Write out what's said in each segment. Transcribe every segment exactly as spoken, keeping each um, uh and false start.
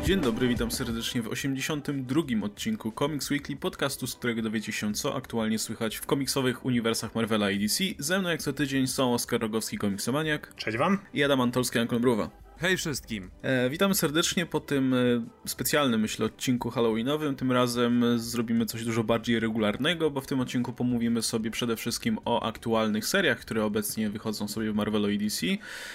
Dzień dobry, witam serdecznie w osiemdziesiątym drugim odcinku Comics Weekly, podcastu, z którego dowiecie się, co aktualnie słychać w komiksowych uniwersach Marvela i D C. Ze mną jak co tydzień są Oskar Rogowski, komiksomaniak. Cześć wam. I Adam Antolski, Ankon Mruwa. Hej wszystkim. E, witamy serdecznie po tym e, specjalnym, myślę, odcinku halloweenowym. Tym razem e, zrobimy coś dużo bardziej regularnego, bo w tym odcinku pomówimy sobie przede wszystkim o aktualnych seriach, które obecnie wychodzą sobie w Marvelu i D C.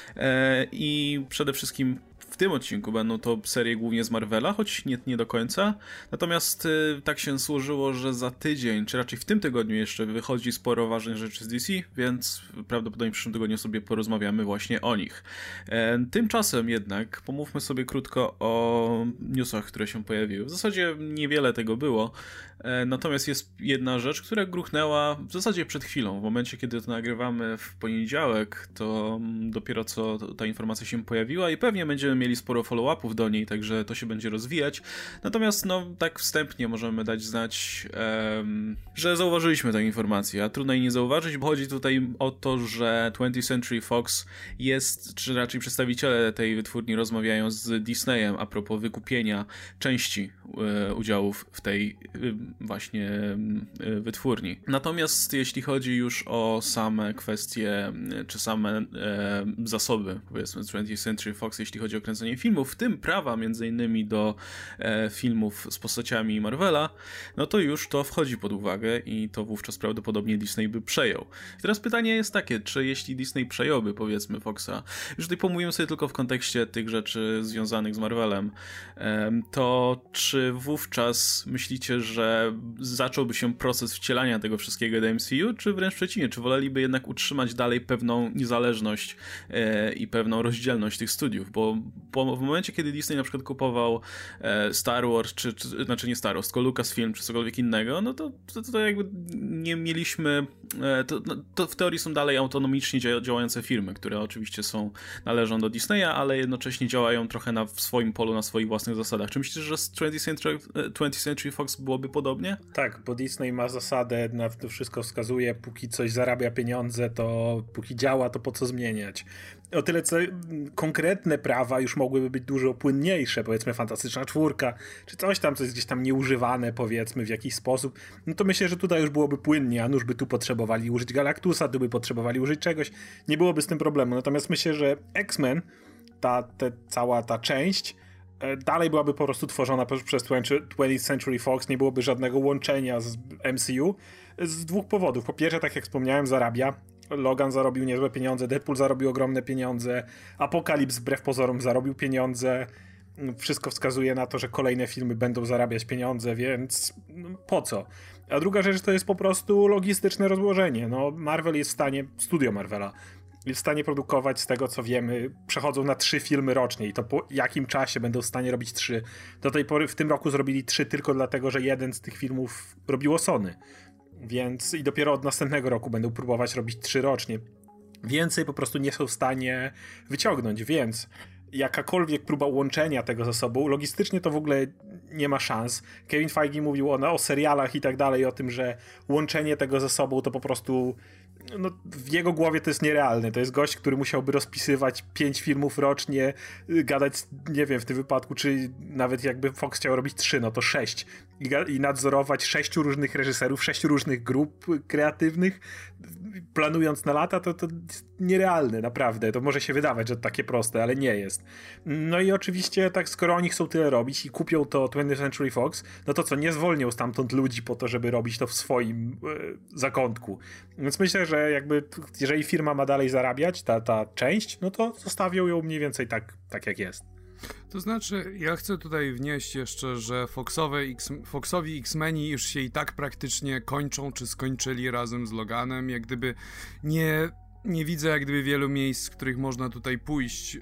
E, I przede wszystkim w tym odcinku będą to serie głównie z Marvela, choć nie, nie do końca. Natomiast y, tak się złożyło, że za tydzień, czy raczej w tym tygodniu jeszcze wychodzi sporo ważnych rzeczy z D C, więc prawdopodobnie w przyszłym tygodniu sobie porozmawiamy właśnie o nich. E, tymczasem jednak pomówmy sobie krótko o newsach, które się pojawiły. W zasadzie niewiele tego było, e, natomiast jest jedna rzecz, która gruchnęła w zasadzie przed chwilą. W momencie, kiedy to nagrywamy w poniedziałek, to dopiero co ta informacja się pojawiła i pewnie będziemy mieli sporo follow-upów do niej, także to się będzie rozwijać. Natomiast no tak wstępnie możemy dać znać, um, że zauważyliśmy tę informację, a trudno jej nie zauważyć, bo chodzi tutaj o to, że twentieth Century Fox jest, czy raczej przedstawiciele tej wytwórni rozmawiają z Disneyem a propos wykupienia części e, udziałów w tej e, właśnie e, wytwórni. Natomiast jeśli chodzi już o same kwestie, czy same e, zasoby, powiedzmy, twentieth Century Fox, jeśli chodzi o kręcenie filmów, w tym prawa między innymi do e, filmów z postaciami Marvela, no to już to wchodzi pod uwagę i to wówczas prawdopodobnie Disney by przejął. I teraz pytanie jest takie, czy jeśli Disney przejąłby, powiedzmy, Foxa, już tutaj pomówimy sobie tylko w kontekście tych rzeczy związanych z Marvelem, e, to czy wówczas myślicie, że zacząłby się proces wcielania tego wszystkiego do M C U, czy wręcz przeciwnie, czy woleliby jednak utrzymać dalej pewną niezależność e, i pewną rozdzielność tych studiów, bo po, w momencie, kiedy Disney na przykład kupował e, Star Wars, czy, czy znaczy nie Star Wars, tylko Lucasfilm, czy cokolwiek innego, no to, to, to jakby nie mieliśmy, e, to, no, to w teorii są dalej autonomicznie dzia- działające firmy, które oczywiście są, należą do Disneya, ale jednocześnie działają trochę na w swoim polu, na swoich własnych zasadach. Czy myślisz, że z twentieth Century, twentieth Century Fox byłoby podobnie? Tak, bo Disney ma zasadę, na to wszystko wskazuje, póki coś zarabia pieniądze, to póki działa, to po co zmieniać. O tyle, co konkretne prawa już mogłyby być dużo płynniejsze, powiedzmy Fantastyczna Czwórka, czy coś tam, co jest gdzieś tam nieużywane, powiedzmy, w jakiś sposób, no to myślę, że tutaj już byłoby płynnie, a nuż by tu potrzebowali użyć Galactusa, tu by potrzebowali użyć czegoś, nie byłoby z tym problemu. Natomiast myślę, że X-Men, ta, ta cała ta część, dalej byłaby po prostu tworzona przez twentieth Century Fox, nie byłoby żadnego łączenia z M C U z dwóch powodów. Po pierwsze, tak jak wspomniałem, zarabia. Logan zarobił niezłe pieniądze, Deadpool zarobił ogromne pieniądze, Apokalips wbrew pozorom zarobił pieniądze. Wszystko wskazuje na to, że kolejne filmy będą zarabiać pieniądze, więc no, po co? A druga rzecz to jest po prostu logistyczne rozłożenie. No, Marvel jest w stanie, studio Marvela jest w stanie produkować, z tego co wiemy, przechodzą na trzy filmy rocznie i to po jakim czasie będą w stanie robić trzy. Do tej pory w tym roku zrobili trzy tylko dlatego, że jeden z tych filmów robiło Sony. Więc i dopiero od następnego roku będą próbować robić trzy rocznie. Więcej po prostu nie są w stanie wyciągnąć, więc jakakolwiek próba łączenia tego ze sobą, logistycznie to w ogóle nie ma szans. Kevin Feige mówił o, no, o serialach i tak dalej, o tym, że łączenie tego ze sobą to po prostu, no, w jego głowie to jest nierealne. To jest gość, który musiałby rozpisywać pięć filmów rocznie, gadać, nie wiem, w tym wypadku, czy nawet jakby Fox chciał robić trzy, no to sześć. I, i nadzorować sześciu różnych reżyserów, sześciu różnych grup kreatywnych, planując na lata, to, to jest nierealne, naprawdę. To może się wydawać, że to takie proste, ale nie jest. No i oczywiście, tak, skoro oni chcą tyle robić i kupią to twentieth Century Fox, no to co, nie zwolnią stamtąd ludzi po to, żeby robić to w swoim e, zakątku. Więc myślę, że jakby, jeżeli firma ma dalej zarabiać, ta, ta część, no to zostawią ją mniej więcej tak, tak jak jest. To znaczy, ja chcę tutaj wnieść jeszcze, że Foxowe X, Foxowi X-Meni już się i tak praktycznie kończą, czy skończyli razem z Loganem, jak gdyby nie... Nie widzę jak gdyby wielu miejsc, w których można tutaj pójść,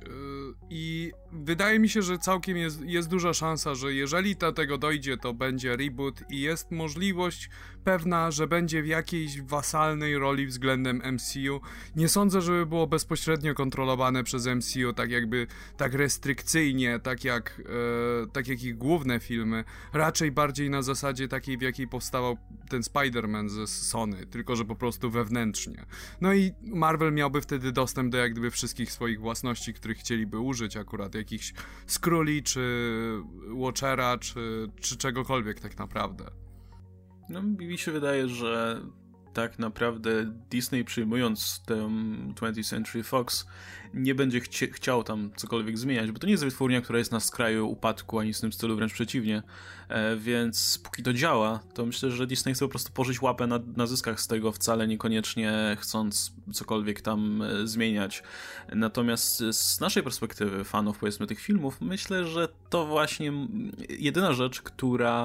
i wydaje mi się, że całkiem jest, jest duża szansa, że jeżeli do tego dojdzie, to będzie reboot i jest możliwość pewna, że będzie w jakiejś wasalnej roli względem M C U. Nie sądzę, żeby było bezpośrednio kontrolowane przez M C U tak jakby, tak restrykcyjnie, tak jak, e, tak jak ich główne filmy, raczej bardziej na zasadzie takiej, w jakiej powstawał ten Spider-Man ze Sony, tylko że po prostu wewnętrznie. No i Marvel miałby wtedy dostęp do jak gdyby wszystkich swoich własności, których chcieliby użyć akurat jakichś Skrulli, czy Watchera, czy, czy czegokolwiek tak naprawdę. No mi się wydaje, że tak naprawdę Disney, przyjmując tę twentieth Century Fox, nie będzie chci- chciał tam cokolwiek zmieniać, bo to nie jest wytwórnia, która jest na skraju upadku, ani w tym stylu, wręcz przeciwnie. E, więc póki to działa, to myślę, że Disney chce po prostu położyć łapę na, na zyskach z tego, wcale niekoniecznie chcąc cokolwiek tam e, zmieniać. Natomiast z naszej perspektywy, fanów powiedzmy tych filmów, myślę, że to właśnie jedyna rzecz, która,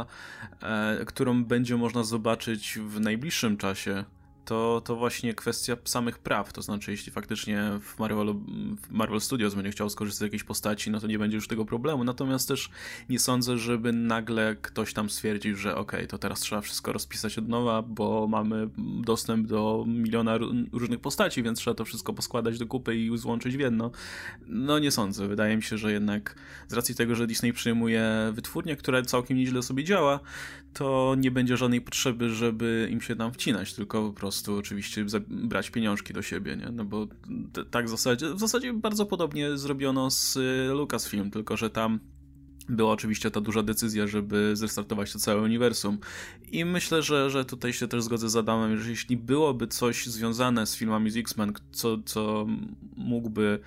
e, którą będzie można zobaczyć w najbliższym czasie, to, to właśnie kwestia samych praw, to znaczy jeśli faktycznie w Marvel, w Marvel Studios będzie chciał skorzystać z jakiejś postaci, no to nie będzie już tego problemu, natomiast też nie sądzę, żeby nagle ktoś tam stwierdził, że okej, okay, to teraz trzeba wszystko rozpisać od nowa, bo mamy dostęp do miliona różnych postaci, więc trzeba to wszystko poskładać do kupy i złączyć w jedno. No nie sądzę, wydaje mi się, że jednak z racji tego, że Disney przyjmuje wytwórnię, która całkiem nieźle sobie działa, to nie będzie żadnej potrzeby, żeby im się tam wcinać, tylko po prostu oczywiście brać pieniążki do siebie, nie? No bo t- tak w zasadzie, w zasadzie bardzo podobnie zrobiono z Lucasfilm, tylko że tam była oczywiście ta duża decyzja, żeby zrestartować to całe uniwersum. I myślę, że, że tutaj się też zgodzę z Adamem, że jeśli byłoby coś związane z filmami z X-Men, co, co mógłby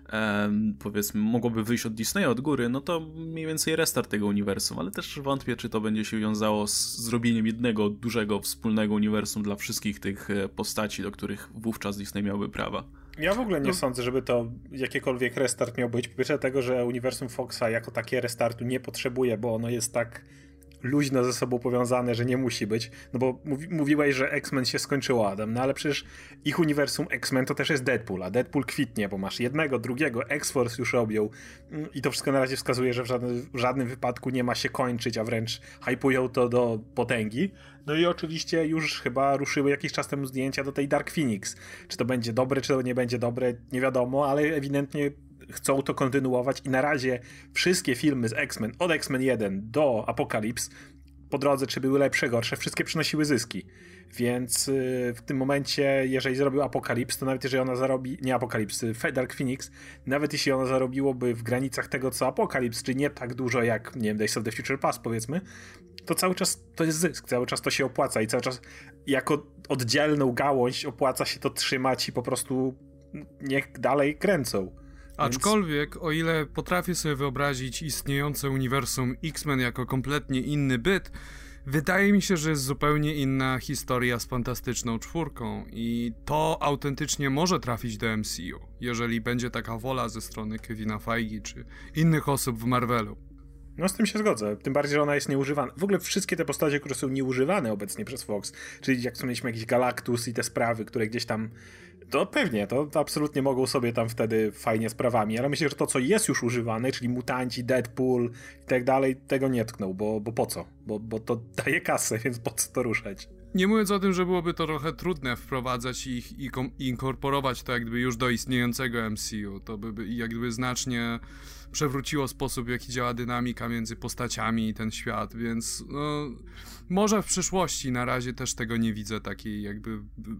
Um, powiedzmy, mogłoby wyjść od Disneya od góry, no to mniej więcej restart tego uniwersum, ale też wątpię, czy to będzie się wiązało z zrobieniem jednego dużego, wspólnego uniwersum dla wszystkich tych postaci, do których wówczas Disney miałby prawa. Ja w ogóle nie no. sądzę, żeby to jakikolwiek restart miał być. Po pierwsze tego, że uniwersum Foxa jako takie restartu nie potrzebuje, bo ono jest tak luźno ze sobą powiązane, że nie musi być. No bo mówi, mówiłeś, że X-Men się skończyło, Adam, no ale przecież ich uniwersum X-Men to też jest Deadpool, a Deadpool kwitnie, bo masz jednego, drugiego, X-Force już robią i to wszystko na razie wskazuje, że w żadnym, w żadnym wypadku nie ma się kończyć, a wręcz hypują to do potęgi. No i oczywiście już chyba ruszyły jakiś czas temu zdjęcia do tej Dark Phoenix. Czy to będzie dobre, czy to nie będzie dobre, nie wiadomo, ale ewidentnie chcą to kontynuować i na razie wszystkie filmy z X-Men, od X-Men jeden do Apokalips, po drodze, czy były lepsze, gorsze, wszystkie przynosiły zyski. Więc yy, w tym momencie, jeżeli zrobił Apokalips, to nawet jeżeli ona zarobi, nie Apokalips, Dark Phoenix, nawet jeśli ona zarobiłoby w granicach tego, co Apokalips, czy nie tak dużo jak, nie wiem, Days of the Future Past, powiedzmy, to cały czas to jest zysk, cały czas to się opłaca i cały czas jako oddzielną gałąź opłaca się to trzymać i po prostu niech dalej kręcą. Aczkolwiek, o ile potrafię sobie wyobrazić istniejące uniwersum X-Men jako kompletnie inny byt, wydaje mi się, że jest zupełnie inna historia z Fantastyczną Czwórką i to autentycznie może trafić do M C U, jeżeli będzie taka wola ze strony Kevina Feige czy innych osób w Marvelu. No z tym się zgodzę, tym bardziej, że ona jest nieużywana. W ogóle wszystkie te postacie, które są nieużywane obecnie przez Fox, czyli jak wspomnieliśmy jakiś Galactus i te sprawy, które gdzieś tam, to pewnie, to, to absolutnie mogą sobie tam wtedy fajnie z prawami, ale myślę, że to, co jest już używane, czyli mutanci, Deadpool i tak dalej, tego nie tknął, bo, bo po co? Bo, bo to daje kasę, więc po co to ruszać? Nie mówiąc o tym, że byłoby to trochę trudne wprowadzać ich i kom- inkorporować to jakby już do istniejącego M C U, to by jakby znacznie przewróciło sposób, w jaki działa dynamika między postaciami i ten świat, więc no, może w przyszłości, na razie też tego nie widzę takiej jakby,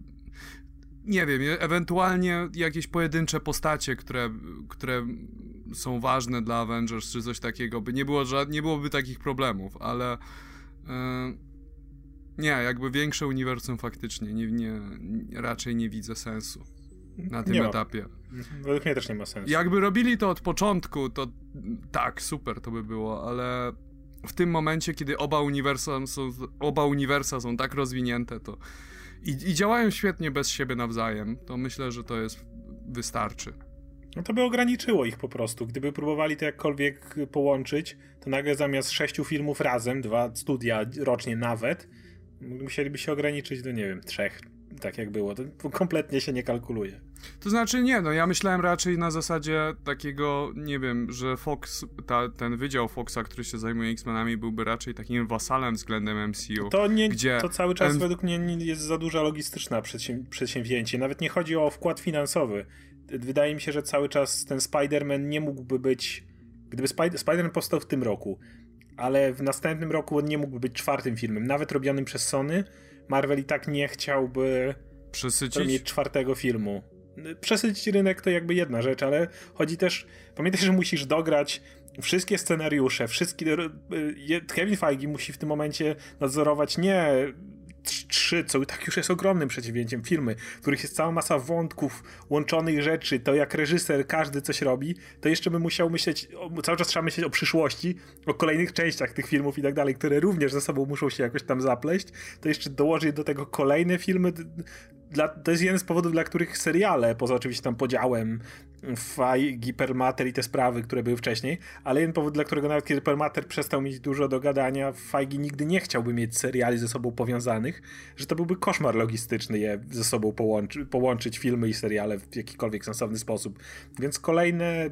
nie wiem, ewentualnie jakieś pojedyncze postacie, które, które są ważne dla Avengers czy coś takiego, by nie było, nie byłoby takich problemów, ale yy, nie, jakby większe uniwersum faktycznie nie, nie, raczej nie widzę sensu na tym nie etapie. Ma. Według mnie też nie ma sensu. Jakby robili to od początku, to tak, super to by było, ale w tym momencie, kiedy oba uniwersa są, oba uniwersa są tak rozwinięte, to i, i działają świetnie bez siebie nawzajem, to myślę, że to jest wystarczy. No to by ograniczyło ich po prostu. Gdyby próbowali to jakkolwiek połączyć, to nagle zamiast sześciu filmów razem, dwa studia rocznie nawet, musieliby się ograniczyć do, nie wiem, trzech, tak jak było. To kompletnie się nie kalkuluje. To znaczy nie, no ja myślałem raczej na zasadzie takiego, nie wiem, że Fox, ta, ten wydział Foxa, który się zajmuje X-Menami, byłby raczej takim wasalem względem M C U. To, nie, gdzie to cały czas M... według mnie jest za duża logistyczna przedsię- przedsięwzięcie. Nawet nie chodzi o wkład finansowy. Wydaje mi się, że cały czas ten Spider-Man nie mógłby być... Gdyby Spider- Spider-Man powstał w tym roku, ale w następnym roku on nie mógłby być czwartym filmem, nawet robionym przez Sony, Marvel i tak nie chciałby przesycić mieć czwartego filmu. przesycić rynek to jakby jedna rzecz, ale chodzi też, pamiętaj, że musisz dograć wszystkie scenariusze, wszystkie, Kevin Feige musi w tym momencie nadzorować nie trzy, co tak już jest ogromnym przedsięwzięciem, filmy, w których jest cała masa wątków, łączonych rzeczy, to jak reżyser każdy coś robi, to jeszcze by musiał myśleć, cały czas trzeba myśleć o przyszłości, o kolejnych częściach tych filmów i tak dalej, które również ze sobą muszą się jakoś tam zapleść, to jeszcze dołożyć do tego kolejne filmy. Dla, to jest jeden z powodów, dla których seriale, poza oczywiście tam podziałem Feige, Perlmutter i te sprawy, które były wcześniej, ale jeden powód, dla którego nawet kiedy Perlmutter przestał mieć dużo do gadania, Feige nigdy nie chciałby mieć seriali ze sobą powiązanych, że to byłby koszmar logistyczny je ze sobą połączy, połączyć filmy i seriale w jakikolwiek sensowny sposób. Więc kolejne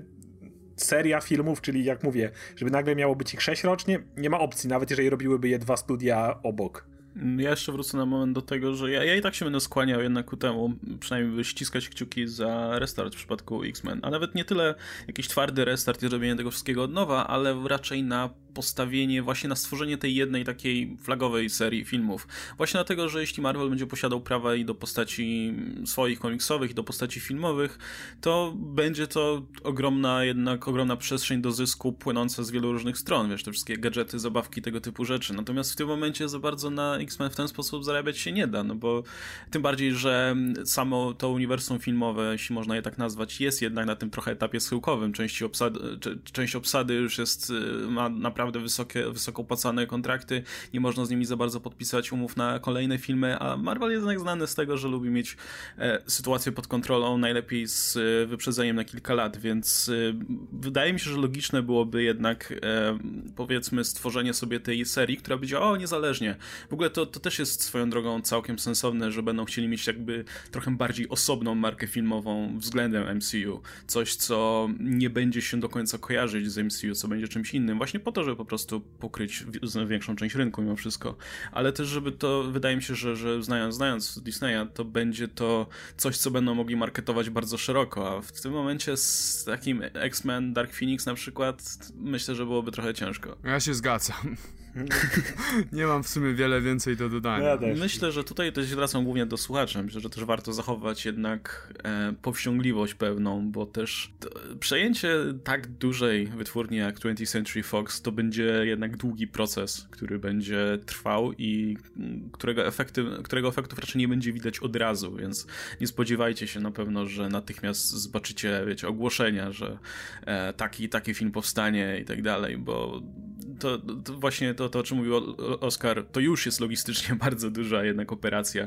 seria filmów, czyli jak mówię, żeby nagle miało być ich sześć rocznie, nie ma opcji, nawet jeżeli robiłyby je dwa studia obok. Ja jeszcze wrócę na moment do tego, że ja, ja i tak się będę skłaniał jednak ku temu, przynajmniej by ściskać kciuki za restart w przypadku X-Men, a nawet nie tyle jakiś twardy restart i robienie tego wszystkiego od nowa, ale raczej na postawienie, właśnie na stworzenie tej jednej takiej flagowej serii filmów. Właśnie dlatego, że jeśli Marvel będzie posiadał prawa i do postaci swoich komiksowych i do postaci filmowych, to będzie to ogromna, jednak ogromna przestrzeń do zysku płynąca z wielu różnych stron, wiesz, te wszystkie gadżety, zabawki, tego typu rzeczy. Natomiast w tym momencie za bardzo na X-Men w ten sposób zarabiać się nie da, no bo tym bardziej, że samo to uniwersum filmowe, jeśli można je tak nazwać, jest jednak na tym trochę etapie schyłkowym. Część obsady, część obsady już jest, ma naprawdę wysokie, wysoko opłacane kontrakty, nie można z nimi za bardzo podpisać umów na kolejne filmy, a Marvel jest jednak znany z tego, że lubi mieć e, sytuację pod kontrolą, najlepiej z e, wyprzedzeniem na kilka lat, więc e, wydaje mi się, że logiczne byłoby jednak e, powiedzmy stworzenie sobie tej serii, która by działała niezależnie. W ogóle to, to też jest swoją drogą całkiem sensowne, że będą chcieli mieć jakby trochę bardziej osobną markę filmową względem M C U. Coś, co nie będzie się do końca kojarzyć z M C U, co będzie czymś innym. Właśnie po to, żeby po prostu pokryć większą część rynku mimo wszystko. Ale też, żeby to, wydaje mi się, że, że znając, znając Disneya, to będzie to coś, co będą mogli marketować bardzo szeroko, a w tym momencie z takim X-Men, Dark Phoenix na przykład, myślę, że byłoby trochę ciężko. Ja się zgadzam. Nie mam w sumie wiele więcej do dodania. Ja Myślę, że tutaj też wracam głównie do słuchaczy. Myślę, że też warto zachować jednak e, powściągliwość pewną, bo też to, przejęcie tak dużej wytwórni jak twentieth Century Fox to będzie jednak długi proces, który będzie trwał i którego, efekty, którego efektów raczej nie będzie widać od razu, więc nie spodziewajcie się na pewno, że natychmiast zobaczycie, wiecie, ogłoszenia, że e, taki taki film powstanie i tak dalej, bo to, to właśnie to, to, o czym mówił Oskar, to już jest logistycznie bardzo duża jednak operacja.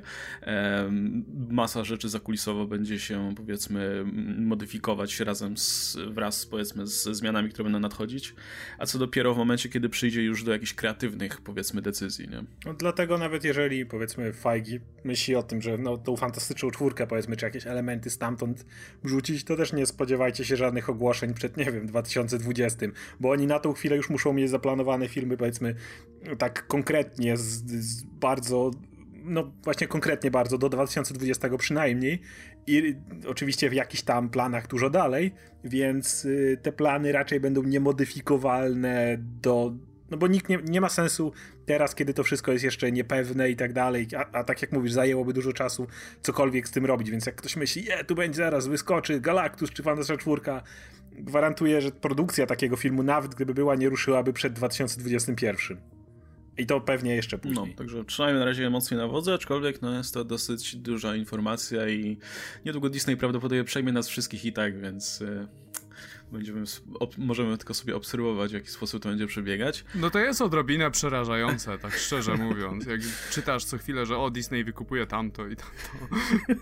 Um, masa rzeczy zakulisowo będzie się, powiedzmy, modyfikować razem z, wraz, powiedzmy, z zmianami, które będą nadchodzić, a co dopiero w momencie, kiedy przyjdzie już do jakichś kreatywnych, powiedzmy, decyzji, nie? No, dlatego nawet jeżeli, powiedzmy, Feige myśli o tym, że no, tą fantastyczną czwórkę, powiedzmy, czy jakieś elementy stamtąd wrzucić, to też nie spodziewajcie się żadnych ogłoszeń przed, nie wiem, dwa tysiące dwudziestym, bo oni na tą chwilę już muszą mieć zaplanowane filmy, powiedzmy, tak konkretnie, z, z bardzo, no właśnie konkretnie bardzo, do dwa tysiące dwudziestego przynajmniej i oczywiście w jakichś tam planach dużo dalej, więc y, te plany raczej będą niemodyfikowalne do, no bo nikt nie, nie ma sensu teraz, kiedy to wszystko jest jeszcze niepewne i tak dalej, a, a tak jak mówisz, zajęłoby dużo czasu cokolwiek z tym robić, więc jak ktoś myśli, je, tu będzie zaraz, wyskoczy Galactus czy Fantastyczna Czwórka, gwarantuję, że produkcja takiego filmu, nawet gdyby była, nie ruszyłaby przed dwa tysiące dwudziestym pierwszym. I to pewnie jeszcze później. No, także przynajmniej na razie emocje na wodze, aczkolwiek no jest to dosyć duża informacja i niedługo Disney prawdopodobnie przejmie nas wszystkich i tak, więc y, będziemy, ob, możemy tylko sobie obserwować, w jaki sposób to będzie przebiegać. No to jest odrobinę przerażające, tak szczerze mówiąc. Jak czytasz co chwilę, że o, Disney wykupuje tamto i tamto.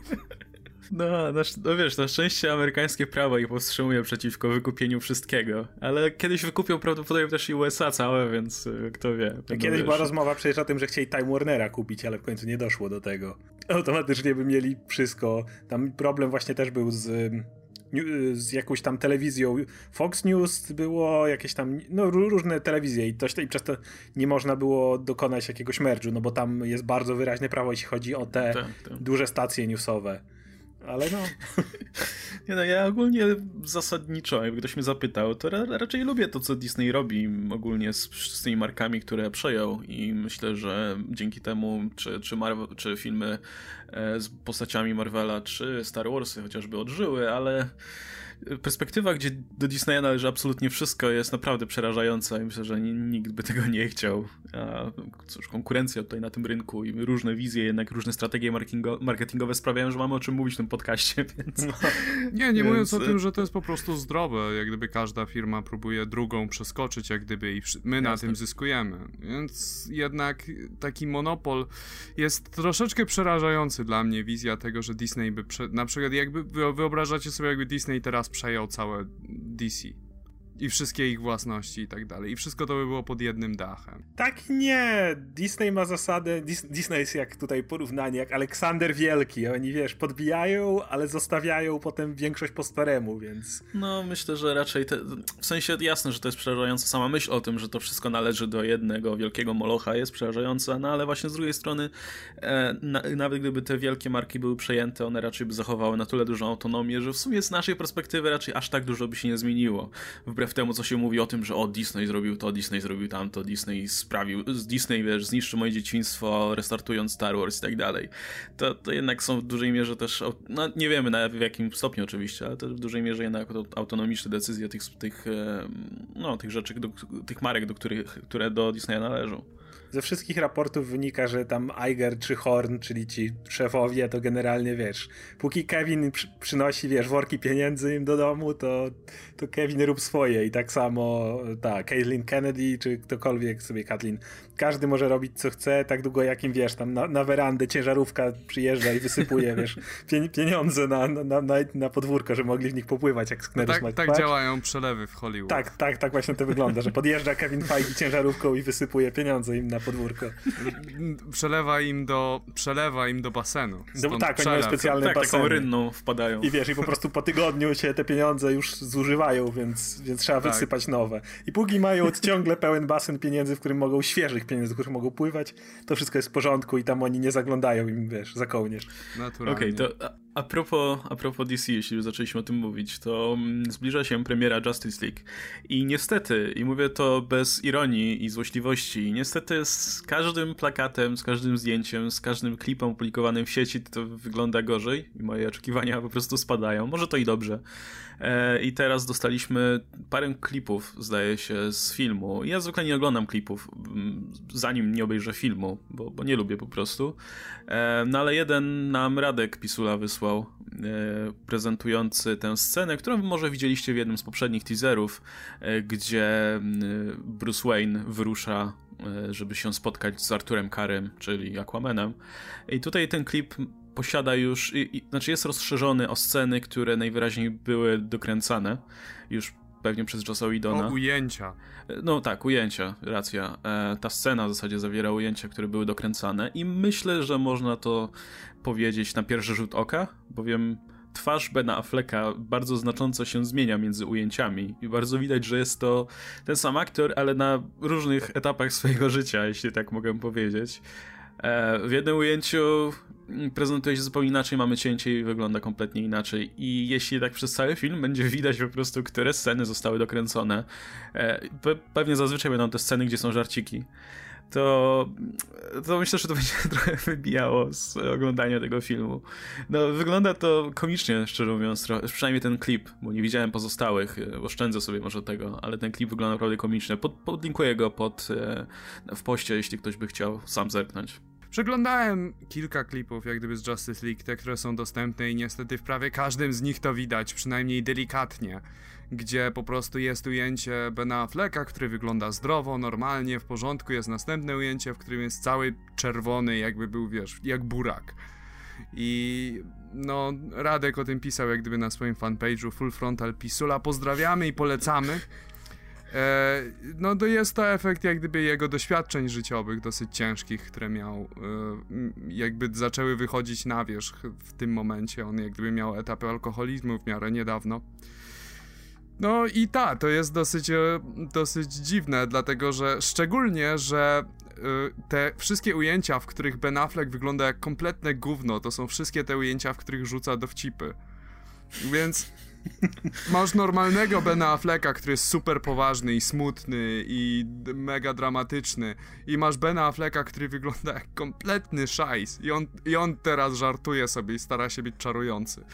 No, no, no wiesz, na szczęście amerykańskie prawo ich powstrzymuje przeciwko wykupieniu wszystkiego, ale kiedyś wykupią prawdopodobnie też i U S A całe, więc kto wie. Kiedyś wiesz. Była rozmowa przecież o tym, że chcieli Time Warnera kupić, ale w końcu nie doszło do tego. Automatycznie by mieli wszystko. Tam problem właśnie też był z, z jakąś tam telewizją. Fox News było jakieś tam, no różne telewizje i, to, i przez to nie można było dokonać jakiegoś merge'u, no bo tam jest bardzo wyraźne prawo, jeśli chodzi o te tak, tak. duże stacje newsowe. ale no. Nie no, ja ogólnie zasadniczo, jakby ktoś mnie zapytał, to ra raczej lubię to, co Disney robi ogólnie z, z tymi markami, które przejął i myślę, że dzięki temu, czy, czy, Marvel, czy filmy e, z postaciami Marvela, czy Star Warsy chociażby odżyły, ale perspektywa, gdzie do Disneya należy absolutnie wszystko, jest naprawdę przerażająca i myślę, że nikt by tego nie chciał. A cóż, konkurencja tutaj na tym rynku i różne wizje, jednak różne strategie marketingowe sprawiają, że mamy o czym mówić w tym podcaście, więc... No. Nie, nie więc... mówiąc o tym, że to jest po prostu zdrowe, jak gdyby każda firma próbuje drugą przeskoczyć, jak gdyby i my na Jasne. tym zyskujemy. Więc jednak taki monopol jest troszeczkę przerażający dla mnie, wizja tego, że Disney by... Prze... Na przykład jakby wyobrażacie sobie, jakby Disney teraz przejął całe D C i wszystkie ich własności i tak dalej. I wszystko to by było pod jednym dachem. Tak nie! Disney ma zasadę, Dis- Disney jest jak tutaj porównanie, jak Aleksander Wielki. Oni, wiesz, podbijają, ale zostawiają potem większość po staremu, więc... No, myślę, że raczej te, w sensie jasne, że to jest przerażająca sama myśl o tym, że to wszystko należy do jednego wielkiego molocha, jest przerażająca, no ale właśnie z drugiej strony e, na, nawet gdyby te wielkie marki były przejęte, one raczej by zachowały na tyle dużą autonomię, że w sumie z naszej perspektywy raczej aż tak dużo by się nie zmieniło. Wbrew temu, co się mówi o tym, że o, Disney zrobił to, Disney zrobił tamto, Disney sprawił, z Disney, wiesz, zniszczy moje dzieciństwo, restartując Star Wars i tak dalej. To, to jednak są w dużej mierze też, no nie wiemy na, w jakim stopniu oczywiście, ale to w dużej mierze jednak autonomiczne decyzje tych, tych, no, tych rzeczy, do, tych marek, do których, które do Disneya należą. Ze wszystkich raportów wynika, że tam Iger czy Horn, czyli ci szefowie, to generalnie, wiesz, póki Kevin przy, przynosi, wiesz, worki pieniędzy im do domu, to, to Kevin rób swoje i tak samo ta Caitlyn Kennedy, czy ktokolwiek sobie Kathleen, każdy może robić co chce, tak długo jak im, wiesz, tam na, na werandę ciężarówka przyjeżdża i wysypuje, wiesz, pieniądze na, na, na, na podwórko, że mogli w nich popływać jak z no tak, tak działają przelewy w Hollywood. Tak, tak, tak właśnie to wygląda, że podjeżdża Kevin Feige ciężarówką i wysypuje pieniądze im na podwórko. Przelewa im do, przelewa im do basenu. No, tak, oni mają specjalne tak, baseny. Taką rynną wpadają. I wiesz, i po prostu po tygodniu się te pieniądze już zużywają, więc, więc trzeba tak. wysypać nowe. I póki mają ciągle pełen basen pieniędzy, w którym mogą, świeżych pieniędzy, w których mogą pływać, to wszystko jest w porządku i tam oni nie zaglądają im, wiesz, za kołnierz. Naturalnie. Okej, okay, to a, a, propos, a propos D C, jeśli zaczęliśmy o tym mówić, to mm, zbliża się premiera Justice League. I niestety, i mówię to bez ironii i złośliwości, niestety z każdym plakatem, z każdym zdjęciem, z każdym klipem opublikowanym w sieci to wygląda gorzej i moje oczekiwania po prostu spadają. Może to i dobrze. E, I teraz dostaliśmy parę klipów, zdaje się, z filmu. Ja zwykle nie oglądam klipów, zanim nie obejrzę filmu, bo, bo nie lubię po prostu. E, no ale jeden nam Radek Pisula wysłał, e, prezentujący tę scenę, którą może widzieliście w jednym z poprzednich teaserów, e, gdzie Bruce Wayne wyrusza, żeby się spotkać z Arturem Carrem, czyli Aquamanem. I tutaj ten klip posiada już, i, i, znaczy jest rozszerzony o sceny, które najwyraźniej były dokręcane już pewnie przez Jossa Whedona. O, ujęcia. No tak, ujęcia, racja. E, ta scena w zasadzie zawiera ujęcia, które były dokręcane i myślę, że można to powiedzieć na pierwszy rzut oka, bowiem twarz Bena Afflecka bardzo znacząco się zmienia między ujęciami i bardzo widać, że jest to ten sam aktor, ale na różnych etapach swojego życia, jeśli tak mogę powiedzieć. E, w jednym ujęciu prezentuje się zupełnie inaczej, mamy cięcie i wygląda kompletnie inaczej i jeśli tak przez cały film będzie widać po prostu, które sceny zostały dokręcone, e, pe- pewnie zazwyczaj będą te sceny, gdzie są żarciki, to, to myślę, że to będzie trochę wybijało z oglądania tego filmu. No, wygląda to komicznie, szczerze mówiąc, trochę, przynajmniej ten klip, bo nie widziałem pozostałych, oszczędzę sobie może tego, ale ten klip wygląda naprawdę komicznie. Pod, podlinkuję go pod, w poście, jeśli ktoś by chciał sam zerknąć. Przeglądałem kilka klipów jak gdyby z Justice League, te, które są dostępne i niestety w prawie każdym z nich to widać, przynajmniej delikatnie, gdzie po prostu jest ujęcie Bena Afflecka, który wygląda zdrowo, normalnie, w porządku, jest następne ujęcie, w którym jest cały czerwony, jakby był, wiesz, jak burak. I no, Radek o tym pisał jak gdyby na swoim fanpage'u Full Frontal Pisula, pozdrawiamy i polecamy. E, no to jest to efekt jak gdyby jego doświadczeń życiowych dosyć ciężkich, które miał, e, jakby zaczęły wychodzić na wierzch w tym momencie. On jak gdyby miał etapy alkoholizmu w miarę niedawno. No i tak, to jest dosyć, dosyć dziwne, dlatego że szczególnie, że te wszystkie ujęcia, w których Ben Affleck wygląda jak kompletne gówno, to są wszystkie te ujęcia, w których rzuca dowcipy. Więc masz normalnego Bena Afflecka, który jest super poważny i smutny i mega dramatyczny, i masz Bena Afflecka, który wygląda jak kompletny szajs i on, i on teraz żartuje sobie i stara się być czarujący.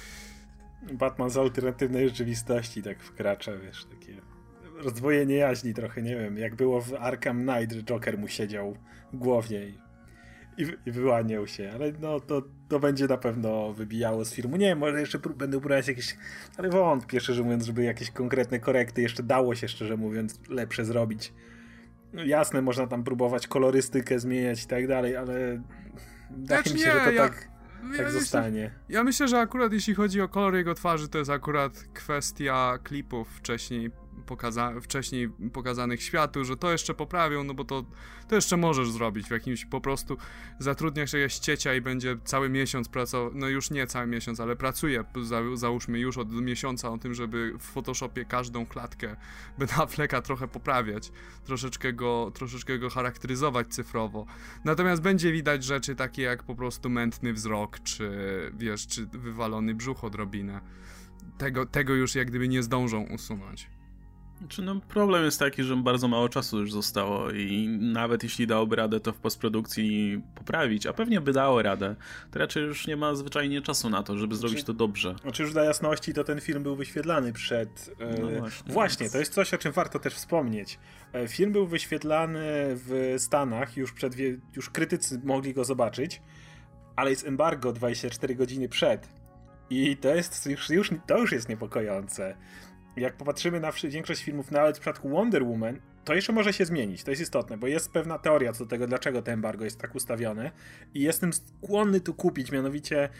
Batman z alternatywnej rzeczywistości tak wkracza, wiesz, takie rozdwojenie jaźni trochę, nie wiem, jak było w Arkham Knight, że Joker mu siedział w głowie i, i, i wyłaniał się, ale no to, to będzie na pewno wybijało z filmu. Nie wiem, może jeszcze prób, będę próbować jakieś, ale wątpię, szczerze mówiąc, żeby jakieś konkretne korekty jeszcze dało się, szczerze mówiąc, lepsze zrobić. No, jasne, można tam próbować kolorystykę zmieniać i tak dalej, ale wydaje Znaczy mi się, nie, że to ja... tak... Ja tak myślę, zostanie. Ja myślę, że akurat jeśli chodzi o kolor jego twarzy, to jest akurat kwestia klipów wcześniej, pokaza- wcześniej pokazanych światu, że to jeszcze poprawią, no bo to, to jeszcze możesz zrobić w jakimś, po prostu zatrudniasz jakiegoś ciecia i będzie cały miesiąc pracował, no już nie cały miesiąc, ale pracuje, za, załóżmy już od miesiąca o tym, żeby w Photoshopie każdą klatkę Ben Afflecka trochę poprawiać, troszeczkę go, troszeczkę go charakteryzować cyfrowo. Natomiast będzie widać rzeczy takie jak po prostu mętny wzrok, czy wiesz, czy wywalony brzuch odrobinę. Tego, tego już jak gdyby nie zdążą usunąć. Znaczy, no, problem jest taki, że bardzo mało czasu już zostało i nawet jeśli dałoby radę to w postprodukcji poprawić, a pewnie by dało radę, to raczej już nie ma zwyczajnie czasu na to, żeby znaczy, zrobić to dobrze. Znaczy już dla jasności to ten film był wyświetlany przed... E, no właśnie, właśnie więc... to jest coś, o czym warto też wspomnieć. E, film był wyświetlany w Stanach, już przed wie, już krytycy mogli go zobaczyć, ale jest embargo dwadzieścia cztery godziny przed i to jest już, już, to już jest niepokojące. Jak popatrzymy na większość filmów, nawet w przypadku Wonder Woman, to jeszcze może się zmienić, to jest istotne, bo jest pewna teoria co do tego, dlaczego to embargo jest tak ustawione i jestem skłonny tu kupić, mianowicie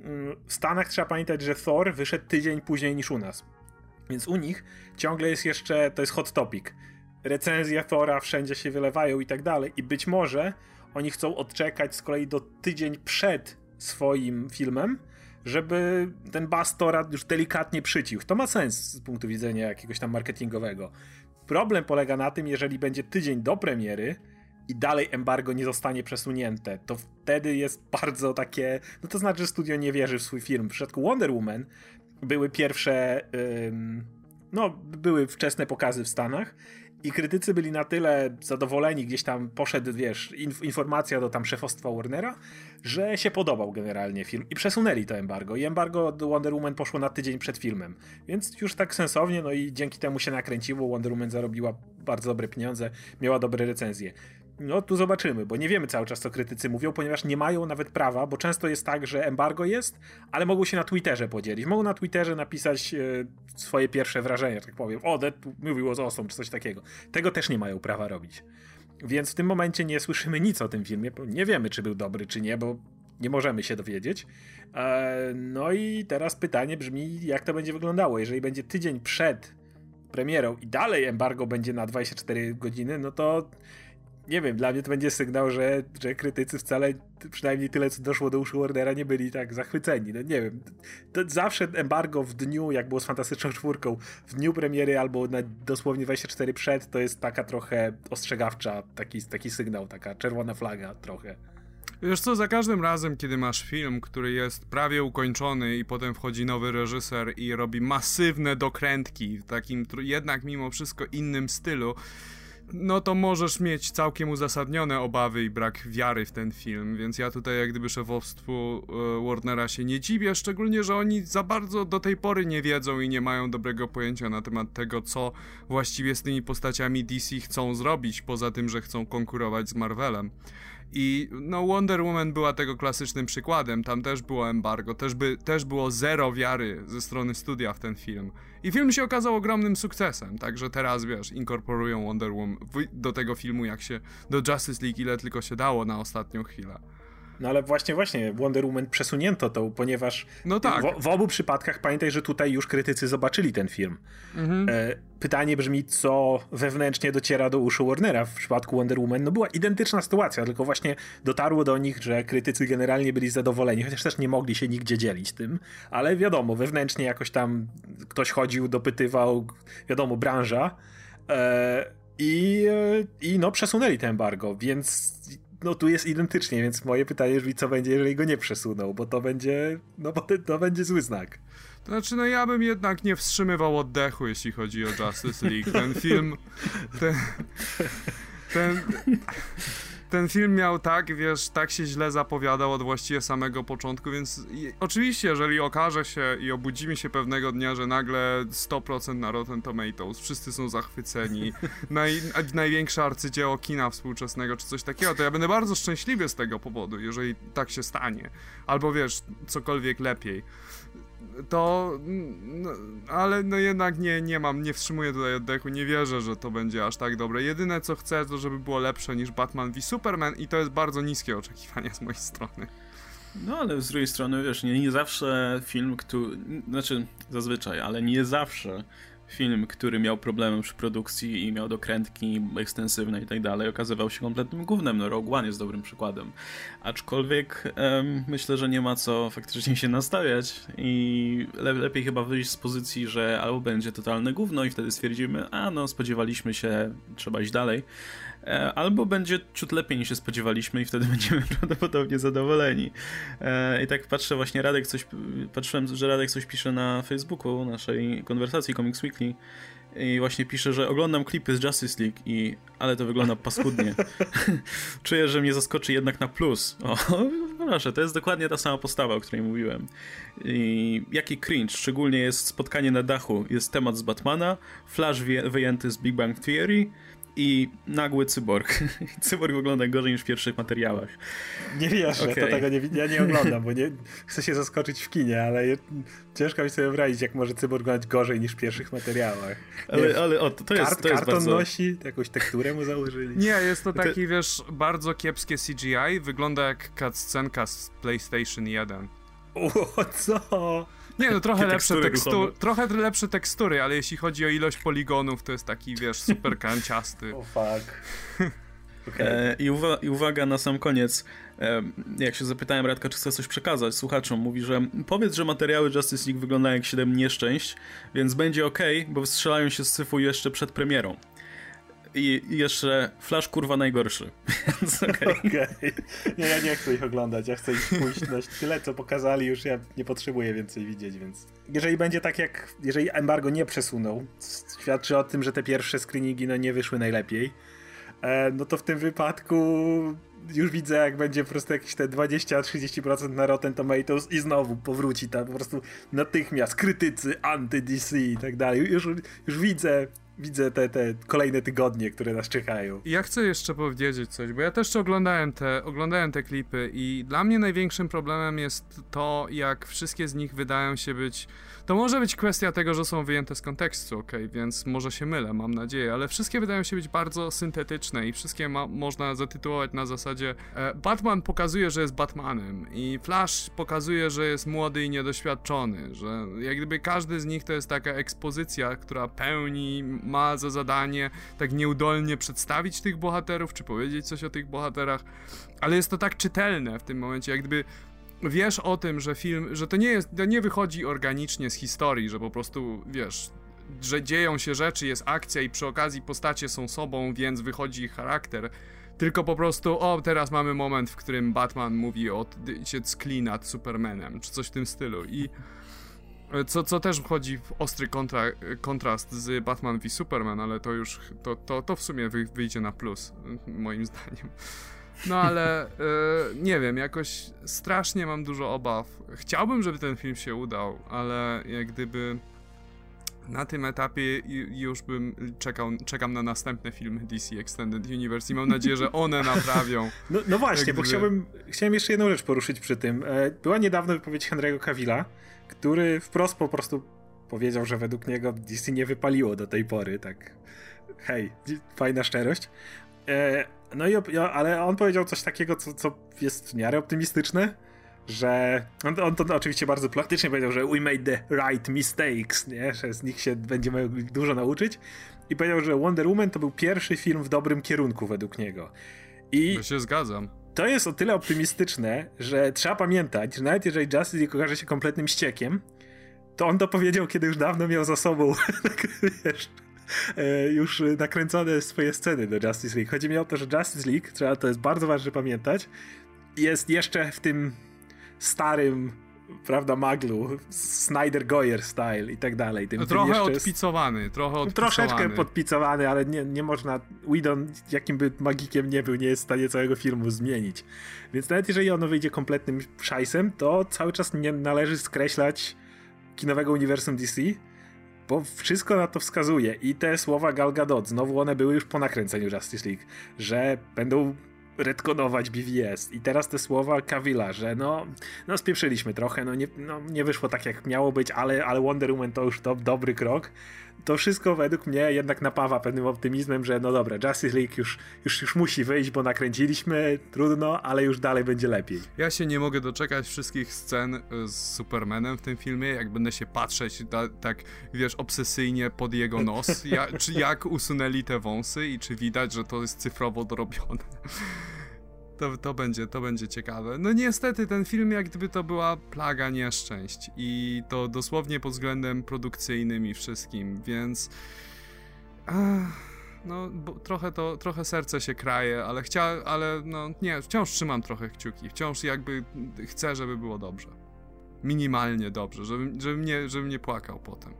w Stanach trzeba pamiętać, że Thor wyszedł tydzień później niż u nas, więc u nich ciągle jest jeszcze, to jest hot topic, recenzje Thora wszędzie się wylewają i tak dalej i być może oni chcą odczekać z kolei do tydzień przed swoim filmem, żeby ten buzz Thora już delikatnie przycichł. To ma sens z punktu widzenia jakiegoś tam marketingowego. Problem polega na tym, jeżeli będzie tydzień do premiery i dalej embargo nie zostanie przesunięte, to wtedy jest bardzo takie... No to znaczy, że studio nie wierzy w swój film. W przypadku Wonder Woman były pierwsze... Ym, no, były wczesne pokazy w Stanach i krytycy byli na tyle zadowoleni, gdzieś tam poszedł, wiesz, inf- informacja do tam szefostwa Warnera, że się podobał generalnie film i przesunęli to embargo. I embargo do Wonder Woman poszło na tydzień przed filmem. Więc już tak sensownie, no i dzięki temu się nakręciło. Wonder Woman zarobiła bardzo dobre pieniądze, miała dobre recenzje. No tu zobaczymy, bo nie wiemy cały czas, co krytycy mówią, ponieważ nie mają nawet prawa, bo często jest tak, że embargo jest, ale mogą się na Twitterze podzielić. Mogą na Twitterze napisać e, swoje pierwsze wrażenia, tak powiem. O, that movie was awesome, czy coś takiego. Tego też nie mają prawa robić. Więc w tym momencie nie słyszymy nic o tym filmie, bo nie wiemy, czy był dobry, czy nie, bo nie możemy się dowiedzieć. E, no i teraz pytanie brzmi, jak to będzie wyglądało. Jeżeli będzie tydzień przed premierą i dalej embargo będzie na dwadzieścia cztery godziny, no to nie wiem, dla mnie to będzie sygnał, że, że krytycy wcale, przynajmniej tyle, co doszło do uszu Warnera, nie byli tak zachwyceni. No nie wiem, to zawsze embargo w dniu, jak było z Fantastyczną Czwórką, w dniu premiery albo na dosłownie dwadzieścia cztery przed, to jest taka trochę ostrzegawcza, taki, taki sygnał, taka czerwona flaga trochę. Wiesz co, za każdym razem, kiedy masz film, który jest prawie ukończony i potem wchodzi nowy reżyser i robi masywne dokrętki w takim jednak mimo wszystko innym stylu, no to możesz mieć całkiem uzasadnione obawy i brak wiary w ten film, więc ja tutaj jak gdyby szefostwu e, Warnera się nie dziwię, szczególnie, że oni za bardzo do tej pory nie wiedzą i nie mają dobrego pojęcia na temat tego, co właściwie z tymi postaciami D C chcą zrobić, poza tym, że chcą konkurować z Marvelem. I no Wonder Woman była tego klasycznym przykładem, tam też było embargo, też, by, też było zero wiary ze strony studia w ten film. I film się okazał ogromnym sukcesem, także teraz wiesz, inkorporują Wonder Woman do tego filmu jak się, do Justice League ile tylko się dało na ostatnią chwilę. No ale właśnie, właśnie, Wonder Woman przesunięto to, ponieważ no tak. w, w obu przypadkach pamiętaj, że tutaj już krytycy zobaczyli ten film. Mhm. E, pytanie brzmi, co wewnętrznie dociera do uszu Warnera w przypadku Wonder Woman. No była identyczna sytuacja, tylko właśnie dotarło do nich, że krytycy generalnie byli zadowoleni, chociaż też nie mogli się nigdzie dzielić tym, ale wiadomo, wewnętrznie jakoś tam ktoś chodził, dopytywał, wiadomo, branża. E, I, i no przesunęli te embargo, więc no tu jest identycznie, więc moje pytanie brzmi, co będzie, jeżeli go nie przesuną, bo to będzie, no bo to, to będzie zły znak. To znaczy, no ja bym jednak nie wstrzymywał oddechu, jeśli chodzi o Justice League. Ten film... Ten, ten, ten film miał tak, wiesz, tak się źle zapowiadał od właściwie samego początku, więc i, oczywiście, jeżeli okaże się i obudzimy się pewnego dnia, że nagle sto procent na Rotten Tomatoes, wszyscy są zachwyceni, naj, największe arcydzieło kina współczesnego, czy coś takiego, to ja będę bardzo szczęśliwy z tego powodu, jeżeli tak się stanie. Albo wiesz, cokolwiek lepiej. To, no, ale no jednak nie, nie mam, nie wstrzymuję tutaj oddechu, nie wierzę, że to będzie aż tak dobre. Jedyne co chcę, to żeby było lepsze niż Batman v Superman i to jest bardzo niskie oczekiwanie z mojej strony. No ale z drugiej strony, wiesz, nie, nie zawsze film, który, znaczy zazwyczaj, ale nie zawsze film, który miał problemy przy produkcji i miał dokrętki ekstensywne i tak dalej, okazywał się kompletnym gównem. No Rogue One jest dobrym przykładem. Aczkolwiek em, myślę, że nie ma co faktycznie się nastawiać i le- lepiej chyba wyjść z pozycji, że albo będzie totalne gówno i wtedy stwierdzimy, a no spodziewaliśmy się, trzeba iść dalej. E, albo będzie ciut lepiej niż się spodziewaliśmy i wtedy będziemy prawdopodobnie zadowoleni. E, I tak patrzę właśnie, Radek coś, patrzyłem, że Radek coś pisze na Facebooku naszej konwersacji Comics Weekly i właśnie pisze, że oglądam klipy z Justice League i ale to wygląda paskudnie. Czuję, że mnie zaskoczy jednak na plus. O, proszę, to jest dokładnie ta sama postawa, o której mówiłem. I jaki cringe, szczególnie jest spotkanie na dachu, jest temat z Batmana, Flash wyję- wyjęty z Big Bang Theory i nagły cyborg. Cyborg wygląda gorzej niż w pierwszych materiałach. Nie wierzę, Okay. to tego nie, ja nie oglądam, bo nie chcę się zaskoczyć w kinie, ale je, ciężko mi sobie wyobrazić, jak może cyborg wyglądać gorzej niż w pierwszych materiałach. Ale, Nie, ale o, to, to jest, kart, to jest karton bardzo... nosi, jakąś tekturę mu założyli. Nie, jest to taki, wiesz, bardzo kiepskie C G I, wygląda jak cutscenka z PlayStation jeden. O, co? Nie, no trochę lepsze, tekstury tekstu- trochę lepsze tekstury, ale jeśli chodzi o ilość poligonów, to jest taki, wiesz, super kanciasty. O fuck. Okay. E, i, uwa- I uwaga na sam koniec, e, jak się zapytałem Radka, czy chce coś przekazać słuchaczom, mówi, że powiedz, że materiały Justice League wyglądają jak siedem nieszczęść, więc będzie okej, bo wystrzelają się z syfu jeszcze przed premierą. I, i jeszcze Flash kurwa najgorszy, więc okej. Okay. Okay. Nie, ja nie chcę ich oglądać, ja chcę ich pójść na tyle, co pokazali, już ja nie potrzebuję więcej widzieć, więc... Jeżeli będzie tak jak... Jeżeli embargo nie przesunął, świadczy o tym, że te pierwsze screeningi no nie wyszły najlepiej, e, no to w tym wypadku już widzę, jak będzie po prostu jakieś te dwadzieścia do trzydziestu procent na Rotten Tomatoes i znowu powróci tam po prostu natychmiast krytycy, anty-D C i tak dalej. Już, już widzę... Widzę te, te kolejne tygodnie, które nas czekają. Ja chcę jeszcze powiedzieć coś, bo ja też oglądałem te, oglądałem te klipy i dla mnie największym problemem jest to, jak wszystkie z nich wydają się być... To może być kwestia tego, że są wyjęte z kontekstu, okej, okay, więc może się mylę, mam nadzieję, ale wszystkie wydają się być bardzo syntetyczne i wszystkie ma, można zatytułować na zasadzie e, Batman pokazuje, że jest Batmanem i Flash pokazuje, że jest młody i niedoświadczony, że jak gdyby każdy z nich to jest taka ekspozycja, która pełni, ma za zadanie tak nieudolnie przedstawić tych bohaterów, czy powiedzieć coś o tych bohaterach, ale jest to tak czytelne w tym momencie, jak gdyby wiesz o tym, że film, że to nie jest, to nie wychodzi organicznie z historii, że po prostu, wiesz, że dzieją się rzeczy, jest akcja i przy okazji postacie są sobą, więc wychodzi ich charakter, tylko po prostu, o, teraz mamy moment, w którym Batman mówi o się ckli nad Supermanem, czy coś w tym stylu i co, co też wchodzi w ostry kontra, kontrast z Batman v Superman, ale to już, to, to, to w sumie wyjdzie na plus, moim zdaniem. No ale yy, nie wiem, jakoś strasznie mam dużo obaw. Chciałbym, żeby ten film się udał, ale jak gdyby na tym etapie już bym czekał, czekam na następne filmy D C Extended Universe i mam nadzieję, że one naprawią. No, no właśnie, gdyby... bo chciałbym, chciałem jeszcze jedną rzecz poruszyć przy tym. Była niedawno wypowiedź Henry'ego Cavilla, który wprost po prostu powiedział, że według niego D C nie wypaliło do tej pory, tak hej, fajna szczerość. No i, ale on powiedział coś takiego, co, co jest w miarę optymistyczne, że on, on to oczywiście bardzo praktycznie powiedział, że we made the right mistakes, nie? Że z nich się będziemy dużo nauczyć i powiedział, że Wonder Woman to był pierwszy film w dobrym kierunku według niego. I ja się zgadzam. To jest o tyle optymistyczne, że trzeba pamiętać, że nawet jeżeli Justice League okaże się kompletnym ściekiem, to on to powiedział, kiedy już dawno miał za sobą, tak, wiesz, już nakręcone swoje sceny do Justice League. Chodzi mi o to, że Justice League, trzeba, to jest bardzo ważne pamiętać, jest jeszcze w tym starym, prawda, maglu, Snyder-Goyer style i tak dalej. Tym, trochę tym odpicowany, jest, trochę odpicowany. Troszeczkę podpicowany, ale nie, nie można, Whedon, jakim by magikiem nie był, nie jest w stanie całego filmu zmienić. Więc nawet jeżeli ono wyjdzie kompletnym szajsem, to cały czas nie należy skreślać kinowego uniwersum D C, bo wszystko na to wskazuje. I te słowa Gal Gadot, znowu one były już po nakręceniu Justice League, że będą retkonować B V S. I teraz te słowa Cavilla, że no, no spieprzyliśmy trochę, no nie, no nie wyszło tak jak miało być, ale, ale Wonder Woman to już to dobry krok. To wszystko według mnie jednak napawa pewnym optymizmem, że no dobra, Justice League już, już, już musi wyjść, bo nakręciliśmy, trudno, ale już dalej będzie lepiej. Ja się nie mogę doczekać wszystkich scen z Supermanem w tym filmie, jak będę się patrzeć ta, tak, wiesz, obsesyjnie pod jego nos, ja, czy jak usunęli te wąsy i czy widać, że to jest cyfrowo dorobione. To, to, będzie, to będzie ciekawe. No niestety ten film jak gdyby to była plaga nieszczęść i to dosłownie pod względem produkcyjnym i wszystkim, więc ach, no bo trochę to, trochę serce się kraje, ale chcia, ale no nie, wciąż trzymam trochę kciuki, wciąż jakby chcę, żeby było dobrze. Minimalnie dobrze, żebym, żebym, nie, żebym nie płakał potem.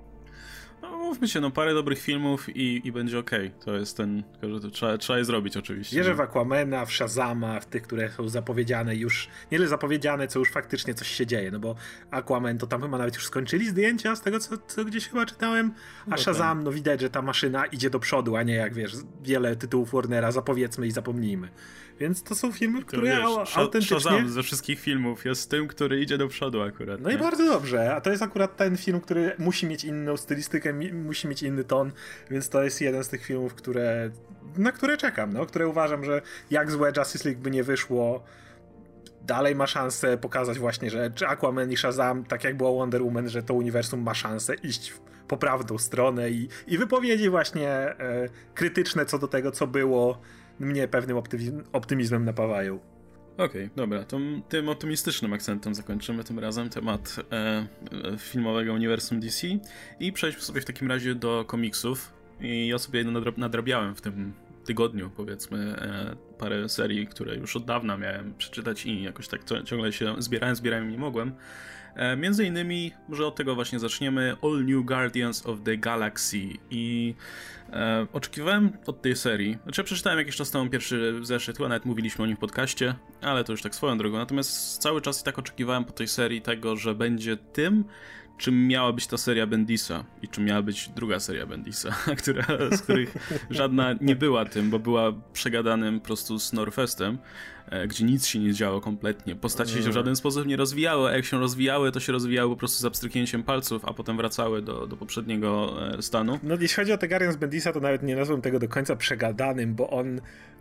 No mówmy się, no parę dobrych filmów i, i będzie okej. Okay. To jest ten, że to trzeba, trzeba je zrobić oczywiście. Wierzę w Aquamana, w Shazama, w tych, które są zapowiedziane już, nie tyle zapowiedziane, co już faktycznie coś się dzieje, no bo Aquaman to tam chyba nawet już skończyli zdjęcia z tego, co, co gdzieś chyba czytałem, a no Shazam, tak. No widać, że ta maszyna idzie do przodu, a nie jak wiesz, wiele tytułów Warnera zapowiedzmy i zapomnijmy. Więc to są filmy, które wiesz, autentycznie... Shazam ze wszystkich filmów jest tym, który idzie do przodu akurat. No nie? I bardzo dobrze, a to jest akurat ten film, który musi mieć inną stylistykę, musi mieć inny ton, więc to jest jeden z tych filmów, które, na które czekam, no, które uważam, że jak złe Justice League by nie wyszło, dalej ma szansę pokazać właśnie, że czy Aquaman i Shazam, tak jak było Wonder Woman, że to uniwersum ma szansę iść w poprawną stronę i, i wypowiedzi właśnie e, krytyczne co do tego, co było, mnie pewnym optymizm, optymizmem napawają. Okej, okay, dobra, to tym optymistycznym akcentem zakończymy tym razem temat e, filmowego uniwersum D C i przejdźmy sobie w takim razie do komiksów. I ja sobie nadrabiałem w tym tygodniu, powiedzmy, e, parę serii, które już od dawna miałem przeczytać i jakoś tak ciągle się zbierałem, zbierałem i nie mogłem. E, między innymi, może od tego właśnie zaczniemy, All New Guardians of the Galaxy i e, oczekiwałem od tej serii, znaczy ja przeczytałem jakiś czas temu pierwszy zeszyt, chyba nawet mówiliśmy o nim w podcaście, ale to już tak swoją drogą, natomiast cały czas i tak oczekiwałem po tej serii tego, że będzie tym, czym miała być ta seria Bendisa i czym miała być druga seria Bendisa, która, z których żadna nie była tym, bo była przegadanym po prostu z Norfestem, gdzie nic się nie działo kompletnie. Postacie się w żaden sposób nie rozwijały, a jak się rozwijały, to się rozwijały po prostu za pstryknięciem palców, a potem wracały do, do poprzedniego stanu. No jeśli chodzi o te Guardians Bendisa, to nawet nie nazwę tego do końca przegadanym, bo on...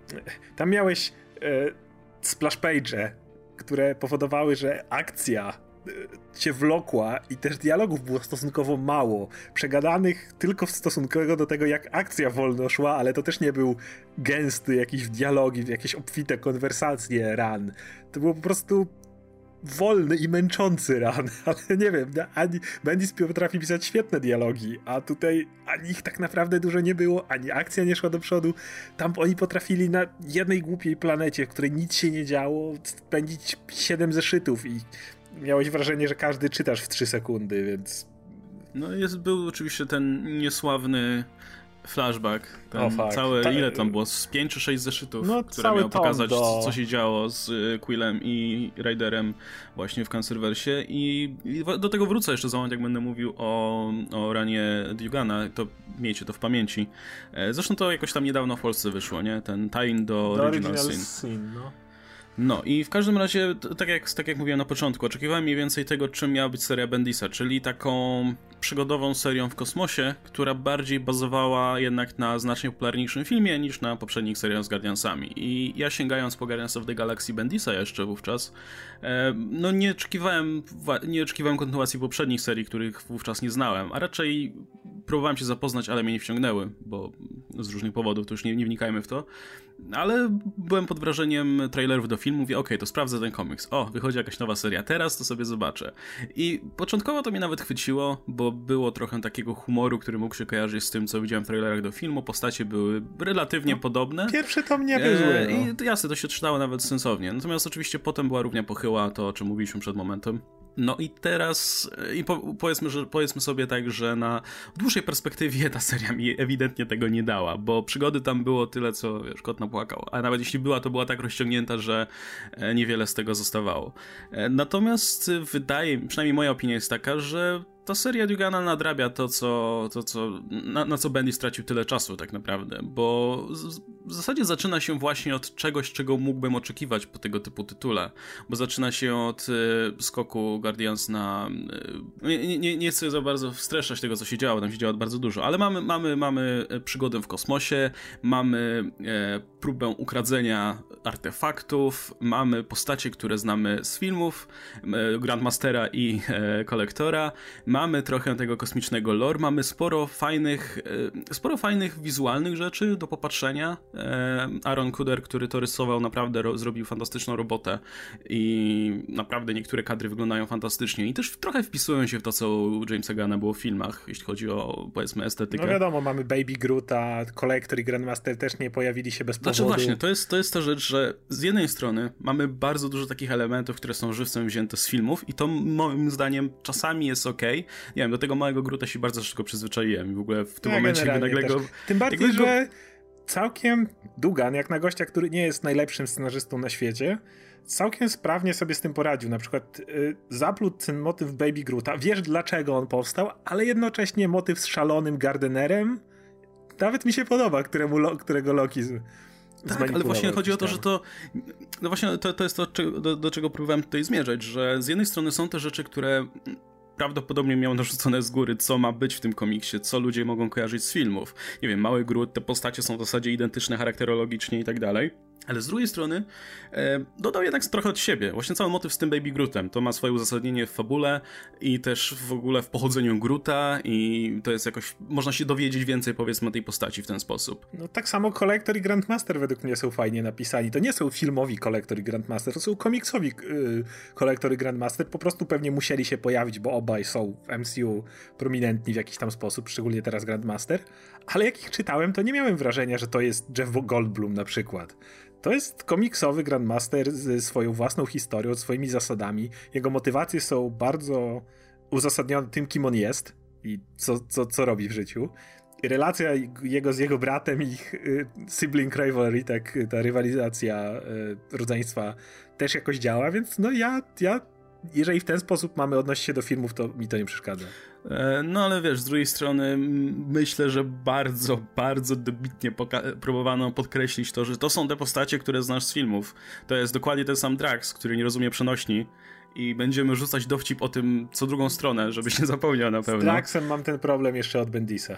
Tam miałeś e, splash page'e, które powodowały, że akcja się wlokła i też dialogów było stosunkowo mało. Przegadanych tylko w stosunku do tego, jak akcja wolno szła, ale to też nie był gęsty jakiś dialogi, jakieś obfite konwersacje run. To było po prostu wolny i męczący run, ale nie wiem, ani Bendis potrafi pisać świetne dialogi, a tutaj ani ich tak naprawdę dużo nie było, ani akcja nie szła do przodu. Tam oni potrafili na jednej głupiej planecie, w której nic się nie działo, spędzić siedem zeszytów i miałeś wrażenie, że każdy czytasz w trzy sekundy, więc... No jest, był oczywiście ten niesławny flashback. Ten o, fuck. Całe, Ta... ile tam było? Z pięć czy sześć zeszytów, no, które miał pokazać, do... co się działo z Quillem i Riderem właśnie w Cancerversie. I, I do tego wrócę jeszcze za moment, jak będę mówił o, o ranie Dugana, to miejcie to w pamięci. Zresztą to jakoś tam niedawno w Polsce wyszło, nie? Ten tie-in do, do Original, Original Sin. Sin no. No i w każdym razie, tak jak, tak jak mówiłem na początku, oczekiwałem mniej więcej tego, czym miała być seria Bendisa, czyli taką przygodową serią w kosmosie, która bardziej bazowała jednak na znacznie popularniejszym filmie niż na poprzednich seriach z Guardiansami. I ja sięgając po Guardians of the Galaxy Bendisa jeszcze wówczas, no nie oczekiwałem, nie oczekiwałem kontynuacji poprzednich serii, których wówczas nie znałem, a raczej próbowałem się zapoznać, ale mnie nie wciągnęły, bo z różnych powodów, to już nie, nie wnikajmy w to. Ale byłem pod wrażeniem trailerów do filmu, mówię, okej, okay, to sprawdzę ten komiks. O, wychodzi jakaś nowa seria, teraz to sobie zobaczę. I początkowo to mnie nawet chwyciło, bo było trochę takiego humoru, który mógł się kojarzyć z tym, co widziałem w trailerach do filmu. Postacie były relatywnie no, podobne. Pierwszy to mnie był zły, no. I to jasne, to się czytało nawet sensownie. Natomiast oczywiście potem była równia pochyła, to o czym mówiliśmy przed momentem. No i teraz, i po, powiedzmy, że, powiedzmy sobie tak, że na dłuższej perspektywie ta seria mi ewidentnie tego nie dała, bo przygody tam było tyle, co wiesz, kot napłakał, a nawet jeśli była, to była tak rozciągnięta, że niewiele z tego zostawało. Natomiast wydaje mi, przynajmniej moja opinia jest taka, że ta seria Dugana nadrabia to, co, to, co, na, na co Bendy stracił tyle czasu tak naprawdę, bo z, w zasadzie zaczyna się właśnie od czegoś, czego mógłbym oczekiwać po tego typu tytule, bo zaczyna się od y, skoku Guardians na... Y, nie, nie, nie chcę za bardzo streszczać tego, co się działo, tam się działo bardzo dużo, ale mamy, mamy, mamy przygodę w kosmosie, mamy y, próbę ukradzenia artefaktów, mamy postacie, które znamy z filmów, y, Grandmastera i y, Kolektora, mamy trochę tego kosmicznego lore, mamy sporo fajnych, sporo fajnych wizualnych rzeczy do popatrzenia. Aaron Kuder, który to rysował, naprawdę ro- zrobił fantastyczną robotę i naprawdę niektóre kadry wyglądają fantastycznie i też trochę wpisują się w to, co u Jamesa Gunna było w filmach, jeśli chodzi o, powiedzmy, estetykę. No wiadomo, mamy Baby Groota, Collector i Grandmaster też nie pojawili się bez powodu. Znaczy właśnie, to jest, to jest ta rzecz, że z jednej strony mamy bardzo dużo takich elementów, które są żywcem wzięte z filmów i to moim zdaniem czasami jest okej. Nie wiem, do tego małego Groota się bardzo szybko przyzwyczaiłem i w ogóle w tym ja momencie jakby nagle go... Tym bardziej, jakby... że całkiem Dugan, jak na gościa, który nie jest najlepszym scenarzystą na świecie, całkiem sprawnie sobie z tym poradził. Na przykład y, zaplótł ten motyw Baby Groota. Wiesz, dlaczego on powstał, ale jednocześnie motyw z szalonym Gardenerem nawet mi się podoba, któremu lo, którego Loki z, tak, ale właśnie chodzi o to, że to no właśnie to, to jest to, do, do czego próbowałem tutaj zmierzać, że z jednej strony są te rzeczy, które prawdopodobnie miał narzucone z góry, co ma być w tym komiksie, co ludzie mogą kojarzyć z filmów. Nie wiem, Mały Groot, te postacie są w zasadzie identyczne charakterologicznie i tak dalej. Ale z drugiej strony e, dodał jednak trochę od siebie. Właśnie cały motyw z tym Baby Grootem. To ma swoje uzasadnienie w fabule i też w ogóle w pochodzeniu Groota i to jest jakoś... Można się dowiedzieć więcej, powiedzmy, o tej postaci w ten sposób. No tak samo Collector i Grandmaster według mnie są fajnie napisani. To nie są filmowi Collector i Grandmaster, to są komiksowi yy, Collector i Grandmaster. Po prostu pewnie musieli się pojawić, bo obaj są w M C U prominentni w jakiś tam sposób, szczególnie teraz Grandmaster. Ale jak ich czytałem, to nie miałem wrażenia, że to jest Jeff Goldblum na przykład. To jest komiksowy Grandmaster ze swoją własną historią, swoimi zasadami. Jego motywacje są bardzo uzasadnione tym, kim on jest i co, co, co robi w życiu. I relacja jego z jego bratem, ich y, sibling rivalry, tak, ta rywalizacja y, rodzeństwa też jakoś działa, więc no ja, ja, jeżeli w ten sposób mamy odnosić się do filmów, to mi to nie przeszkadza. No ale wiesz, z drugiej strony myślę, że bardzo, bardzo dobitnie poka- próbowano podkreślić to, że to są te postacie, które znasz z filmów. To jest dokładnie ten sam Drax, który nie rozumie przenośni i będziemy rzucać dowcip o tym co drugą stronę, żebyś nie zapomniał na pewno. Z Draxem mam ten problem jeszcze od Bendisa.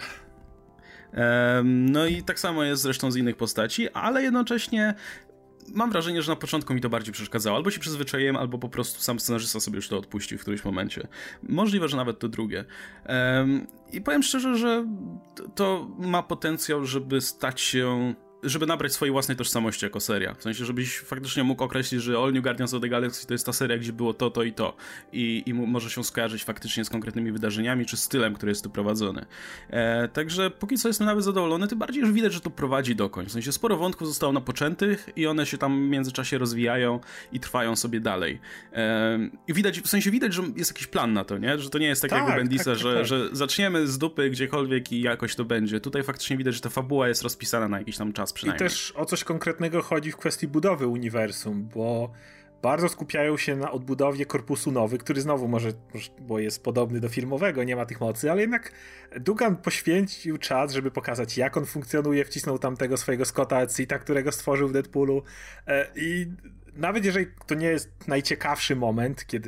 Um, no i tak samo jest zresztą z innych postaci, ale jednocześnie mam wrażenie, że na początku mi to bardziej przeszkadzało. Albo się przyzwyczaiłem, albo po prostu sam scenarzysta sobie już to odpuścił w którymś momencie. Możliwe, że nawet to drugie. Um, I powiem szczerze, że to ma potencjał, żeby stać się... żeby nabrać swojej własnej tożsamości jako seria. W sensie, żebyś faktycznie mógł określić, że All New Guardians of the Galaxy to jest ta seria, gdzie było to, to i to. I, i może się skojarzyć faktycznie z konkretnymi wydarzeniami, czy stylem, który jest tu prowadzony. E, także póki co jestem nawet zadowolony, tym bardziej, że widać, że to prowadzi do końca. W sensie sporo wątków zostało napoczętych i one się tam w międzyczasie rozwijają i trwają sobie dalej. E, I widać, w sensie widać, że jest jakiś plan na to, nie? Że to nie jest tak, tak jak u Bendisa, tak, tak, że, tak. że zaczniemy z dupy gdziekolwiek i jakoś to będzie. Tutaj faktycznie widać, że ta fabuła jest rozpisana na jakiś tam czas. I też o coś konkretnego chodzi w kwestii budowy uniwersum, bo bardzo skupiają się na odbudowie Korpusu Nowy, który znowu może, bo jest podobny do filmowego, nie ma tych mocy, ale jednak Dugan poświęcił czas, żeby pokazać, jak on funkcjonuje, wcisnął tam tego swojego Scotta Edsita, którego stworzył w Deadpoolu i nawet jeżeli to nie jest najciekawszy moment, kiedy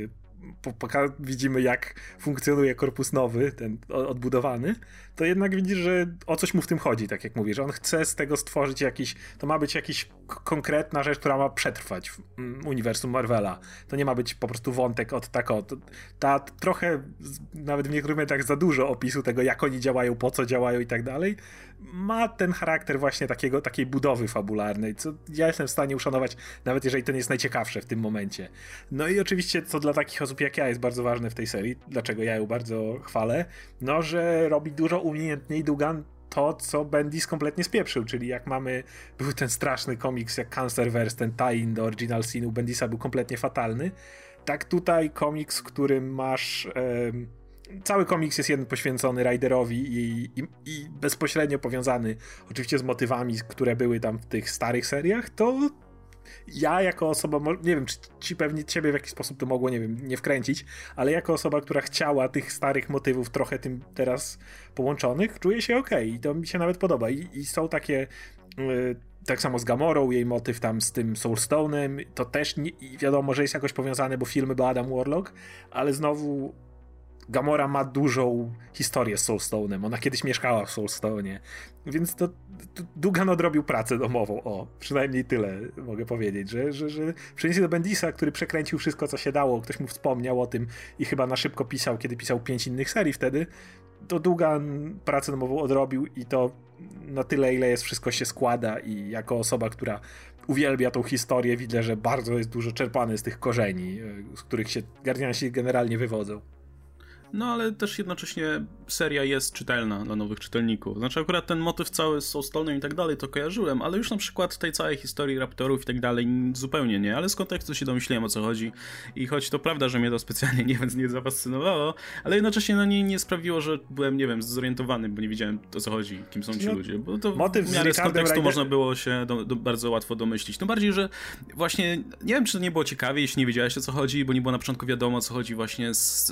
poka- widzimy jak funkcjonuje korpus nowy, ten odbudowany, to jednak widzisz, że o coś mu w tym chodzi, tak jak mówisz, że on chce z tego stworzyć jakiś, to ma być jakaś k- konkretna rzecz, która ma przetrwać w mm, uniwersum Marvela. To nie ma być po prostu wątek od tak o. To, ta trochę, nawet w niektórych momentach za dużo opisu tego, jak oni działają, po co działają i tak dalej, ma ten charakter właśnie takiego, takiej budowy fabularnej, co ja jestem w stanie uszanować, nawet jeżeli to nie jest najciekawsze w tym momencie. No i oczywiście, co dla takich osób jak ja jest bardzo ważne w tej serii, dlaczego ja ją bardzo chwalę, no, że robi dużo umiejętniej Duggan to, co Bendis kompletnie spieprzył, czyli jak mamy, był ten straszny komiks jak Cancerverse, ten tie-in do Original Sinu Bendisa był kompletnie fatalny, tak tutaj komiks, w którym masz... Em, cały komiks jest jeden poświęcony Riderowi i, i, i bezpośrednio powiązany oczywiście z motywami, które były tam w tych starych seriach, to ja jako osoba, nie wiem, czy ci pewnie ciebie w jakiś sposób to mogło, nie wiem, nie wkręcić, ale jako osoba, która chciała tych starych motywów trochę tym teraz połączonych, czuję się okej i to mi się nawet podoba i, i są takie yy, tak samo z Gamorą, jej motyw tam z tym Soulstone'em, to też nie, wiadomo, że jest jakoś powiązane, bo filmy był Adam Warlock, ale znowu Gamora ma dużą historię z Soulstone'em. Ona kiedyś mieszkała w Soulstone'ie. Więc to, to Duggan odrobił pracę domową. O, przynajmniej tyle mogę powiedzieć, że, że, że przeniósł do Bendisa, który przekręcił wszystko, co się dało. Ktoś mu wspomniał o tym i chyba na szybko pisał, kiedy pisał pięć innych serii wtedy. To Duggan pracę domową odrobił i to na tyle, ile jest, wszystko się składa i jako osoba, która uwielbia tą historię, widzę, że bardzo jest dużo czerpane z tych korzeni, z których się Guardiansi generalnie wywodzą. No ale też jednocześnie seria jest czytelna dla nowych czytelników. Znaczy akurat ten motyw cały z Soulstone'em i tak dalej to kojarzyłem, ale już na przykład tej całej historii Raptorów i tak dalej zupełnie nie, ale z kontekstu się domyśliłem, o co chodzi i choć to prawda, że mnie to specjalnie nie, więc nie zafascynowało, ale jednocześnie no, nie, nie sprawiło, że byłem, nie wiem, zorientowany, bo nie wiedziałem, o co chodzi, kim są ci no, ludzie, bo to motyw w miarę z, z kontekstu Rider... można było się do, do, bardzo łatwo domyślić. No bardziej, że właśnie, nie wiem, czy to nie było ciekawie, jeśli nie wiedziałeś, o co chodzi, bo nie było na początku wiadomo, o co chodzi właśnie z...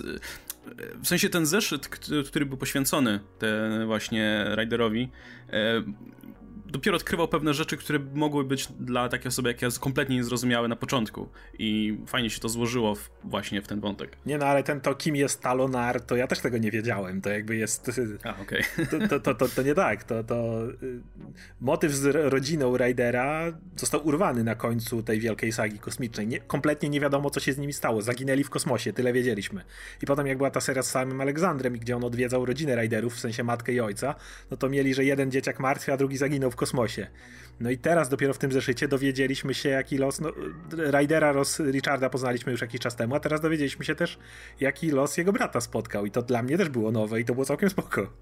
W sensie ten zeszyt, który był poświęcony te właśnie Riderowi, e, dopiero odkrywał pewne rzeczy, które mogły być dla takiej osoby jak ja kompletnie niezrozumiałe na początku i fajnie się to złożyło w, właśnie w ten wątek. Nie no, ale ten to kim jest Talonar, to ja też tego nie wiedziałem, to jakby jest... A, okej. Okay. To, to, to, to nie tak, to, to motyw z rodziną Ridera został urwany na końcu tej wielkiej sagi kosmicznej. Nie, kompletnie nie wiadomo, co się z nimi stało. Zaginęli w kosmosie, tyle wiedzieliśmy. I potem jak była ta seria z samym Aleksandrem, gdzie on odwiedzał rodzinę Riderów, w sensie matkę i ojca, no to mieli, że jeden dzieciak martwy, a drugi zaginął w kosmosie. No i teraz dopiero w tym zeszycie dowiedzieliśmy się, jaki los... No, Ridera Ross Richarda poznaliśmy już jakiś czas temu, a teraz dowiedzieliśmy się też, jaki los jego brata spotkał. I to dla mnie też było nowe i to było całkiem spoko.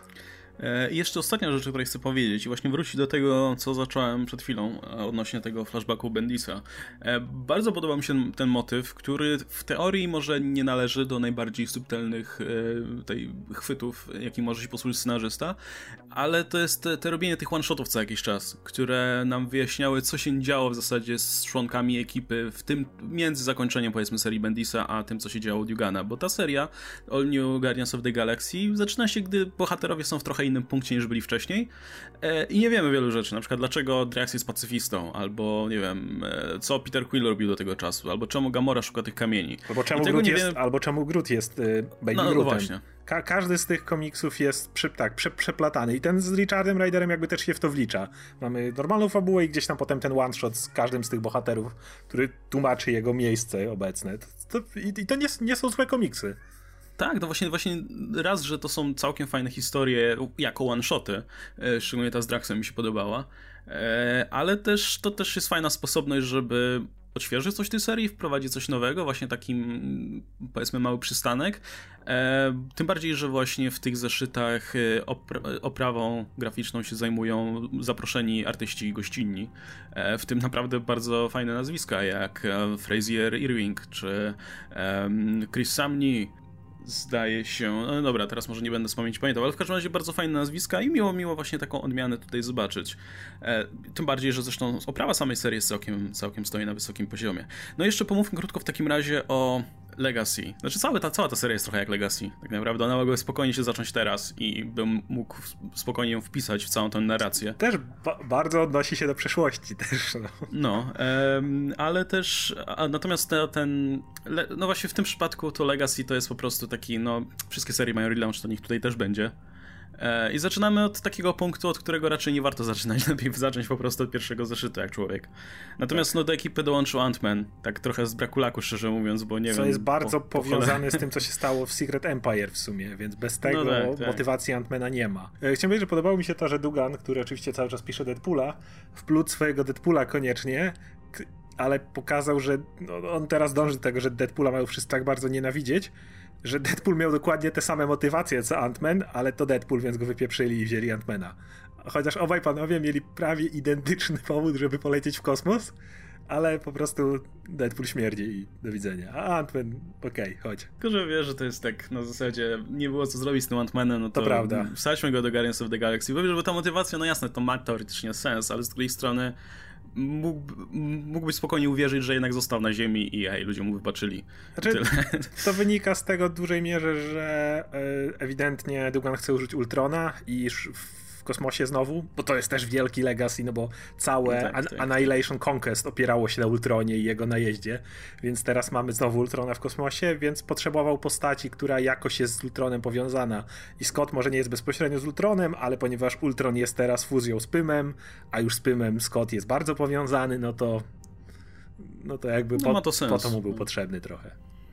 I jeszcze ostatnia rzecz, o której chcę powiedzieć i właśnie wrócić do tego, co zacząłem przed chwilą odnośnie tego flashbacku Bendisa. Bardzo podoba mi się ten motyw, który w teorii może nie należy do najbardziej subtelnych tej chwytów, jaki może się posłużyć scenarzysta, ale to jest te, te robienie tych one-shotów co jakiś czas, które nam wyjaśniały, co się działo w zasadzie z członkami ekipy w tym między zakończeniem powiedzmy serii Bendisa, a tym, co się działo u Duggana, bo ta seria All New Guardians of the Galaxy zaczyna się, gdy bohaterowie są w trochę innym punkcie niż byli wcześniej e, i nie wiemy wielu rzeczy, na przykład dlaczego Drax jest pacyfistą, albo nie wiem, e, co Peter Quill robił do tego czasu, albo czemu Gamora szuka tych kamieni. Albo czemu, tego Groot, nie jest, wiemy... albo czemu Groot jest y, Baby no, Grootem. No właśnie. Ka- każdy z tych komiksów jest przy, tak, prze, przeplatany i ten z Richardem Riderem jakby też się w to wlicza. Mamy normalną fabułę i gdzieś tam potem ten one-shot z każdym z tych bohaterów, który tłumaczy jego miejsce obecne. To, to, I i to nie, nie są złe komiksy. Tak, to właśnie, właśnie raz, że to są całkiem fajne historie jako one-shoty, szczególnie ta z Draxem mi się podobała, ale też to też jest fajna sposobność, żeby odświeżyć coś w tej serii, wprowadzić coś nowego, właśnie takim powiedzmy mały przystanek, tym bardziej, że właśnie w tych zeszytach opra- oprawą graficzną się zajmują zaproszeni artyści gościnni, w tym naprawdę bardzo fajne nazwiska jak Frazier Irving czy Chris Samney, zdaje się, no dobra, teraz może nie będę z pamięci pamiętał, ale w każdym razie bardzo fajne nazwiska i miło, miło właśnie taką odmianę tutaj zobaczyć. E, tym bardziej, że zresztą oprawa samej serii jest całkiem, całkiem stoi na wysokim poziomie. No jeszcze pomówmy krótko w takim razie o Legacy. Znaczy cała ta, cała ta seria jest trochę jak Legacy, tak naprawdę. Ona mogła spokojnie się zacząć teraz i bym mógł spokojnie ją wpisać w całą tę narrację. Też ba- bardzo odnosi się do przeszłości też. No, no um, ale też, a, natomiast te, ten, le, no właśnie w tym przypadku to Legacy to jest po prostu taki, no wszystkie serie mają relaunch, to niech tutaj też będzie. I zaczynamy od takiego punktu, od którego raczej nie warto zaczynać. Lepiej zacząć po prostu od pierwszego zeszytu, jak człowiek. Natomiast tak. no do ekipy dołączył Ant-Man. Tak trochę z braku laku, szczerze mówiąc, bo nie co wiem... Co jest bardzo po, powiązane po z tym, co się stało w Secret Empire w sumie, więc bez tego no tak, tak. motywacji Ant-Mana nie ma. Chciałem powiedzieć, że podobało mi się to, że Dugan, który oczywiście cały czas pisze Deadpoola, wplótł swojego Deadpoola koniecznie, ale pokazał, że no, on teraz dąży do tego, że Deadpoola mają wszyscy tak bardzo nienawidzieć, że Deadpool miał dokładnie te same motywacje co Ant-Man, ale to Deadpool, więc go wypieprzyli i wzięli Ant-Mana. Chociaż obaj panowie mieli prawie identyczny powód, żeby polecieć w kosmos, ale po prostu Deadpool śmierdzi i do widzenia. A Ant-Man, okej, okay, chodź. Tylko, że wiesz, że to jest tak na zasadzie nie było co zrobić z tym Ant-Manem, no to, to prawda. Wsadźmy go do Guardians of the Galaxy. Bo wiesz, bo ta motywacja, no jasne, to ma teoretycznie sens, ale z drugiej strony Mógł, mógłbyś spokojnie uwierzyć, że jednak został na ziemi i hej, ludzie mu wybaczyli. Znaczy, to wynika z tego w dużej mierze, że ewidentnie Dugan chce użyć Ultrona i w kosmosie znowu, bo to jest też wielki legacy, no bo całe no tak, tak, Annihilation tak. Conquest opierało się na Ultronie i jego najeździe, więc teraz mamy znowu Ultrona w kosmosie, więc potrzebował postaci, która jakoś jest z Ultronem powiązana. I Scott może nie jest bezpośrednio z Ultronem, ale ponieważ Ultron jest teraz fuzją z Pymem, a już z Pymem Scott jest bardzo powiązany, no to no to jakby no po, ma to sens. po to mu był potrzebny trochę.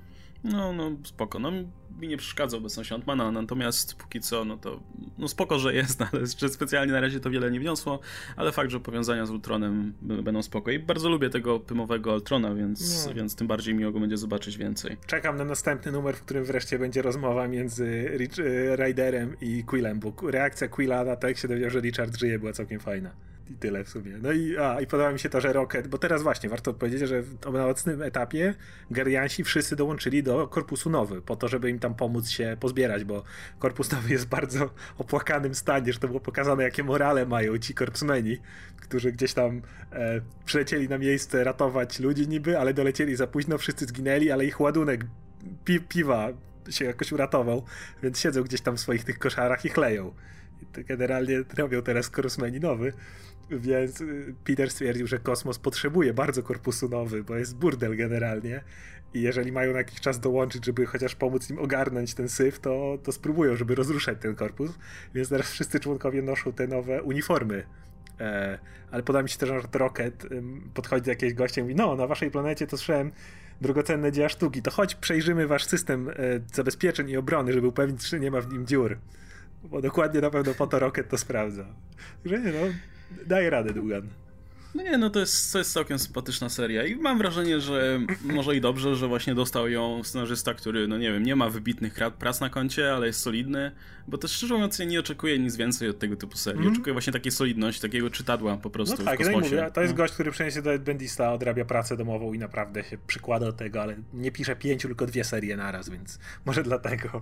No, no spoko. No mi nie przeszkadza obecność Ant-Mana, natomiast póki co, no to no spoko, że jest, ale jeszcze specjalnie na razie to wiele nie wniosło, ale fakt, że powiązania z Ultronem będą spoko. I bardzo lubię tego pymowego Ultrona, więc, no. więc tym bardziej miło go będzie zobaczyć więcej. Czekam na następny numer, w którym wreszcie będzie rozmowa między Rich, Ryderem i Quillem, bo reakcja Quilla na to, jak się dowiedział, że Richard żyje, była całkiem fajna. I tyle w sumie. No i, a, i podoba mi się to, że Rocket, bo teraz właśnie warto powiedzieć, że na obecnym etapie Guardiansi wszyscy dołączyli do Korpusu Nowy, po to, żeby im tam pomóc się pozbierać, bo Korpus Nowy jest w bardzo opłakanym stanie, że to było pokazane, jakie morale mają ci korpsmeni, którzy gdzieś tam e, przylecieli na miejsce ratować ludzi niby, ale dolecieli za późno, wszyscy zginęli, ale ich ładunek pi- piwa się jakoś uratował, więc siedzą gdzieś tam w swoich tych koszarach i chleją. I to generalnie robią teraz Korpsmeni Nowy. Więc Peter stwierdził, że kosmos potrzebuje bardzo Korpusu Nowy, bo jest burdel generalnie i jeżeli mają na jakiś czas dołączyć, żeby chociaż pomóc im ogarnąć ten syf, to, to spróbują, żeby rozruszać ten korpus, więc teraz wszyscy członkowie noszą te nowe uniformy. E, ale podoba mi się też, że Rocket um, podchodzi do jakiegoś gościa i mówi, no na waszej planecie to słyszałem drogocenne dzieła sztuki, to chodź przejrzymy wasz system e, zabezpieczeń i obrony, żeby upewnić, że nie ma w nim dziur. Bo dokładnie na pewno po to Rocket to sprawdza. Że nie no, daje radę Dugan. No nie, no to jest, to jest całkiem sympatyczna seria i mam wrażenie, że może i dobrze, że właśnie dostał ją scenarzysta, który, no nie wiem, nie ma wybitnych prac na koncie, ale jest solidny, bo też szczerze mówiąc ja nie oczekuję nic więcej od tego typu serii. Mm. Oczekuję właśnie takiej solidności, takiego czytadła po prostu no tak, w kosmosie. No mówię, to jest no. gość, który przyniesie do Bendista, odrabia pracę domową i naprawdę się przykłada do tego, ale nie pisze pięciu, tylko dwie serie naraz, więc może dlatego.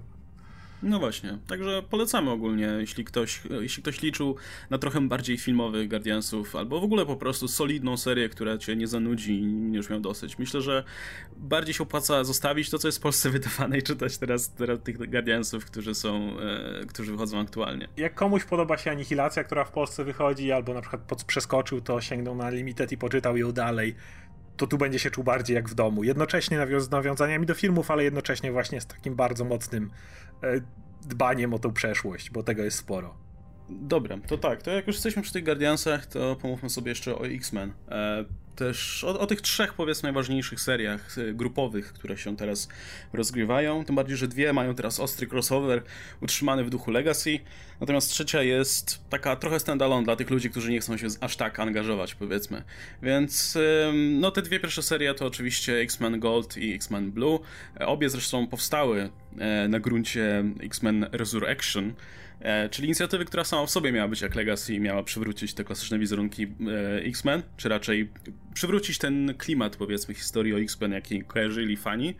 No właśnie, także polecamy ogólnie, jeśli ktoś, jeśli ktoś liczył na trochę bardziej filmowych Guardiansów, albo w ogóle po prostu solidną serię, która cię nie zanudzi i nie już miał dosyć. Myślę, że bardziej się opłaca zostawić to, co jest w Polsce wydawane i czytać teraz, teraz tych Guardiansów, którzy są, e, którzy wychodzą aktualnie. Jak komuś podoba się Anihilacja, która w Polsce wychodzi, albo na przykład pod, przeskoczył, to sięgnął na Limited i poczytał ją dalej, to tu będzie się czuł bardziej jak w domu. Jednocześnie nawią- z nawiązaniami do filmów, ale jednocześnie właśnie z takim bardzo mocnym e, dbaniem o tą przeszłość, bo tego jest sporo. Dobra, to tak, to jak już jesteśmy przy tych Guardiansach, to pomówmy sobie jeszcze o X-Men. E, też o, o tych trzech, powiedzmy, najważniejszych seriach e, grupowych, które się teraz rozgrywają. Tym bardziej, że dwie mają teraz ostry crossover utrzymany w duchu Legacy. Natomiast trzecia jest taka trochę standalone dla tych ludzi, którzy nie chcą się aż tak angażować, powiedzmy. Więc e, no te dwie pierwsze serie to oczywiście X-Men Gold i X-Men Blue. E, obie zresztą powstały e, na gruncie X-Men Resurrection, E, czyli inicjatywy, która sama w sobie miała być jak Legacy i miała przywrócić te klasyczne wizerunki e, X-Men, czy raczej przywrócić ten klimat, powiedzmy, historii o X-Men, jaki kojarzyli fani.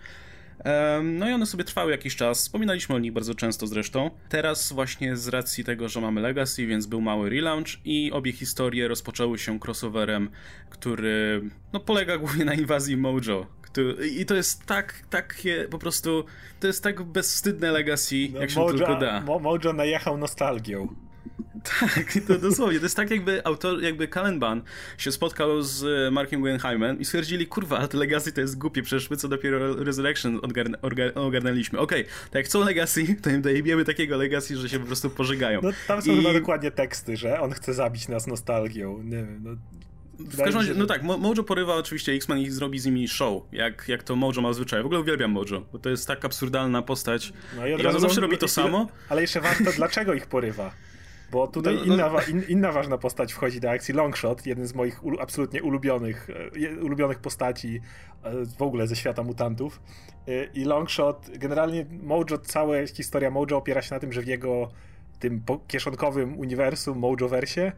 E, no i one sobie trwały jakiś czas, wspominaliśmy o nich bardzo często zresztą. Teraz właśnie z racji tego, że mamy Legacy, więc był mały relaunch i obie historie rozpoczęły się crossoverem, który no, polega głównie na inwazji Mojo, I to jest tak, takie po prostu, to jest tak bezwstydne legacy, no, jak się Mojo, tylko da. Mo, Mojo najechał nostalgią. Tak, to dosłownie. To jest tak, jakby autor, jakby Kallenbahn się spotkał z Markiem Guggenheimem i stwierdzili, kurwa, ale to Legacy to jest głupie, przecież my co dopiero Resurrection ogarn ogarnęliśmy. Okej, okay, tak jak chcą Legacy, to im dojebiemy takiego Legacy, że się po prostu pożegają. No tam są I... chyba dokładnie teksty, że on chce zabić nas nostalgią. Nie wiem, no... W każdym razie, no tak, Mojo porywa oczywiście X-Men i zrobi z nimi show, jak, jak to Mojo ma zwyczaj. W ogóle uwielbiam Mojo, bo to jest tak absurdalna postać. No i, I on zawsze robi to samo. Ale jeszcze warto, dlaczego ich porywa? Bo tutaj no, no... Inna, in, inna ważna postać wchodzi do akcji, Longshot, jeden z moich ulu, absolutnie ulubionych, ulubionych postaci w ogóle ze świata mutantów. I Longshot, generalnie Mojo, cała historia Mojo opiera się na tym, że w jego tym kieszonkowym uniwersum, Mojoversie,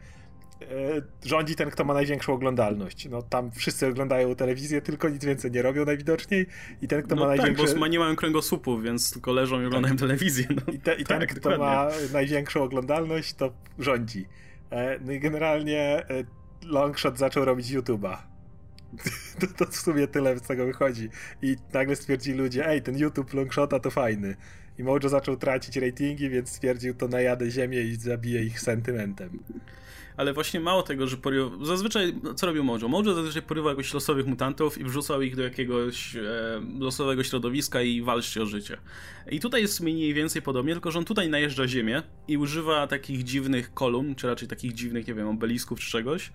rządzi ten, kto ma największą oglądalność. No tam wszyscy oglądają telewizję, tylko nic więcej nie robią najwidoczniej i ten, kto no ma tak, największą... bo nie mają kręgosłupów, więc tylko leżą i oglądają tak. telewizję. No. I, te, i tak, ten, kto dokładnie. ma największą oglądalność, to rządzi. No i generalnie Longshot zaczął robić YouTube'a. To, to w sumie tyle z tego wychodzi. I nagle stwierdzili ludzie, ej, ten YouTube Longshota to fajny. I Mojo zaczął tracić ratingi, więc stwierdził, to najadę ziemię i zabiję ich sentymentem. Ale właśnie mało tego, że porywa... Zazwyczaj, co robił Mojo? Mojo zazwyczaj porywał jakichś losowych mutantów i wrzucał ich do jakiegoś e, losowego środowiska i walczcie o życie. I tutaj jest mniej więcej podobnie, tylko że on tutaj najeżdża ziemię i używa takich dziwnych kolumn, czy raczej takich dziwnych, nie wiem, obelisków czy czegoś,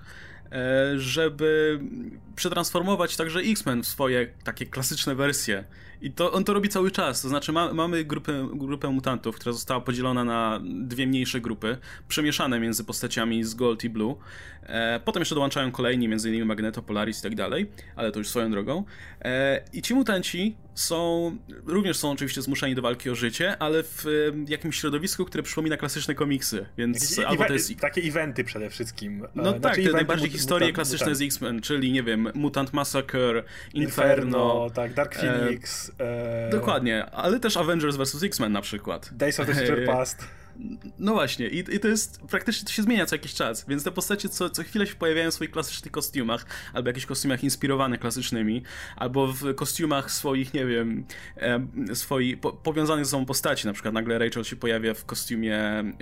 e, żeby przetransformować także X-Men w swoje takie klasyczne wersje. I to on to robi cały czas, to znaczy ma, mamy grupę, grupę mutantów, która została podzielona na dwie mniejsze grupy, przemieszane między postaciami z Gold i Blue. E, potem jeszcze dołączają kolejni, między innymi Magneto, Polaris i tak dalej, ale to już swoją drogą. E, I ci mutanci są, również są oczywiście zmuszeni do walki o życie, ale w e, jakimś środowisku, które przypomina klasyczne komiksy, więc I, albo to jest... Takie eventy przede wszystkim. No znaczy tak, te najbardziej historie mutant, klasyczne mutant. z X-Men, czyli nie wiem, Mutant Massacre, Inferno, Inferno tak, Dark Phoenix... E... Dokładnie, ale też Avengers versus. X-Men na przykład. Days of the Future Past. No właśnie, i, i to jest, praktycznie to się zmienia co jakiś czas, więc te postacie co, co chwilę się pojawiają w swoich klasycznych kostiumach, albo jakichś kostiumach inspirowanych klasycznymi, albo w kostiumach swoich, nie wiem, e, swoich, po, powiązanych ze sobą postaci, na przykład nagle Rachel się pojawia w kostiumie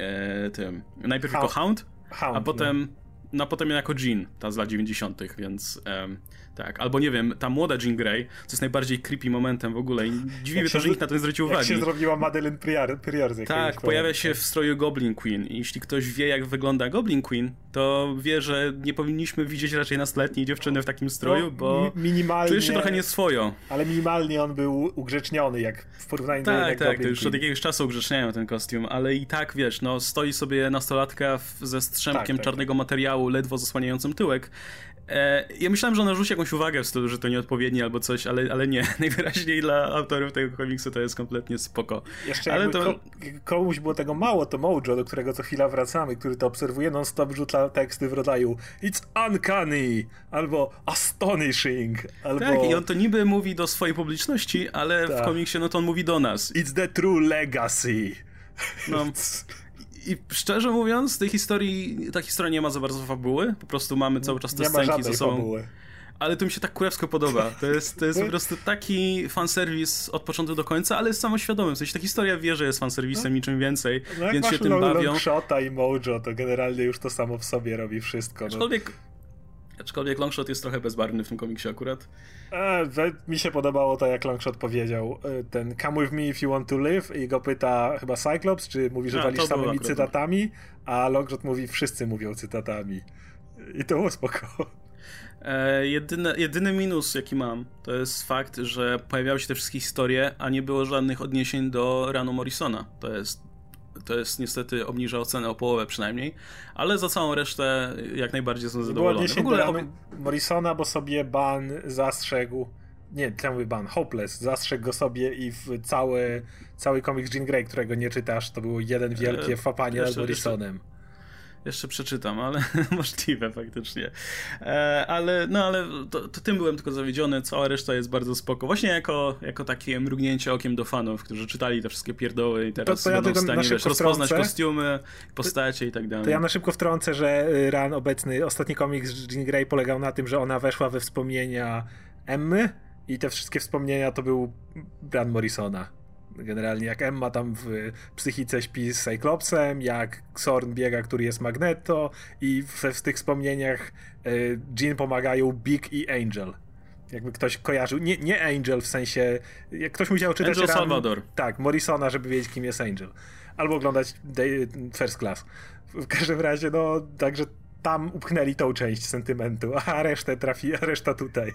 e, tym, najpierw Hound. jako Hound, Hound a potem... No. No a potem jako Jean, ta z lat dziewięćdziesiątych, więc um, tak. Albo nie wiem, ta młoda Jean Grey, co jest najbardziej creepy momentem w ogóle i dziwi mnie to, że nikt na to nie zwrócił uwagi. Jak się zrobiła Madeleine Prior. Tak, pojawia się w stroju Goblin Queen i jeśli ktoś wie, jak wygląda Goblin Queen, to wie, że nie powinniśmy widzieć raczej nastoletniej dziewczyny w takim stroju, no, bo minimalnie, czujesz się trochę nieswojo. Ale minimalnie on był ugrzeczniony, jak w porównaniu tak, do Tak, tak, to już Queen. od jakiegoś czasu ugrzeczniają ten kostium, ale i tak, wiesz, no stoi sobie nastolatka w, ze strzępkiem tak, tak, czarnego tak. materiału, ledwo zasłaniającym tyłek. E, ja myślałem, że ona rzuci jakąś uwagę w stylu, że to nieodpowiednie albo coś, ale, ale nie. Najwyraźniej dla autorów tego komiksu to jest kompletnie spoko. Jeszcze ale jakby to... ko- komuś było tego mało, to Mojo, do którego co chwila wracamy, który to obserwuje, non-stop rzuca teksty w rodzaju It's uncanny, albo astonishing, albo... Tak, i on to niby mówi do swojej publiczności, ale tak. w komiksie no to on mówi do nas. It's the true legacy. No... I szczerze mówiąc, tej historii, ta historia nie ma za bardzo fabuły, po prostu mamy cały czas te nie scenki ze sobą. Fabuły. Ale to mi się tak kurewsko podoba. To jest, to jest po prostu taki fanserwis od początku do końca, ale jest samoświadomym. W sensie ta historia wie, że jest fanserwisem, niczym więcej, no więc się tym long, bawią. Longshota i Mojo to generalnie już to samo w sobie robi wszystko. No. Aczkolwiek, aczkolwiek Longshot jest trochę bezbarwny w tym komiksie akurat. E, mi się podobało to, jak Longshot powiedział. Ten come with me if you want to live i go pyta chyba Cyclops, czy mówi, że a, walisz samymi akurat. cytatami, a Longshot mówi, wszyscy mówią cytatami. I to było spoko. E, jedyny, jedyny minus, jaki mam, to jest fakt, że pojawiały się te wszystkie historie, a nie było żadnych odniesień do ranu Morrisona. To jest, to jest niestety obniża ocenę o połowę przynajmniej, ale za całą resztę jak najbardziej jestem zadowolony. Było w ogóle do ranu Morrisona, bo sobie Ban zastrzegł, nie, ten mój Ban, Hopeless, zastrzegł go sobie i w cały, cały komiks Jean Grey, którego nie czytasz, to było jeden wielkie e, fapanie nad Morrisonem. Jeszcze... Jeszcze przeczytam, ale możliwe faktycznie. E, ale no ale to, to tym byłem tylko zawiedziony, cała reszta jest bardzo spoko. Właśnie jako, jako takie mrugnięcie okiem do fanów, którzy czytali te wszystkie pierdoły i teraz to, to będą ja w stanie wiesz, rozpoznać kostiumy, postacie i tak dalej. To ja na szybko wtrącę, że Ran obecny, ostatni komiks Jean Grey polegał na tym, że ona weszła we wspomnienia Emmy i te wszystkie wspomnienia to był Grant Morrisona. Generalnie jak Emma tam w psychice śpi z Cyclopsem, jak Xorn biega, który jest Magneto i w, w tych wspomnieniach y, Jean pomagają Big i Angel. Jakby ktoś kojarzył, nie, nie Angel w sensie, jak ktoś musiał czytać Angel ran, Salvador. Tak, Morrisona, żeby wiedzieć, kim jest Angel. Albo oglądać Day, First Class. W każdym razie, no, także tam upchnęli tą część sentymentu, a resztę trafi, a reszta tutaj.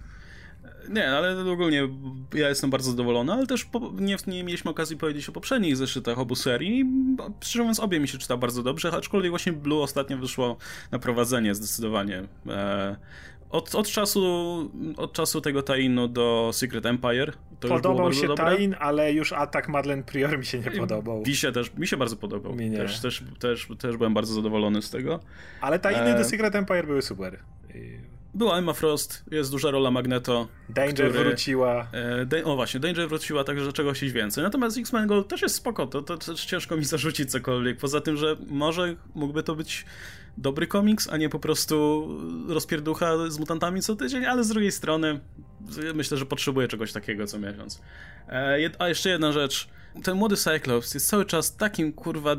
Nie, ale ogólnie ja jestem bardzo zadowolony, ale też po, nie, nie mieliśmy okazji powiedzieć o poprzednich zeszytach obu serii. Szczerze mówiąc, obie mi się czyta bardzo dobrze, aczkolwiek właśnie Blue ostatnio wyszło na prowadzenie zdecydowanie. E, od, od, czasu, od czasu tego tie-inu do Secret Empire to podobał już było się tie-in, ale już atak Madeleine Prior mi się nie podobał. Mi się też, mi się bardzo podobał. Mi nie. Też, też, też, też byłem bardzo zadowolony z tego. Ale tie-iny e... do Secret Empire były super. I... Była Emma Frost, jest duża rola Magneto. Danger który, wróciła. E, da, o właśnie, Danger wróciła, także czego się więcej. Natomiast X-Men Gold też jest spoko, to, to, to ciężko mi zarzucić cokolwiek. Poza tym, że może mógłby to być dobry komiks, a nie po prostu rozpierducha z mutantami co tydzień, ale z drugiej strony myślę, że potrzebuje czegoś takiego co miesiąc. E, jed, a jeszcze jedna rzecz. Ten młody Cyclops jest cały czas takim, kurwa,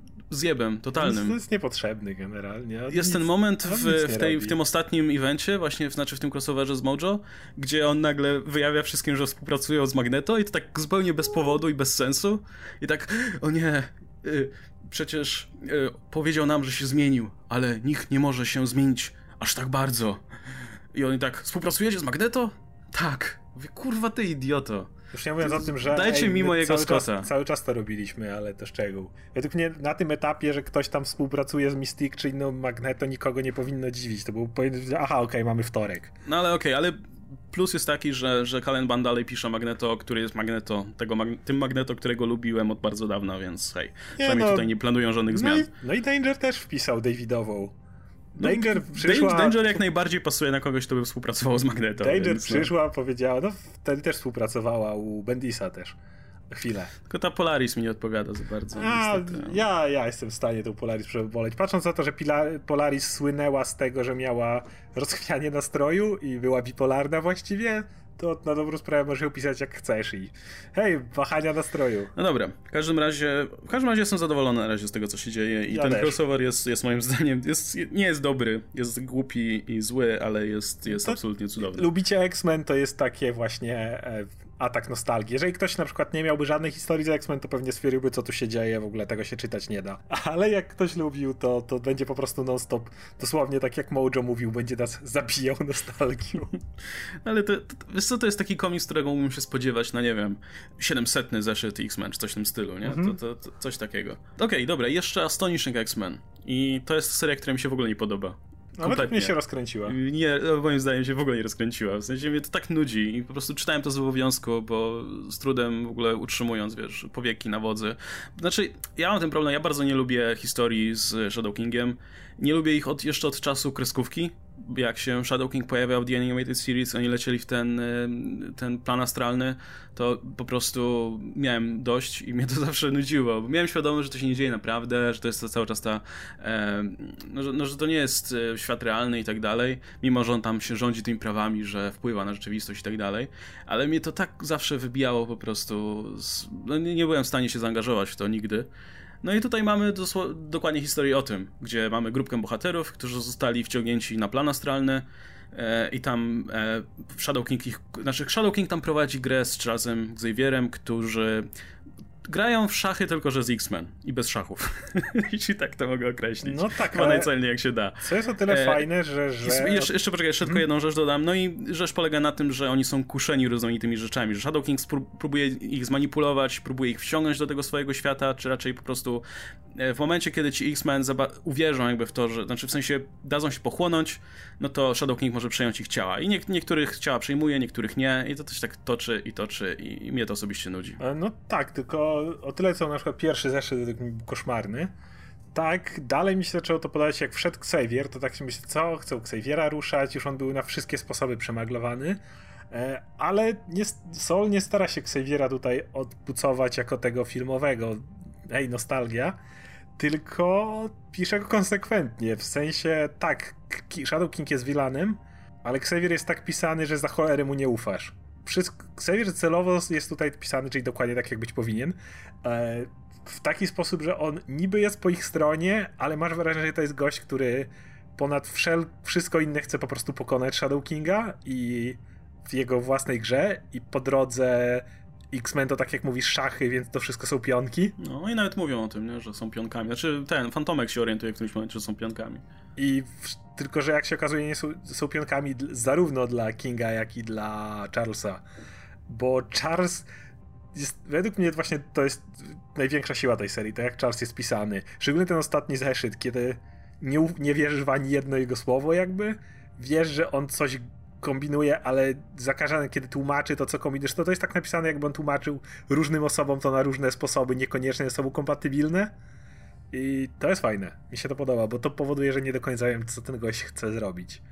zjebem totalnym. To jest niepotrzebny generalnie. Jest nic, ten moment w, w, tej, w w tym ostatnim evencie, właśnie w, znaczy w tym crossoverze z Mojo, gdzie on nagle wyjawia wszystkim, że współpracują z Magneto i to tak zupełnie bez powodu i bez sensu. I tak, o nie, y, przecież y, powiedział nam, że się zmienił, ale nikt nie może się zmienić aż tak bardzo. I oni tak, współpracujecie z Magneto? Tak. Mówię, kurwa ty idioto. Już nie mówiąc o tym, że dajcie ej, mi mojego cały Scotta. Czas, cały czas to robiliśmy, ale to szczegół. Według mnie na tym etapie, że ktoś tam współpracuje z Mystique czy inną Magneto, nikogo nie powinno dziwić. To był powinien, aha, okej, okay, mamy wtorek. No ale okej, okay, ale plus jest taki, że, że Cullen Bunn dalej pisze Magneto, który jest Magneto, tego, tym Magneto, którego lubiłem od bardzo dawna, więc hej, nie, przynajmniej no, tutaj nie planują żadnych no zmian. I, no i Danger też wpisał Davidową. Danger no, przyszła... Danger jak najbardziej pasuje na kogoś, kto by współpracował z Magneto. Danger więc, przyszła, no. powiedziała, no wtedy też współpracowała u Bendisa też. Chwilę. Tylko ta Polaris mi nie odpowiada za bardzo. A, ja, ja jestem w stanie tą Polaris przeboleć. Patrząc na to, że Pilar, Polaris słynęła z tego, że miała rozchwianie nastroju i była bipolarna właściwie, to na dobrą sprawę możesz ją pisać jak chcesz i hej, wahania nastroju. No dobra, w każdym razie w każdym razie jestem zadowolony na razie z tego, co się dzieje i ja ten też. crossover jest, jest moim zdaniem, jest, nie jest dobry, jest głupi i zły, ale jest, jest to absolutnie cudowny. Lubicie X-Men, to jest takie właśnie e, atak nostalgii. Jeżeli ktoś na przykład nie miałby żadnej historii z X-Men, to pewnie stwierdziłby, co tu się dzieje, w ogóle tego się czytać nie da. Ale jak ktoś lubił, to, to będzie po prostu non-stop, dosłownie tak jak Mojo mówił, będzie nas zabijał nostalgią. Ale to, to, wiesz co, to jest taki komiks, którego mógłbym się spodziewać na, nie wiem, siedemsetny zeszyt X-Men, czy coś w tym stylu, nie? Mm-hmm. To, to, to coś takiego. Okej, okay, dobra, jeszcze Astonishing X-Men. I to jest seria, która mi się w ogóle nie podoba. Nawet mnie się rozkręciła. Nie, moim zdaniem się w ogóle nie rozkręciła. W sensie mnie to tak nudzi i po prostu czytałem to z obowiązku, bo z trudem w ogóle utrzymując, wiesz, powieki na wodzy. Znaczy, ja mam ten problem, ja bardzo nie lubię historii z Shadow Kingiem. Nie lubię ich od, jeszcze od czasu kreskówki. Jak się Shadow King pojawiał w The Animated Series, oni lecieli w ten, ten plan astralny, to po prostu miałem dość i mnie to zawsze nudziło. Bo miałem świadomość, że to się nie dzieje naprawdę, że to jest to cały czas ta... E, no, że, no, że to nie jest świat realny i tak dalej, mimo że on tam się rządzi tymi prawami, że wpływa na rzeczywistość i tak dalej. Ale mnie to tak zawsze wybijało po prostu... Z, no, nie, nie byłem w stanie się zaangażować w to nigdy. No i tutaj mamy dosło- dokładnie historię o tym, gdzie mamy grupkę bohaterów, którzy zostali wciągnięci na plan astralny e, i tam e, Shadow King ich, znaczy Shadow King tam prowadzi grę z Charlesem Xavierem, którzy grają w szachy tylko, że z X-Men i bez szachów. Jeśli tak to mogę określić. No tak, chyba najcelniej jak się da. Co jest o tyle e, fajne, że... że... Jeszcze, jeszcze poczekaj, jeszcze hmm. tylko jedną rzecz dodam. No i rzecz polega na tym, że oni są kuszeni rozmaitymi rzeczami, że Shadow King próbuje ich zmanipulować, próbuje ich wciągnąć do tego swojego świata, czy raczej po prostu w momencie, kiedy ci X-Men uwierzą jakby w to, że, znaczy w sensie dadzą się pochłonąć, no to Shadow King może przejąć ich ciała. I nie, niektórych ciała przejmuje, niektórych nie. I to też tak toczy i toczy i, i mnie to osobiście nudzi. No tak, tylko o tyle co na przykład pierwszy zeszyt był koszmarny, tak dalej mi się zaczęło to podobać, jak wszedł Xavier, to tak się myślę, co, chcą Xaviera ruszać, już on był na wszystkie sposoby przemaglowany, ale nie, Sol nie stara się Xaviera tutaj odpucować jako tego filmowego, ej, nostalgia, tylko pisze go konsekwentnie, w sensie tak, Shadow King jest villanem, ale Xavier jest tak pisany, że za cholerę mu nie ufasz. wszystko, Xavier celowo jest tutaj pisany, czyli dokładnie tak, jak być powinien. E, w taki sposób, że on niby jest po ich stronie, ale masz wrażenie, że to jest gość, który ponad wszel- wszystko inne chce po prostu pokonać Shadow Kinga i w jego własnej grze i po drodze X-Men to tak jak mówisz szachy, więc to wszystko są pionki. No i nawet mówią o tym, nie, że są pionkami. Znaczy ten, Fantomek się orientuje w którymś momencie, że są pionkami. I w, tylko, że jak się okazuje, nie są, są pionkami d- zarówno dla Kinga, jak i dla Charlesa. Bo Charles jest, według mnie właśnie to jest największa siła tej serii, to jak Charles jest pisany. Szczególnie ten ostatni zeszyt, kiedy nie, nie wierzysz w ani jedno jego słowo jakby. Wiesz, że on coś kombinuje, ale za każdym razem, kiedy tłumaczy to, co kombinujesz, to to jest tak napisane, jakby on tłumaczył różnym osobom to na różne sposoby, niekoniecznie ze sobą kompatybilne. I to jest fajne. Mi się to podoba, bo to powoduje, że nie do końca wiem, co ten gość chce zrobić.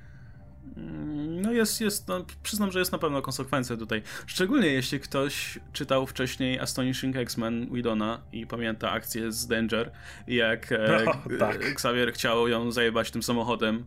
No jest, jest no, przyznam, że jest na pewno konsekwencja tutaj. Szczególnie jeśli ktoś czytał wcześniej Astonishing X-Men Whedona i pamięta akcję z Danger, jak e, no, tak. Xavier chciał ją zajebać tym samochodem.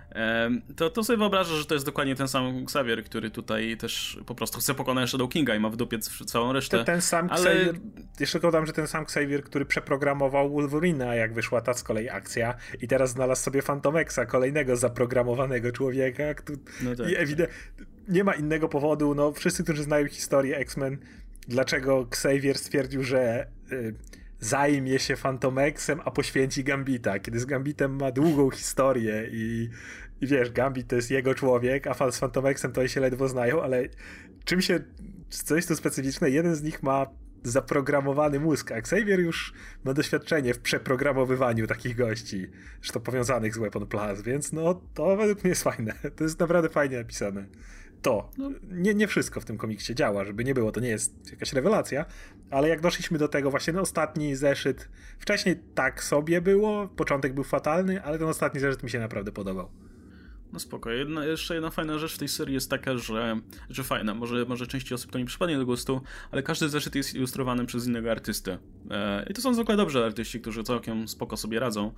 To, to sobie wyobrażasz, że to jest dokładnie ten sam Xavier, który tutaj też po prostu chce pokonać Shadow Kinga i ma w dupie całą resztę. Ten, ten sam ale... Xavier, jeszcze dodam, że ten sam Xavier, który przeprogramował Wolverina, jak wyszła ta z kolei akcja i teraz znalazł sobie Fantomexa, kolejnego zaprogramowanego człowieka. Który... No tak, I ewidentnie nie ma innego powodu, no wszyscy, którzy znają historię X-Men, dlaczego Xavier stwierdził, że y, zajmie się Fantomexem, a poświęci Gambita, kiedy z Gambitem ma długą historię i, i wiesz, Gambit to jest jego człowiek, a z Fantomexem to się ledwo znają, ale czym się, co jest tu specyficzne, jeden z nich ma zaprogramowany mózg, a Xavier już ma doświadczenie w przeprogramowywaniu takich gości, zresztą powiązanych z Weapon Plus, więc no to według mnie jest fajne, to jest naprawdę fajnie napisane. To. Nie, nie wszystko w tym komiksie działa, żeby nie było, to nie jest jakaś rewelacja, ale jak doszliśmy do tego właśnie, no ostatni zeszyt, wcześniej tak sobie było, początek był fatalny, ale ten ostatni zeszyt mi się naprawdę podobał. No spoko. Jedna, jeszcze jedna fajna rzecz w tej serii jest taka, że, że fajna, może, może części osób to nie przypadnie do gustu, ale każdy zeszyt jest ilustrowany przez innego artystę. E, I to są zwykle dobrzy artyści, którzy całkiem spoko sobie radzą.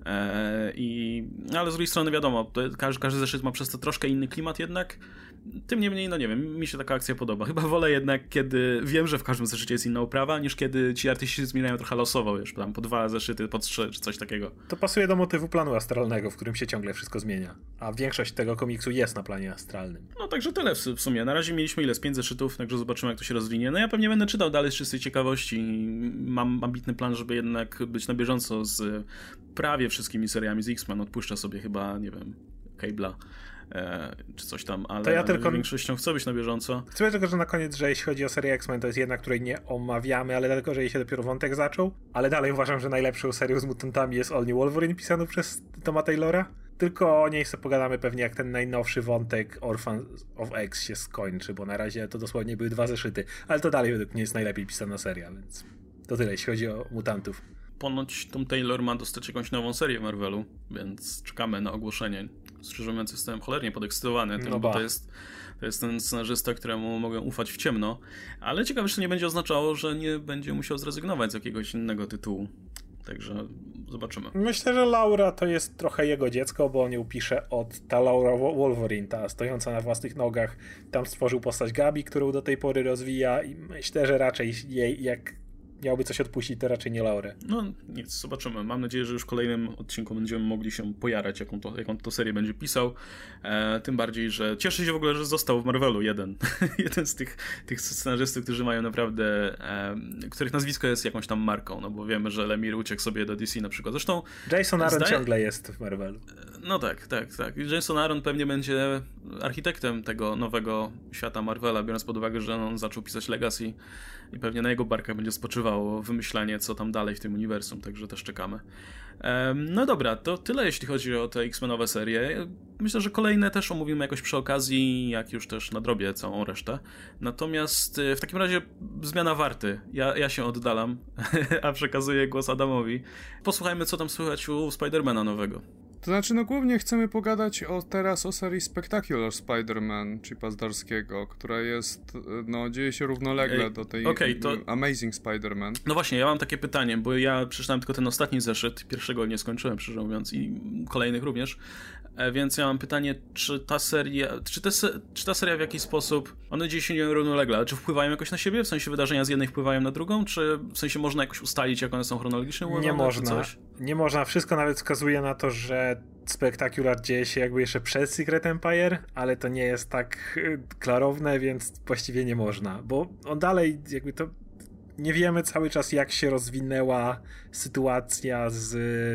E, i, ale z drugiej strony wiadomo, to każdy, każdy zeszyt ma przez to troszkę inny klimat jednak. Tym niemniej, no nie wiem, mi się taka akcja podoba. Chyba wolę jednak, kiedy wiem, że w każdym zeszycie jest inna uprawa, niż kiedy ci artyści się zmieniają trochę losowo, wiesz, tam po dwa zeszyty, po trzy, czy coś takiego. To pasuje do motywu planu astralnego, w którym się ciągle wszystko zmienia. A większość tego komiksu jest na planie astralnym. No także tyle w, w sumie. Na razie mieliśmy ile? Z pięć zeszytów, także zobaczymy, jak to się rozwinie. No ja pewnie będę czytał dalej z czystej ciekawości. Mam ambitny plan, żeby jednak być na bieżąco z prawie wszystkimi seriami z X-Men. Odpuszczę sobie chyba, nie wiem, Cable'a. E, czy coś tam, ale to ja tylko... większością chcę być na bieżąco. Chcę tylko, że na koniec, że jeśli chodzi o serię X-Men, to jest jedna, której nie omawiamy, ale dlatego, że jej się dopiero wątek zaczął, ale dalej uważam, że najlepszą serią z mutantami jest All New Wolverine pisaną przez Toma Taylora. Tylko o niej sobie pogadamy pewnie, jak ten najnowszy wątek Orphans of X się skończy, bo na razie to dosłownie były dwa zeszyty, ale to dalej według mnie jest najlepiej pisana seria, więc to tyle, jeśli chodzi o mutantów. Ponoć Tom Taylor ma dostać jakąś nową serię w Marvelu, więc czekamy na ogłoszenie. Szczerze mówiąc, jestem cholernie podekscytowany tym, no bo to jest, to jest ten scenarzysta, któremu mogę ufać w ciemno, ale ciekawe, czy nie będzie oznaczało, że nie będzie musiał zrezygnować z jakiegoś innego tytułu. Także zobaczymy. Myślę, że Laura to jest trochę jego dziecko, bo on ją pisze od ta Laura Wolverine, ta stojąca na własnych nogach. Tam stworzył postać Gabi, którą do tej pory rozwija i myślę, że raczej jej, jak miałby coś odpuścić, to raczej nie Laurę. No nic, zobaczymy. Mam nadzieję, że już w kolejnym odcinku będziemy mogli się pojarać, jaką to, jaką to serię będzie pisał. E, tym bardziej, że cieszę się w ogóle, że został w Marvelu jeden. jeden z tych, tych scenarzystów, którzy mają naprawdę, e, których nazwisko jest jakąś tam marką, no bo wiemy, że Lemire uciekł sobie do D C na przykład. Zresztą Jason Aaron zdaje... ciągle jest w Marvelu. No tak, tak, tak. Jason Aaron pewnie będzie architektem tego nowego świata Marvela, biorąc pod uwagę, że on zaczął pisać Legacy i pewnie na jego barkach będzie spoczywało wymyślanie, co tam dalej w tym uniwersum, także też czekamy. Um, no dobra, to tyle jeśli chodzi o te X-Menowe serie. Myślę, że kolejne też omówimy jakoś przy okazji, jak już też nadrobię całą resztę. Natomiast w takim razie zmiana warty. Ja, ja się oddalam, a przekazuję głos Adamowi. Posłuchajmy, co tam słychać u Spidermana nowego. To znaczy, no głównie chcemy pogadać o, teraz o serii Spectacular Spider-Man Chipa Zdarskiego, która jest, no dzieje się równolegle Ej, do tej okay, to... Amazing Spider-Man. No właśnie, ja mam takie pytanie, bo ja przeczytałem tylko ten ostatni zeszyt, pierwszego nie skończyłem, szczerze mówiąc, i kolejnych również, więc ja mam pytanie, czy ta seria, czy, te, czy ta seria w jakiś sposób, one dzieje się równolegle, czy wpływają jakoś na siebie, w sensie wydarzenia z jednej wpływają na drugą, czy w sensie można jakoś ustalić, jak one są chronologicznie ułożone? Nie można, coś? nie można, wszystko nawet wskazuje na to, że Spectacular dzieje się jakby jeszcze przed Secret Empire, ale to nie jest tak klarowne, więc właściwie nie można, bo on dalej jakby to nie wiemy cały czas, jak się rozwinęła sytuacja z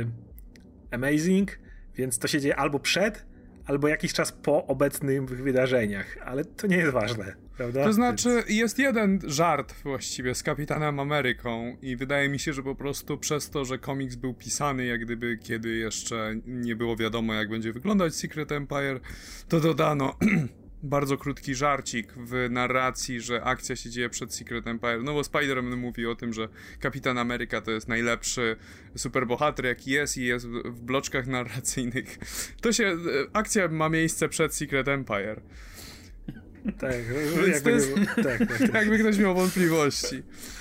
Amazing, więc to się dzieje albo przed, albo jakiś czas po obecnych wydarzeniach, ale to nie jest ważne, prawda? To znaczy, jest jeden żart właściwie z Kapitanem Ameryką i wydaje mi się, że po prostu przez to, że komiks był pisany jak gdyby kiedy jeszcze nie było wiadomo, jak będzie wyglądać Secret Empire, to dodano bardzo krótki żarcik w narracji, że akcja się dzieje przed Secret Empire, no bo Spider-Man mówi o tym, że Kapitan Ameryka to jest najlepszy superbohater jaki jest i jest w bloczkach narracyjnych. To się, akcja ma miejsce przed Secret Empire. Tak, jakby, jest, nie, tak, tak, tak. jakby ktoś miał wątpliwości.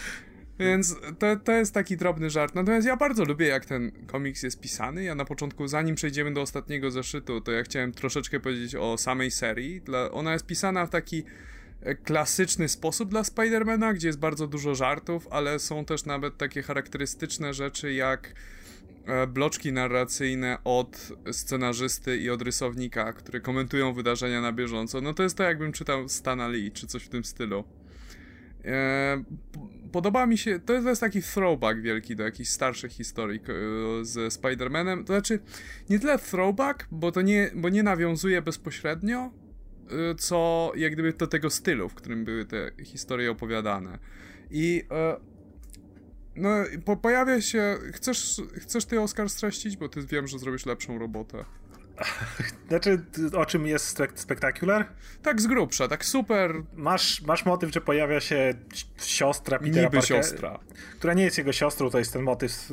Więc to, to jest taki drobny żart. Natomiast ja bardzo lubię, jak ten komiks jest pisany. Ja na początku, zanim przejdziemy do ostatniego zeszytu, to ja chciałem troszeczkę powiedzieć o samej serii. Dla, ona jest pisana w taki klasyczny sposób dla Spidermana, gdzie jest bardzo dużo żartów, ale są też nawet takie charakterystyczne rzeczy jak bloczki narracyjne od scenarzysty i od rysownika, które komentują wydarzenia na bieżąco. No to jest to, jakbym czytał Stana Lee, czy coś w tym stylu. Eee, podoba mi się, to jest, to jest taki throwback wielki do jakichś starszych historii e, ze Spider-Manem, to znaczy nie tyle throwback, bo to nie, bo nie nawiązuje bezpośrednio, e, co jak gdyby do tego stylu, w którym były te historie opowiadane. I e, no po, pojawia się, chcesz, chcesz ty, Oskar, streścić, bo ty wiem, że zrobisz lepszą robotę. Znaczy, o czym jest Spectacular? Tak z grubsza, tak super. Masz, masz motyw, że pojawia się siostra Petera Niby Parkera, siostra. która nie jest jego siostrą, to jest ten motyw.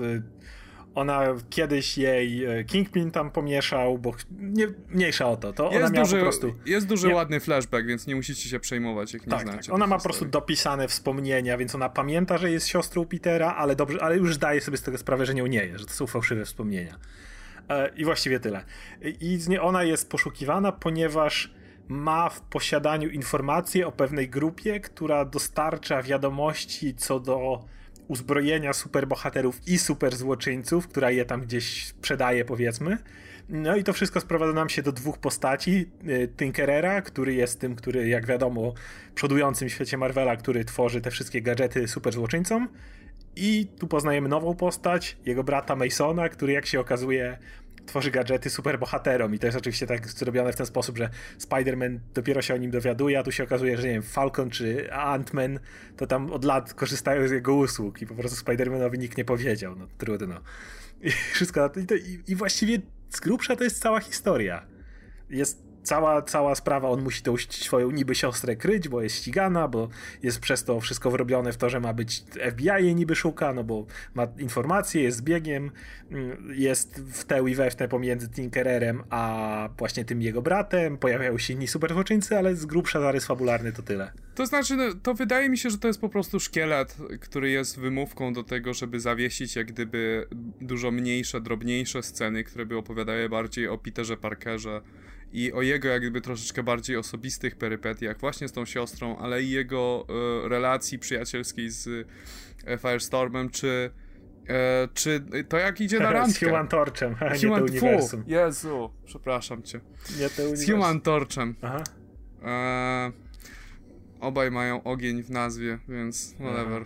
Ona kiedyś jej Kingpin tam pomieszał, bo nie, mniejsza o to. To jest ona miała duży, po prostu. Jest duży, nie, ładny flashback, więc nie musicie się przejmować, jak nie tak, znacie. Tak. Ona ma po historii. prostu dopisane wspomnienia, więc ona pamięta, że jest siostrą Petera, ale dobrze, ale już zdaje sobie z tego sprawę, że nią nie jest, że to są fałszywe wspomnienia. I właściwie tyle. I ona jest poszukiwana, ponieważ ma w posiadaniu informacje o pewnej grupie, która dostarcza wiadomości co do uzbrojenia superbohaterów i superzłoczyńców, która je tam gdzieś sprzedaje, powiedzmy. No i to wszystko sprowadza nam się do dwóch postaci. Tinkerera, który jest tym, który, jak wiadomo, przodującym w świecie Marvela, który tworzy te wszystkie gadżety superzłoczyńcom. I tu poznajemy nową postać, jego brata Masona, który, jak się okazuje, tworzy gadżety superbohaterom. I to jest oczywiście tak zrobione w ten sposób, że Spider-Man dopiero się o nim dowiaduje, a tu się okazuje, że nie wiem, Falcon czy Ant-Man to tam od lat korzystają z jego usług i po prostu Spider-Manowi nikt nie powiedział. No trudno. I wszystko. I, to, i, i właściwie z grubsza to jest cała historia. Jest Cała, cała sprawa, on musi tą swoją niby siostrę kryć, bo jest ścigana, bo jest przez to wszystko wrobione w to, że ma być F B I jej niby szuka, no bo ma informacje, jest zbiegiem, jest w tę i we w tę pomiędzy Tinkererem a właśnie tym jego bratem, pojawiają się inni superzłoczyńcy, ale z grubsza zarys fabularny to tyle. To znaczy, no, to wydaje mi się, że to jest po prostu szkielet, który jest wymówką do tego, żeby zawiesić jak gdyby dużo mniejsze, drobniejsze sceny, które by opowiadały bardziej o Peterze Parkerze i o jego jak gdyby troszeczkę bardziej osobistych perypetiach właśnie z tą siostrą, ale i jego e, relacji przyjacielskiej z e, Firestormem, czy e, czy to jak idzie na randkę. Z Human Torchem, a nie Human... to uniwersum. Fu, Jezu, przepraszam cię. Nie to uniwersum. Z Human Torchem. Aha. E, obaj mają ogień w nazwie, więc whatever.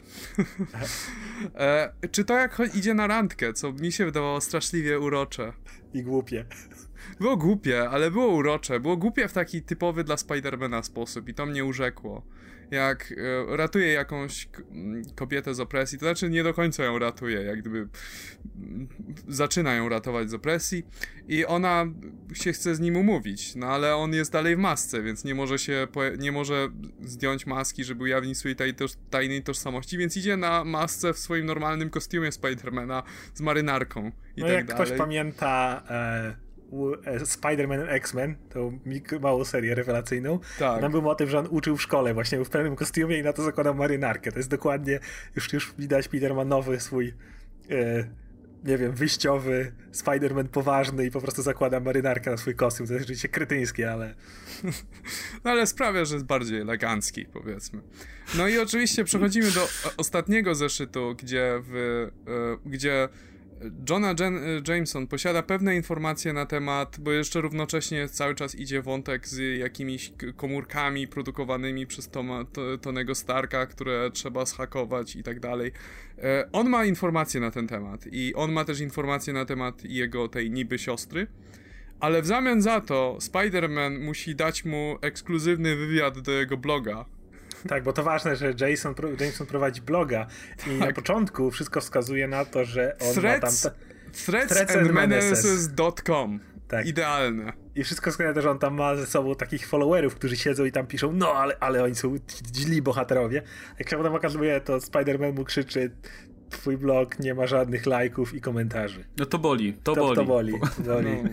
e, czy to jak idzie na randkę, co mi się wydawało straszliwie urocze. I głupie. Było głupie, ale było urocze. Było głupie w taki typowy dla Spidermana sposób i to mnie urzekło. Jak e, ratuje jakąś k- kobietę z opresji, to znaczy nie do końca ją ratuje, jak gdyby m, zaczyna ją ratować z opresji i ona się chce z nim umówić, no ale on jest dalej w masce, więc nie może się, poja- nie może zdjąć maski, żeby ujawnić swojej taj- toż- tajnej tożsamości, więc idzie na masce w swoim normalnym kostiumie Spidermana z marynarką i no tak jak dalej. ktoś pamięta... E... Spider-Man X-Men, tą małą serię rewelacyjną. Tak. Tam był o tym, że on uczył w szkole, właśnie był w pełnym kostiumie i na to zakładał marynarkę. To jest dokładnie, już, już widać, Peter ma nowy swój e, nie wiem, wyjściowy Spider-Man poważny i po prostu zakłada marynarkę na swój kostium. To jest rzeczywiście kretyńskie, ale... No ale sprawia, że jest bardziej elegancki, powiedzmy. No i oczywiście przechodzimy do ostatniego zeszytu, gdzie, w, e, gdzie Jonah Jameson posiada pewne informacje na temat, bo jeszcze równocześnie cały czas idzie wątek z jakimiś komórkami produkowanymi przez Toma, to, Tonego Starka, które trzeba zhakować i tak dalej. E, on ma informacje na ten temat i on ma też informacje na temat jego tej niby siostry, ale w zamian za to Spider-Man musi dać mu ekskluzywny wywiad do jego bloga. Tak, bo to ważne, że Jason, Jameson prowadzi bloga i tak. Na początku wszystko wskazuje na to, że on threads, ma tam... Threads, threads and menaces dot com. Tak. Idealne. I wszystko wskazuje na to, że on tam ma ze sobą takich followerów, którzy siedzą i tam piszą, no ale, ale oni są źli bohaterowie. Jak się potem okazuje, to Spider-Man mu krzyczy, twój blog nie ma żadnych lajków i komentarzy. No to boli, to, to boli. To boli, boli. No,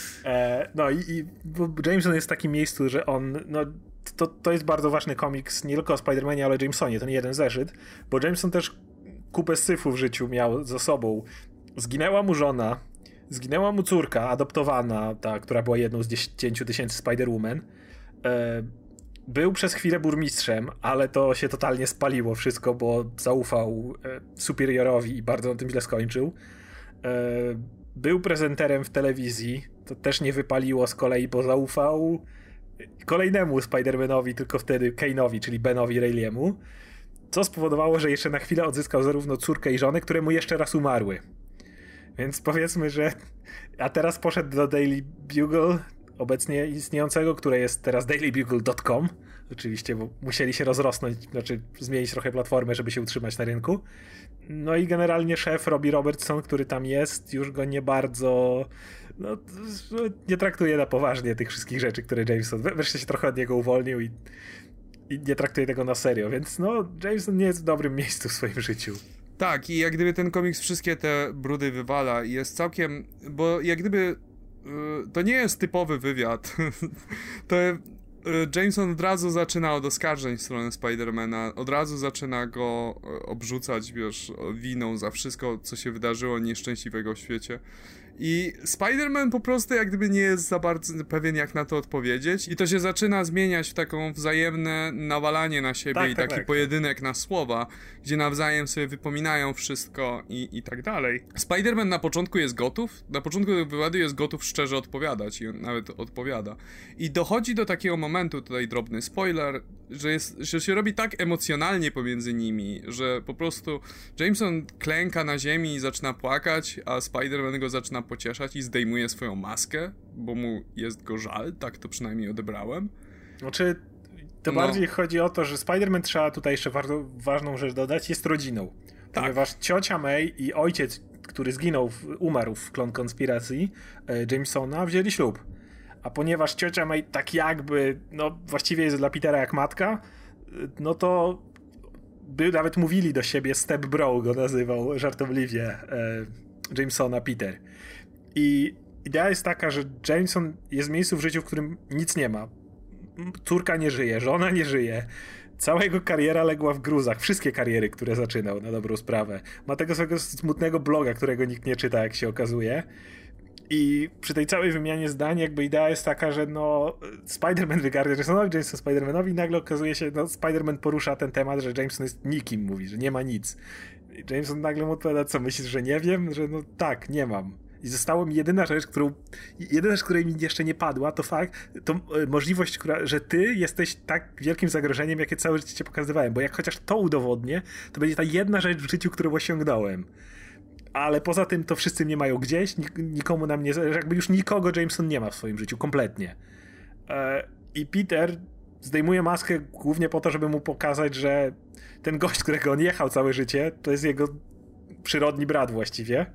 e, no i, i Jameson jest w takim miejscu, że on... No, To, to jest bardzo ważny komiks, nie tylko o Spider-Manie, ale o Jamesonie, to nie jeden zeszyt, bo Jameson też kupę syfu w życiu miał za sobą. Zginęła mu żona, zginęła mu córka adoptowana, ta, która była jedną z dziesięciu tysięcy Spider-Woman. E, był przez chwilę burmistrzem, ale to się totalnie spaliło wszystko, bo zaufał e, superiorowi i bardzo na tym źle skończył. E, był prezenterem w telewizji, to też nie wypaliło z kolei, bo zaufał kolejnemu Spider-Manowi, tylko wtedy Kane'owi, czyli Benowi Reilly'emu, co spowodowało, że jeszcze na chwilę odzyskał zarówno córkę i żonę, które mu jeszcze raz umarły. Więc powiedzmy, że... A teraz poszedł do Daily Bugle, obecnie istniejącego, które jest teraz daily bugle kropka com. Oczywiście, bo musieli się rozrosnąć, znaczy zmienić trochę platformę, żeby się utrzymać na rynku. No i generalnie szef Robbie Robertson, który tam jest, już go nie bardzo... No, nie traktuje na poważnie tych wszystkich rzeczy, które Jameson... Wreszcie się trochę od niego uwolnił i, i nie traktuje tego na serio, więc no, Jameson nie jest w dobrym miejscu w swoim życiu. Tak, i jak gdyby ten komiks wszystkie te brudy wywala i jest całkiem... Bo jak gdyby yy, to nie jest typowy wywiad. To yy, Jameson od razu zaczyna od oskarżeń w stronę Spidermana, od razu zaczyna go obrzucać, wiesz, winą za wszystko, co się wydarzyło nieszczęśliwego w świecie. I Spider-Man po prostu jak gdyby nie jest za bardzo pewien, jak na to odpowiedzieć, i to się zaczyna zmieniać w taką wzajemne nawalanie na siebie tak, i taki tak, pojedynek tak. na słowa, gdzie nawzajem sobie wypominają wszystko i, i tak dalej. Spider-Man na początku jest gotów, na początku tego wywiadu jest gotów szczerze odpowiadać i on nawet odpowiada. I dochodzi do takiego momentu, tutaj drobny spoiler, że, jest, że się robi tak emocjonalnie pomiędzy nimi, że po prostu Jameson klęka na ziemi i zaczyna płakać, a Spider-Man go zaczyna pocieszać i zdejmuje swoją maskę, bo mu jest go żal, tak to przynajmniej odebrałem. Znaczy, to no. bardziej chodzi o to, że Spider-Man, trzeba tutaj jeszcze bardzo ważną rzecz dodać, jest rodziną. Tak. Ponieważ ciocia May i ojciec, który zginął, umarł w klon konspiracji Jamesona, wzięli ślub. A ponieważ ciocia May tak jakby, no właściwie jest dla Petera jak matka, no to by nawet mówili do siebie, step bro go nazywał żartobliwie e, Jamesona Peter. I idea jest taka, że Jameson jest w miejscu w życiu, w którym nic nie ma. Córka nie żyje, żona nie żyje. Cała jego kariera legła w gruzach. Wszystkie kariery, które zaczynał, na dobrą sprawę. Ma tego swojego smutnego bloga, którego nikt nie czyta, jak się okazuje. I przy tej całej wymianie zdań jakby idea jest taka, że no Spider-Man wygarnia Jamesonowi, Jameson Spider-Manowi i nagle okazuje się, no Spider-Man porusza ten temat, że Jameson jest nikim, mówi, że nie ma nic. I Jameson nagle mu odpowiada, co myślisz, że nie wiem? Że no tak, nie mam. I została mi jedyna rzecz, którą, jedyna rzecz, której mi jeszcze nie padła, to fakt, to e, możliwość, która, że ty jesteś tak wielkim zagrożeniem, jakie całe życie cię pokazywałem, bo jak chociaż to udowodnię, to będzie ta jedna rzecz w życiu, którą osiągnąłem. Ale poza tym to wszyscy mnie mają gdzieś, nik- nikomu nam nie... Jakby już nikogo Jameson nie ma w swoim życiu, kompletnie. E, I Peter zdejmuje maskę głównie po to, żeby mu pokazać, że ten gość, którego on jechał całe życie, to jest jego przyrodni brat właściwie.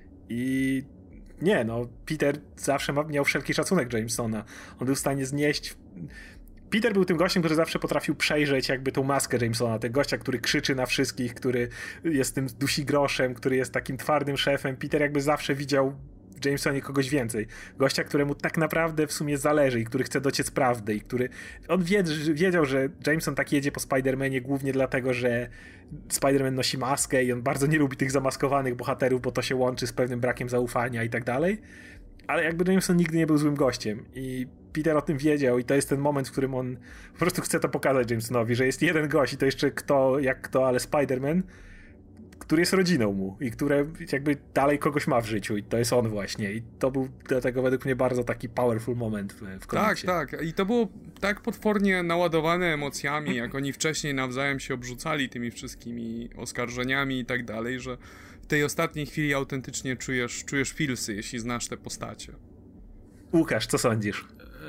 I nie, no, Peter zawsze ma, miał wszelki szacunek Jamesona. On był w stanie znieść... Peter był tym gościem, który zawsze potrafił przejrzeć jakby tą maskę Jamesona, tego gościa, który krzyczy na wszystkich, który jest tym dusigroszem, który jest takim twardym szefem. Peter jakby zawsze widział Jamesonie kogoś więcej. Gościa, któremu tak naprawdę w sumie zależy i który chce dociec prawdy i który... On wie, wiedział, że Jameson tak jedzie po Spider-Manie głównie dlatego, że Spider-Man nosi maskę i on bardzo nie lubi tych zamaskowanych bohaterów, bo to się łączy z pewnym brakiem zaufania i tak dalej. Ale jakby Jameson nigdy nie był złym gościem i Peter o tym wiedział i to jest ten moment, w którym on po prostu chce to pokazać Jamesonowi, że jest jeden gość i to jeszcze kto, jak kto, ale Spider-Man, który jest rodziną mu i które jakby dalej kogoś ma w życiu i to jest on właśnie i to był dlatego według mnie bardzo taki powerful moment w, w komiksie. Tak, tak i to było tak potwornie naładowane emocjami, jak oni wcześniej nawzajem się obrzucali tymi wszystkimi oskarżeniami i tak dalej, że w tej ostatniej chwili autentycznie czujesz, czujesz feelsy, jeśli znasz te postacie. Łukasz, co sądzisz?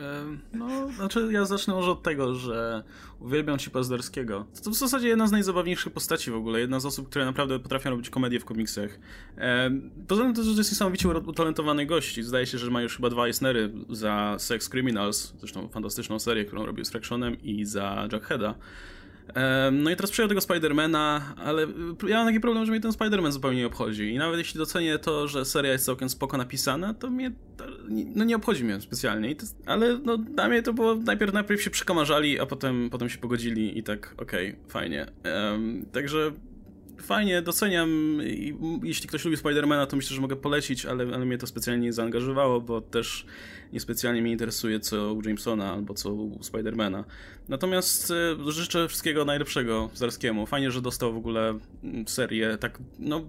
No, znaczy ja zacznę może od tego, że uwielbiam Chipa Zdarsskiego. To w zasadzie jedna z najzabawniejszych postaci w ogóle, jedna z osób, które naprawdę potrafią robić komedię w komiksach. Poza tym to jest niesamowicie utalentowany gość i zdaje się, że ma już chyba dwa Eisnery za Sex Criminals, zresztą fantastyczną serię, którą robił z Fractionem, i za Jugheada. No i teraz przejął tego Spidermana, ale ja mam taki problem, że mnie ten Spiderman zupełnie nie obchodzi i nawet jeśli docenię to, że seria jest całkiem spoko napisana, to mnie no nie obchodzi mnie specjalnie, I to, ale no dla mnie to było najpierw najpierw się przekomarzali, a potem, potem się pogodzili i tak okej, okay, fajnie. Um, także fajnie, doceniam i jeśli ktoś lubi Spidermana, to myślę, że mogę polecić, ale, ale mnie to specjalnie nie zaangażowało, bo też niespecjalnie mnie interesuje co u Jamesona albo co u Spidermana. Natomiast e, życzę wszystkiego najlepszego Zdarskiemu. Fajnie, że dostał w ogóle serię tak, no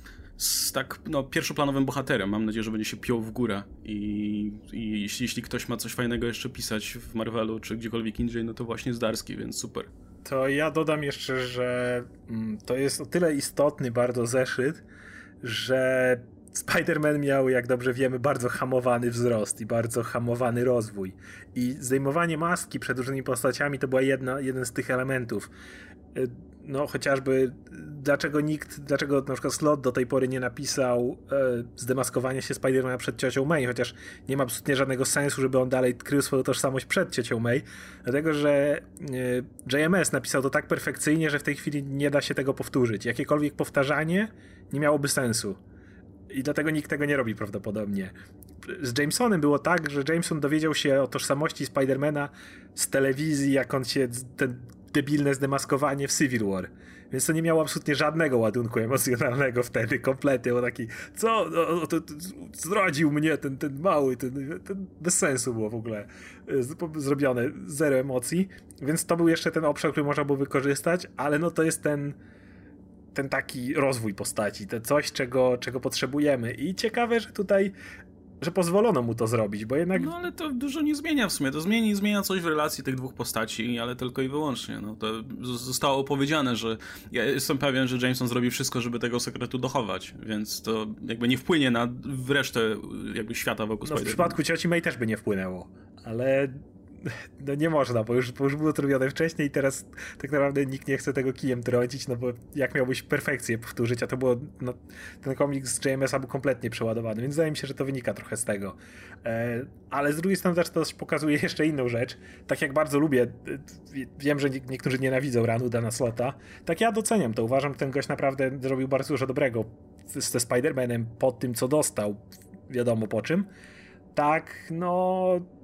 z tak, no, pierwszoplanowym bohaterem. Mam nadzieję, że będzie się piął w górę i, i jeśli, jeśli ktoś ma coś fajnego jeszcze pisać w Marvelu czy gdziekolwiek indziej, no to właśnie Zdarski, więc super. To ja dodam jeszcze, że to jest o tyle istotny bardzo zeszyt, że Spider-Man miał, jak dobrze wiemy, bardzo hamowany wzrost i bardzo hamowany rozwój. I zdejmowanie maski przed różnymi postaciami to była jedna, jeden z tych elementów. No chociażby dlaczego nikt, dlaczego na przykład Slott do tej pory nie napisał e, zdemaskowania się Spider-Mana przed ciocią May, chociaż nie ma absolutnie żadnego sensu, żeby on dalej krył swoją tożsamość przed ciocią May, dlatego że e, J M S napisał to tak perfekcyjnie, że w tej chwili nie da się tego powtórzyć. Jakiekolwiek powtarzanie nie miałoby sensu. I dlatego nikt tego nie robi prawdopodobnie. Z Jamesonem było tak, że Jameson dowiedział się o tożsamości Spidermana z telewizji, jak on się ten debilne zdemaskowanie w Civil War. Więc to nie miało absolutnie żadnego ładunku emocjonalnego wtedy, kompletnie, bo taki, co, no, to, to, zdradził mnie ten, ten mały, ten, ten, bez sensu było w ogóle zrobione, zero emocji, więc to był jeszcze ten obszar, który można było wykorzystać, ale no to jest ten ten taki rozwój postaci, to coś, czego, czego potrzebujemy i ciekawe, że tutaj że pozwolono mu to zrobić, bo jednak... No ale to dużo nie zmienia w sumie, to zmieni, zmienia coś w relacji tych dwóch postaci, ale tylko i wyłącznie, no to zostało opowiedziane, że ja jestem pewien, że Jameson zrobi wszystko, żeby tego sekretu dochować, więc to jakby nie wpłynie na resztę jakby świata wokół No w przypadku cioci May też by nie wpłynęło, ale... No nie można, bo już, bo już było to robione wcześniej i teraz tak naprawdę nikt nie chce tego kijem trącić, no bo jak miałbyś perfekcję powtórzyć, a to było, no, ten komiks z J M S-a był kompletnie przeładowany, więc wydaje mi się, że to wynika trochę z tego. E, ale z drugiej strony też to pokazuje jeszcze inną rzecz. Tak jak bardzo lubię, wiem, że niektórzy nienawidzą ranu Dana Slotta, tak ja doceniam to. Uważam, że ten gość naprawdę zrobił bardzo dużo dobrego ze Spider-Manem po tym, co dostał, wiadomo po czym. Tak, no...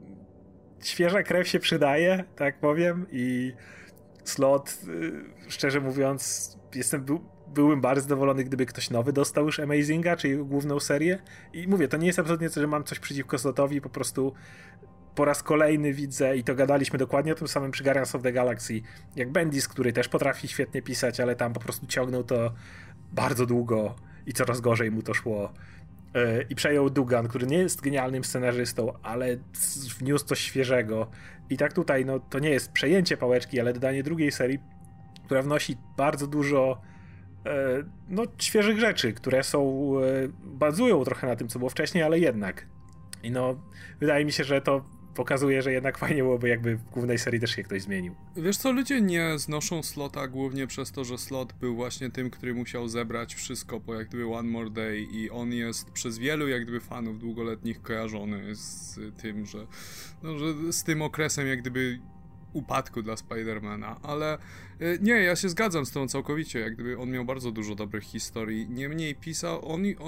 Świeża krew się przydaje, tak powiem, i Slott, szczerze mówiąc, jestem, był, byłbym bardzo zadowolony, gdyby ktoś nowy dostał już Amazinga, czyli główną serię. I mówię, to nie jest absolutnie to, że mam coś przeciwko Slottowi, po prostu po raz kolejny widzę, i to gadaliśmy dokładnie o tym samym przy Guardians of the Galaxy, jak Bendis, który też potrafi świetnie pisać, ale tam po prostu ciągnął to bardzo długo i coraz gorzej mu to szło. I przejął Dugan, który nie jest genialnym scenarzystą, ale wniósł coś świeżego. I tak tutaj, no to nie jest przejęcie pałeczki, ale dodanie drugiej serii, która wnosi bardzo dużo e, no, świeżych rzeczy, które są, e, bazują trochę na tym, co było wcześniej, ale jednak. I no, wydaje mi się, że to pokazuje, że jednak fajnie byłoby, jakby w głównej serii też się ktoś zmienił. Wiesz co, ludzie nie znoszą Slotta głównie przez to, że Slott był właśnie tym, który musiał zebrać wszystko po jak gdyby One More Day i on jest przez wielu jak gdyby fanów długoletnich kojarzony z tym, że, no, że z tym okresem jak gdyby upadku dla Spidermana, ale nie, ja się zgadzam z tą całkowicie, jak gdyby on miał bardzo dużo dobrych historii, niemniej pisał, on, on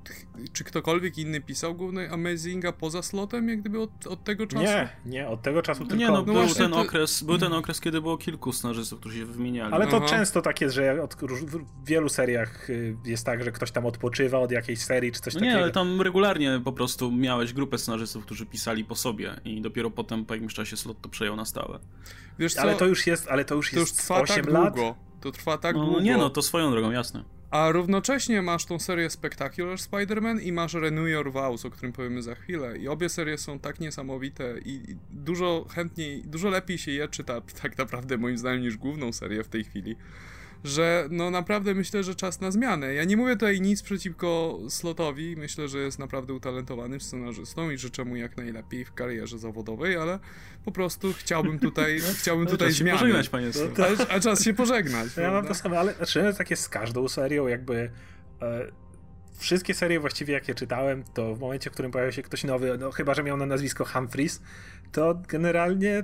czy ktokolwiek inny pisał główny Amazinga poza Slotem, jak gdyby od, od tego czasu? Nie, nie, od tego czasu tylko... Nie, no, no był, ten to... okres, był ten okres, kiedy było kilku scenarzystów, którzy się wymieniali. Ale to Aha. często tak jest, że od, w wielu seriach jest tak, że ktoś tam odpoczywa od jakiejś serii, czy coś no takiego. Nie, ale tam regularnie po prostu miałeś grupę scenarzystów, którzy pisali po sobie i dopiero potem po jakimś czasie Slot to przejął na stałe. Wiesz co? Ale to już jest, ale to już to już jest trwa osiem tak lat. długo. To trwa tak No, długo. nie no, to swoją drogą, jasne. A równocześnie masz tą serię Spectacular Spider-Man i masz Renew Your Vows, o którym powiemy za chwilę. I obie serie są tak niesamowite i dużo chętniej, dużo lepiej się je czyta tak naprawdę moim zdaniem niż główną serię w tej chwili. Że no naprawdę myślę, że czas na zmianę. Ja nie mówię tutaj nic przeciwko Slotowi, myślę, że jest naprawdę utalentowanym scenarzystą i życzę mu jak najlepiej w karierze zawodowej, ale po prostu chciałbym tutaj, chciałbym tutaj czas zmiany. się pożegnać, panie Slo. A, a czas się pożegnać. Ja mam prawda? to samo, ale znaczy, tak jest z każdą serią, jakby e, wszystkie serie właściwie jakie czytałem, to w momencie, w którym pojawił się ktoś nowy, no chyba że miał na nazwisko Humphries, to generalnie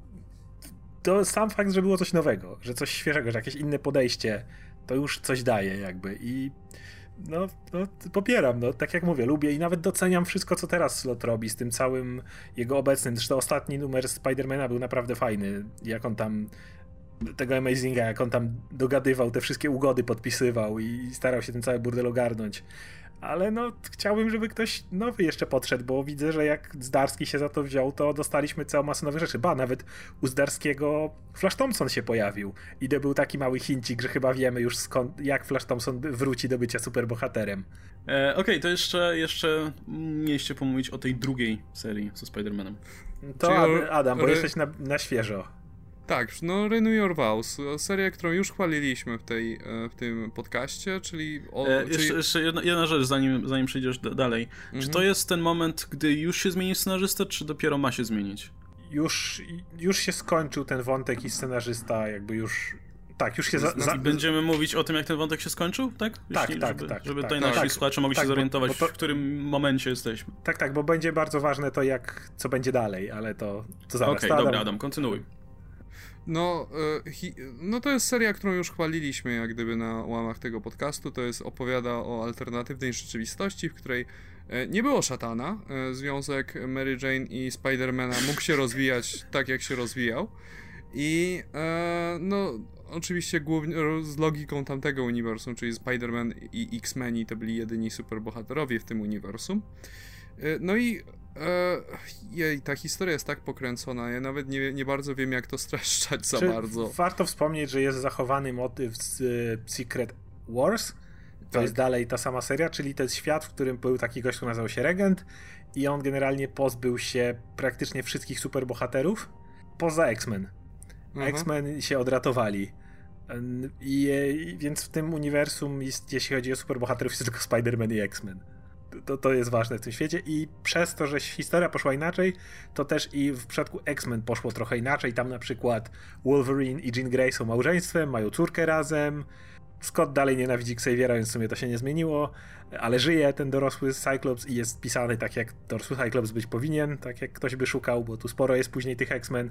to sam fakt, że było coś nowego, że coś świeżego, że jakieś inne podejście, to już coś daje jakby i no, no popieram, no tak jak mówię, lubię i nawet doceniam wszystko, co teraz Slot robi z tym całym jego obecnym, zresztą ostatni numer Spidermana był naprawdę fajny, jak on tam tego Amazinga, jak on tam dogadywał, te wszystkie ugody podpisywał i starał się ten cały burdel ogarnąć. Ale no, chciałbym, żeby ktoś nowy jeszcze podszedł, bo widzę, że jak Zdarski się za to wziął, to dostaliśmy całą masę nowych rzeczy. Ba, nawet u Zdarskiego Flash Thompson się pojawił. I to był taki mały hincik, że chyba wiemy już skąd, jak Flash Thompson wróci do bycia superbohaterem. E, Okej, okay, to jeszcze, jeszcze mieliście pomówić o tej drugiej serii ze Spider-Manem. To Czyli Adam, bo re... jesteś na, na świeżo. Tak, no Renew Your Vows, serię, którą już chwaliliśmy w, tej, w tym podcaście, czyli... O, e, czyli... Jeszcze, jeszcze jedna, jedna rzecz, zanim, zanim przejdziesz d- dalej. Mhm. Czy to jest ten moment, gdy już się zmieni scenarzystę, czy dopiero ma się zmienić? Już, już się skończył ten wątek i scenarzysta jakby już... Tak, już się... Za, za... I będziemy mówić o tym, jak ten wątek się skończył, tak? Tak, Jeśli, tak, żeby, tak. Żeby tak, tutaj tak, nasi tak, słuchacze mogli tak, się zorientować, bo, bo to... w którym momencie jesteśmy. Tak, tak, bo będzie bardzo ważne to, jak, co będzie dalej, ale to, to zaraz. Okej, okay, dobra, Adam, kontynuuj. No, y, hi, no to jest seria, którą już chwaliliśmy jak gdyby na łamach tego podcastu. To jest opowiada o alternatywnej rzeczywistości, w której y, nie było szatana. Y, związek Mary Jane i Spidermana mógł się rozwijać tak, jak się rozwijał. I y, no, oczywiście głównie z logiką tamtego uniwersum, czyli Spider-Man i X-Meni to byli jedyni superbohaterowie w tym uniwersum. Y, no i E, jej, ta historia jest tak pokręcona, ja nawet nie, nie bardzo wiem, jak to streszczać za Czy bardzo. Warto wspomnieć, że jest zachowany motyw z y, Secret Wars. To tak. jest dalej ta sama seria, czyli to jest świat, w którym był taki gość, który nazywał się Regent i on generalnie pozbył się praktycznie wszystkich superbohaterów poza X-Men. Aha. X-Men się odratowali. I, i więc w tym uniwersum, jest, jeśli chodzi o superbohaterów, jest tylko Spider-Man i X-Men. To, to jest ważne w tym świecie i przez to, że historia poszła inaczej, to też i w przypadku X-Men poszło trochę inaczej. Tam na przykład Wolverine i Jean Grey są małżeństwem, mają córkę razem. Scott dalej nienawidzi Xaviera, więc w sumie to się nie zmieniło, ale żyje ten dorosły Cyclops i jest pisany tak, jak dorosły Cyclops być powinien, tak jak ktoś by szukał, bo tu sporo jest później tych X-Men.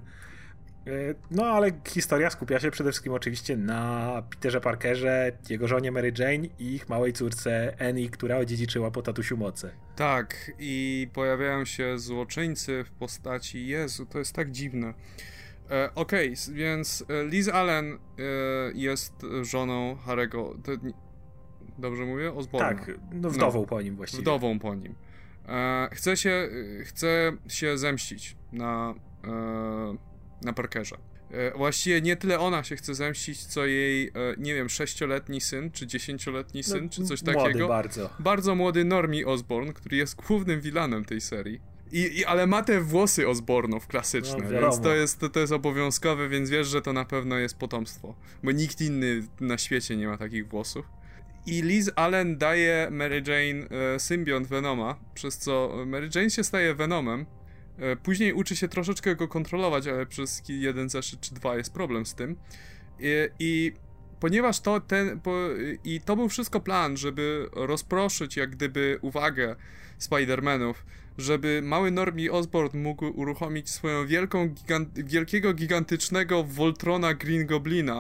No, ale historia skupia się przede wszystkim oczywiście na Peterze Parkerze, jego żonie Mary Jane i ich małej córce Annie, która odziedziczyła po tatusiu moce. Tak, i pojawiają się złoczyńcy w postaci... Jezu, to jest tak dziwne. E, Okej, okay, więc Liz Allen e, jest żoną Harry'ego... To, dobrze mówię? Osborna. Tak, no wdową no, po nim właściwie. Wdową po nim. E, chce, się, chce się zemścić na... E, na Parkerze. E, właściwie nie tyle ona się chce zemścić, co jej, e, nie wiem, sześcioletni syn, czy dziesięcioletni syn, no, czy coś młody takiego. bardzo. Bardzo młody Normie Osborn, który jest głównym vilanem tej serii. I, i, ale ma te włosy Osbornów klasyczne, no, więc to jest, to, to jest obowiązkowe, więc wiesz, że to na pewno jest potomstwo. Bo nikt inny na świecie nie ma takich włosów. I Liz Allen daje Mary Jane e, symbiont Venoma, przez co Mary Jane się staje Venomem. Później uczy się troszeczkę go kontrolować, ale przez jeden zeszyt czy dwa jest problem z tym. I, i ponieważ to ten... Po, i to był wszystko plan, żeby rozproszyć jak gdyby uwagę Spider-Manów, żeby mały Normie Osborn mógł uruchomić swoją wielką, gigant, wielkiego, gigantycznego Voltrona Green Goblina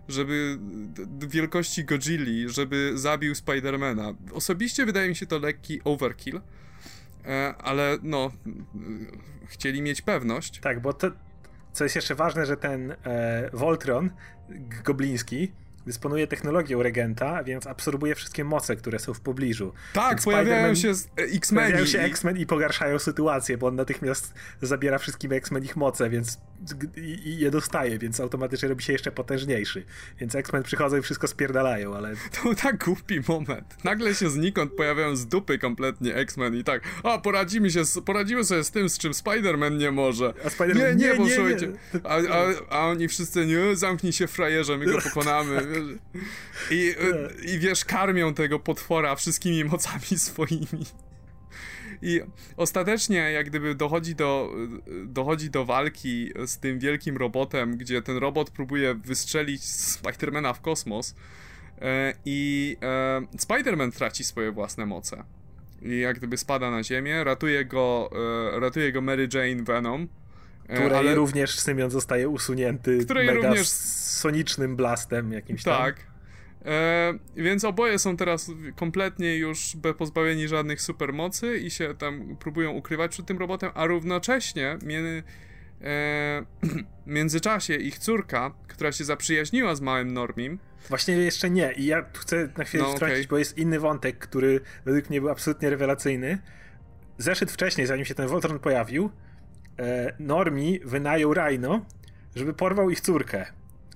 żeby d- wielkości Godzilli, żeby zabił Spidermana. Osobiście wydaje mi się to lekki overkill, e, ale no, chcieli mieć pewność. Tak, bo to, co jest jeszcze ważne, że ten e, Voltron gobliński dysponuje technologią regenta, więc absorbuje wszystkie moce, które są w pobliżu. Tak, więc pojawiają się X-Meni. Pojawiają się X-Men i pogarszają sytuację, bo on natychmiast zabiera wszystkim X-Men ich moce, więc i, i je dostaje, więc automatycznie robi się jeszcze potężniejszy. Więc X-Men przychodzą i wszystko spierdalają, ale... To był tak głupi moment. Nagle się znikąd pojawiają z dupy kompletnie X-Men i tak, a poradzimy się, z, poradzimy sobie z tym, z czym Spider-Man nie może. A Spider-Man nie, nie, nie, bo nie, słuchajcie, nie. A, a, a oni wszyscy, nie, zamknij się frajerze, my go pokonamy. I, I wiesz, karmią tego potwora wszystkimi mocami swoimi. I ostatecznie, jak gdyby dochodzi do, dochodzi do walki z tym wielkim robotem, gdzie ten robot próbuje wystrzelić Spidermana w kosmos e, i e, Spiderman traci swoje własne moce. I jak gdyby spada na ziemię, ratuje go, e, ratuje go Mary Jane Venom. E, której ale... również Symion zostaje usunięty której mega również... sonicznym blastem jakimś tam. Tak. E, więc oboje są teraz kompletnie już pozbawieni żadnych supermocy i się tam próbują ukrywać przed tym robotem, a równocześnie mie- e, w międzyczasie ich córka, która się zaprzyjaźniła z małym Normim. Właśnie jeszcze nie i ja tu chcę na chwilę No, wtrącić, okay. bo jest inny wątek, który według mnie był absolutnie rewelacyjny. Zeszyt wcześniej, zanim się ten Voltron pojawił, e, Normi wynajął Rhino, żeby porwał ich córkę.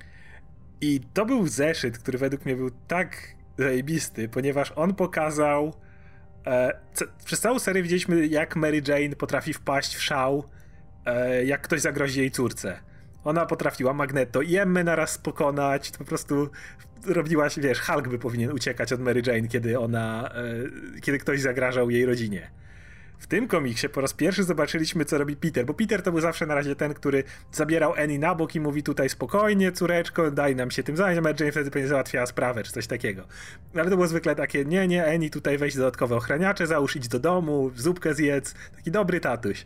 I to był zeszyt, który według mnie był tak zajebisty, ponieważ on pokazał... E, c- przez całą serię widzieliśmy, jak Mary Jane potrafi wpaść w szał, e, jak ktoś zagrozi jej córce. Ona potrafiła Magneto i Emmę naraz pokonać, to po prostu robiła się, wiesz, Hulk by powinien uciekać od Mary Jane, kiedy ona, e, kiedy ktoś zagrażał jej rodzinie. W tym komiksie po raz pierwszy zobaczyliśmy, co robi Peter, bo Peter to był zawsze na razie ten, który zabierał Annie na bok i mówi tutaj spokojnie, córeczko, daj nam się tym zająć, a Mary Jane wtedy pewnie załatwiała sprawę, czy coś takiego. Ale to było zwykle takie, nie, nie, Annie, tutaj weź dodatkowe ochraniacze, załóż, idź do domu, zupkę zjedz, taki dobry tatuś.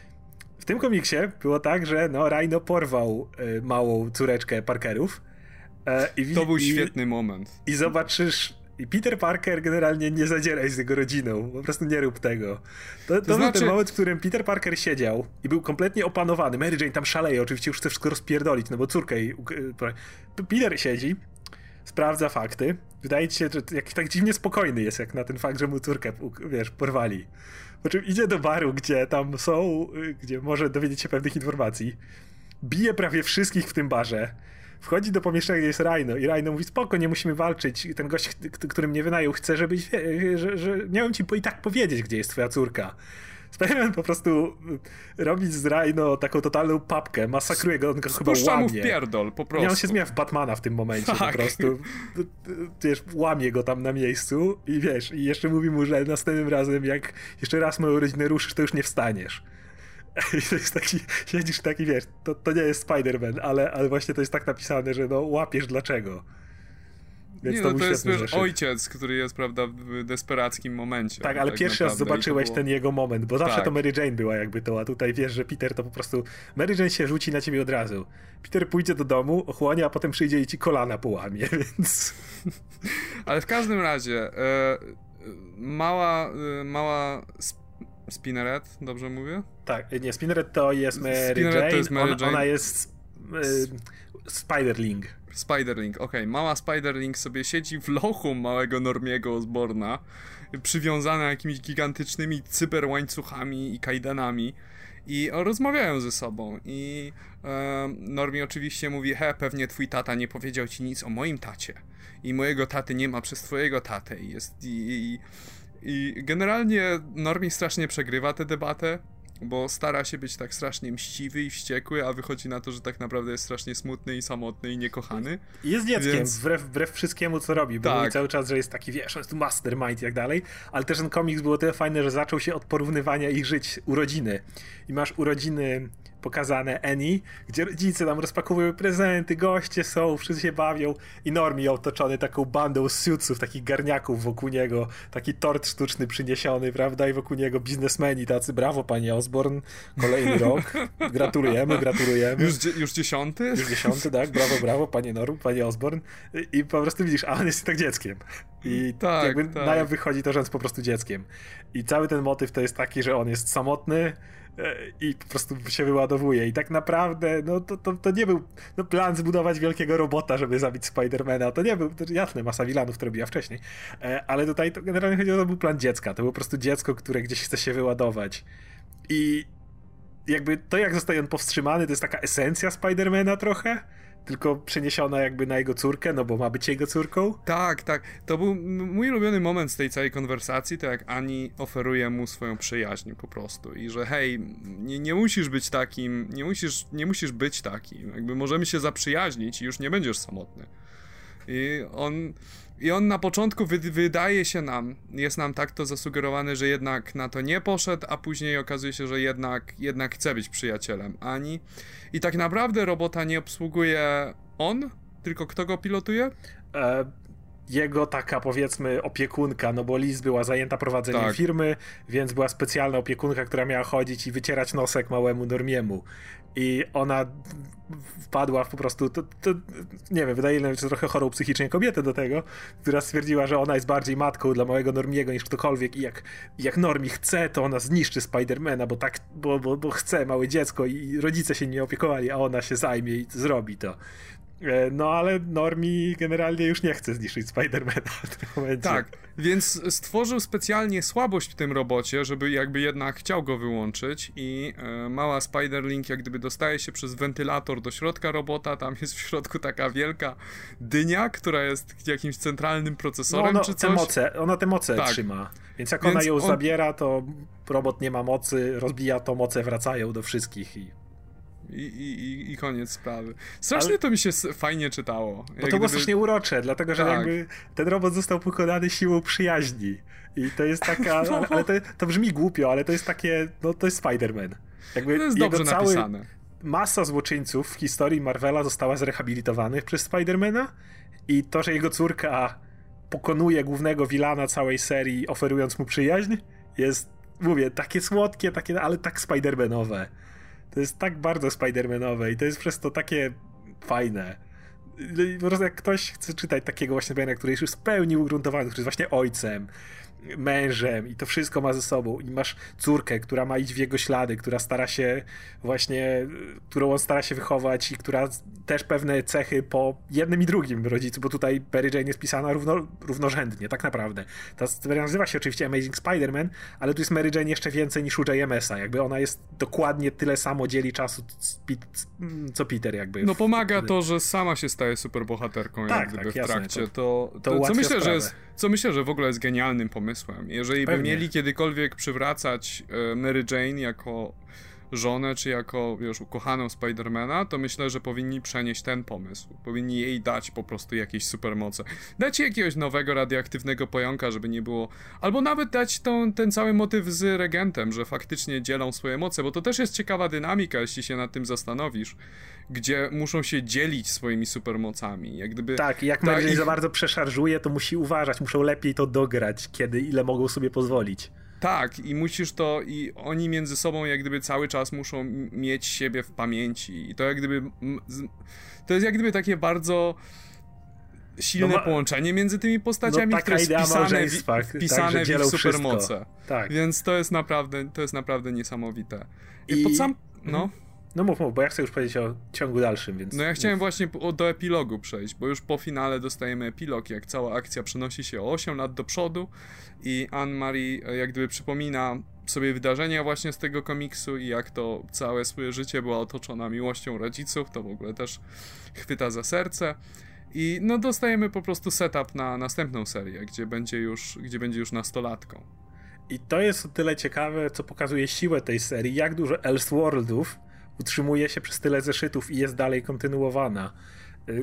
W tym komiksie było tak, że no, Rhino porwał y, małą córeczkę Parkerów. E, i, To był i, świetny moment. I zobaczysz... I Peter Parker generalnie nie zadzieraj z jego rodziną, po prostu nie rób tego. To, to, to znaczy... był ten moment, w którym Peter Parker siedział i był kompletnie opanowany. Mary Jane tam szaleje, oczywiście już chce wszystko rozpierdolić, no bo córkę jej... Peter siedzi, sprawdza fakty. Wydaje ci się, że jak, tak dziwnie spokojny jest, jak na ten fakt, że mu córkę, wiesz, porwali. Po czym idzie do baru, gdzie tam są, gdzie może dowiedzieć się pewnych informacji. Bije prawie wszystkich w tym barze. Wchodzi do pomieszczenia, gdzie jest Rhino i Rhino mówi, spoko, nie musimy walczyć. I ten gość, który mnie wynajął, chce, żebyś, wie, że, że miałem ci i tak powiedzieć, gdzie jest twoja córka. Spider-Man po prostu robi z Rhino taką totalną papkę, masakruje go, on go chyba Puszcza łamie. mu w pierdol, po prostu. Nie, on się zmienia w Batmana w tym momencie, tak. Po prostu. Wiesz, łamie go tam na miejscu i wiesz, i jeszcze mówi mu, że następnym razem, jak jeszcze raz moją rodzinę ruszysz, to już nie wstaniesz. I to jest taki, siedzisz taki, wiesz, to, to nie jest Spider-Man, ale, ale właśnie to jest tak napisane, że no łapiesz dlaczego. Więc nie, to no to jest wiesz, zeszyt. ojciec, który jest, prawda, w desperackim momencie. Tak, ale tak pierwszy raz zobaczyłeś było... ten jego moment, bo zawsze tak. to Mary Jane była jakby to, a tutaj wiesz, że Peter to po prostu... Mary Jane się rzuci na ciebie od razu. Peter pójdzie do domu, ochłonie, a potem przyjdzie i ci kolana połamie, więc... Ale w każdym razie, e, mała, e, mała Spinneret, dobrze mówię? Tak, nie, Spinneret to jest Mary Spinneret Jane, to jest Mary ona, Jane. ona jest e, Spiderling. Spiderling, okej. Okay. Mała Spiderling sobie siedzi w lochu małego Normiego Osborna, przywiązana jakimiś gigantycznymi cyberłańcuchami i kajdanami i rozmawiają ze sobą i e, Normie oczywiście mówi, he, pewnie twój tata nie powiedział ci nic o moim tacie i mojego taty nie ma przez twojego tatę i jest i, i, i generalnie Normie strasznie przegrywa tę debatę, bo stara się być tak strasznie mściwy i wściekły, a wychodzi na to, że tak naprawdę jest strasznie smutny i samotny i niekochany. Jest dzieckiem, Więc... wbrew, wbrew wszystkiemu, co robi, bo tak. mówi cały czas, że jest taki, wiesz, on jest tu mastermind i tak dalej, ale też ten komiks było tyle fajny, że zaczął się od porównywania ich żyć, urodziny. I masz urodziny pokazane Annie, gdzie rodzice tam rozpakowują prezenty, goście są, wszyscy się bawią i Normie otoczony taką bandą suitsów, takich garniaków wokół niego, taki tort sztuczny przyniesiony, prawda, i wokół niego biznesmeni tacy, brawo panie Osborn, kolejny rok, gratulujemy, gratulujemy. Już, już dziesiąty? Już dziesiąty, tak, brawo, brawo, panie Norm, panie Osborn i po prostu widzisz, a on jest tak dzieckiem i tak, jakby tak. na jaw wychodzi to, że on jest po prostu dzieckiem i cały ten motyw to jest taki, że on jest samotny i po prostu się wyładowuje i tak naprawdę no to, to, to nie był no, plan zbudować wielkiego robota, żeby zabić Spidermana, to nie był, to jasne, masa wilanów to robiła wcześniej, ale tutaj to generalnie chodziło, to był plan dziecka, to było po prostu dziecko, które gdzieś chce się wyładować i jakby to, jak zostaje on powstrzymany, to jest taka esencja Spidermana trochę, tylko przeniesiona jakby na jego córkę, no bo ma być jego córką. Tak, tak. To był mój ulubiony moment z tej całej konwersacji, to jak Annie oferuje mu swoją przyjaźń po prostu i że hej, nie, nie musisz być takim, nie musisz, nie musisz być takim, jakby możemy się zaprzyjaźnić i już nie będziesz samotny. I on... I on na początku wy, wydaje się nam, jest nam tak to zasugerowane, że jednak na to nie poszedł, a później okazuje się, że jednak, jednak chce być przyjacielem Ani. I tak naprawdę robota nie obsługuje on, tylko kto go pilotuje? E, jego taka powiedzmy opiekunka, no bo Liz była zajęta prowadzeniem tak. firmy, więc była specjalna opiekunka, która miała chodzić i wycierać nosek małemu Normiemu. I ona wpadła w po prostu, to, to, nie wiem, wydaje mi się trochę chorą psychicznie kobietę do tego, która stwierdziła, że ona jest bardziej matką dla małego Normiego niż ktokolwiek i jak, jak Normie chce, to ona zniszczy Spidermana, bo tak, bo, bo, bo chce małe dziecko i rodzice się nie opiekowali, a ona się zajmie i zrobi to. No ale Normie generalnie już nie chce zniszczyć Spidermana w tym momencie. Tak, więc stworzył specjalnie słabość w tym robocie, żeby jakby jednak chciał go wyłączyć i e, mała Spider-Link jak gdyby dostaje się przez wentylator do środka robota, tam jest w środku taka wielka dynia, która jest jakimś centralnym procesorem no, no, czy coś. Te moce, ona te moce tak. trzyma, więc jak więc ona ją on... zabiera, to robot nie ma mocy, rozbija to, moce wracają do wszystkich i I, i, I koniec sprawy. Strasznie Ale... to mi się fajnie czytało. Bo jak to gdyby... było strasznie urocze, dlatego że tak. jakby ten robot został pokonany siłą przyjaźni. I to jest taka, no. ale, ale to, to brzmi głupio, ale to jest takie, no to jest Spider-Man. Jakby to jest dobrze cały... napisane. Masa złoczyńców w historii Marvela została zrehabilitowanych przez Spider-Mana i to, że jego córka pokonuje głównego wilana całej serii, oferując mu przyjaźń, jest, mówię, takie słodkie, takie, ale tak Spider-Manowe. To jest tak bardzo Spider-Manowe i to jest przez to takie fajne. Po prostu jak ktoś chce czytać takiego właśnie Spider-Mana, który jest już w pełni ugruntowany, który jest właśnie ojcem, mężem i to wszystko ma ze sobą i masz córkę, która ma iść w jego ślady, która stara się właśnie, którą on stara się wychować i która też pewne cechy po jednym i drugim rodzicu, bo tutaj Mary Jane jest pisana równo, równorzędnie, tak naprawdę. Ta seria nazywa się oczywiście Amazing Spider-Man, ale tu jest Mary Jane jeszcze więcej niż u J M S a, jakby ona jest dokładnie tyle samo, dzieli czasu co Peter jakby. No pomaga to, że sama się staje superbohaterką tak, jak gdyby tak, w jasne, trakcie, to, to, to, to co myślę, sprawę. że jest Co myślę, że w ogóle jest genialnym pomysłem. Jeżeli by mieli kiedykolwiek przywracać e, Mary Jane jako żonę, czy jako, wiesz, ukochaną Spidermana, to myślę, że powinni przenieść ten pomysł. Powinni jej dać po prostu jakieś supermoce. Dać jej jakiegoś nowego radioaktywnego pająka, żeby nie było... Albo nawet dać tą, ten cały motyw z Regentem, że faktycznie dzielą swoje moce, bo to też jest ciekawa dynamika, jeśli się nad tym zastanowisz, gdzie muszą się dzielić swoimi supermocami. Jak gdyby... Tak, i jak Mary Jane ich... za bardzo przeszarżuje, to musi uważać, muszą lepiej to dograć, kiedy, ile mogą sobie pozwolić. Tak, i musisz to, i oni między sobą jak gdyby cały czas muszą mieć siebie w pamięci i to jak gdyby, to jest jak gdyby takie bardzo silne no ma... połączenie między tymi postaciami, no, które jest wpisane, w, wpisane tak, w ich supermoce. Tak. Więc to jest naprawdę, to jest naprawdę niesamowite. I, I... pod sam, no... No mów, mów, bo ja chcę już powiedzieć o ciągu dalszym, więc... No ja chciałem mów. właśnie do epilogu przejść, bo już po finale dostajemy epilog, jak cała akcja przenosi się o osiem lat do przodu i Anne-Marie jak gdyby przypomina sobie wydarzenia właśnie z tego komiksu i jak to całe swoje życie była otoczona miłością rodziców, to w ogóle też chwyta za serce. I no dostajemy po prostu setup na następną serię, gdzie będzie już, gdzie będzie już nastolatką. I to jest o tyle ciekawe, co pokazuje siłę tej serii, jak dużo Elseworldów utrzymuje się przez tyle zeszytów i jest dalej kontynuowana.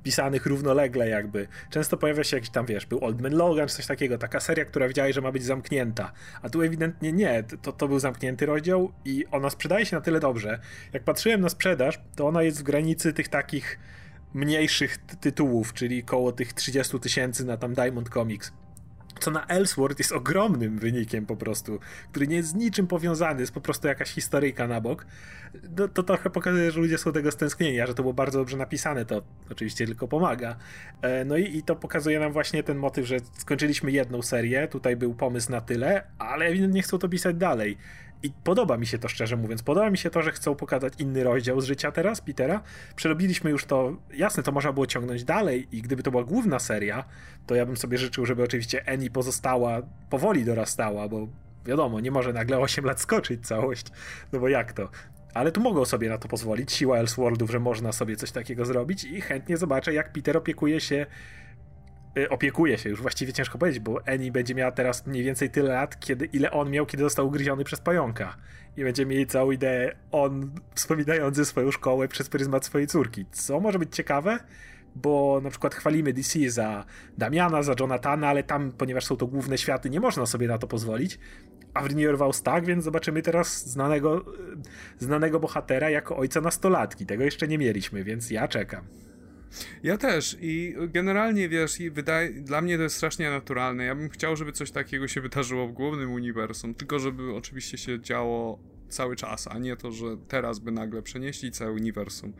pisanych równolegle jakby. Często pojawia się jakiś tam, wiesz, był Old Man Logan czy coś takiego, taka seria, która wiedziała, że ma być zamknięta, a tu ewidentnie nie, to, to był zamknięty rozdział i ona sprzedaje się na tyle dobrze. Jak patrzyłem na sprzedaż, to ona jest w granicy tych takich mniejszych ty- tytułów, czyli koło tych trzydzieści tysięcy na tam Diamond Comics. Co na Elseworld jest ogromnym wynikiem po prostu, który nie jest z niczym powiązany, jest po prostu jakaś historyjka na bok. To, to trochę pokazuje, że ludzie są tego stęsknieni, a że to było bardzo dobrze napisane, to oczywiście tylko pomaga. No i, i to pokazuje nam właśnie ten motyw, że skończyliśmy jedną serię, tutaj był pomysł na tyle, ale ewidentnie chcą to pisać dalej. I podoba mi się to, szczerze mówiąc. Podoba mi się to, że chcą pokazać inny rozdział z życia teraz, Petera. Przerobiliśmy już to, jasne, to można było ciągnąć dalej i gdyby to była główna seria, to ja bym sobie życzył, żeby oczywiście Annie pozostała, powoli dorastała, bo wiadomo, nie może nagle osiem lat skoczyć całość, no bo jak to? Ale tu mogą sobie na to pozwolić, siła Elseworldów, że można sobie coś takiego zrobić i chętnie zobaczę, jak Peter opiekuje się opiekuje się, już właściwie ciężko powiedzieć, bo Annie będzie miała teraz mniej więcej tyle lat, kiedy, ile on miał, kiedy został ugryziony przez pająka. I będzie mieli całą ideę on wspominający swoją szkołę przez pryzmat swojej córki. Co może być ciekawe, bo na przykład chwalimy D C za Damiana, za Jonathana, ale tam, ponieważ są to główne światy, nie można sobie na to pozwolić. A w Universe tak, więc zobaczymy teraz znanego, znanego bohatera jako ojca nastolatki. Tego jeszcze nie mieliśmy, więc ja czekam. Ja też i generalnie, wiesz, i wydaje, dla mnie to jest strasznie naturalne. Ja bym chciał, żeby coś takiego się wydarzyło w głównym uniwersum, tylko żeby oczywiście się działo cały czas, a nie to, że teraz by nagle przenieśli całe uniwersum.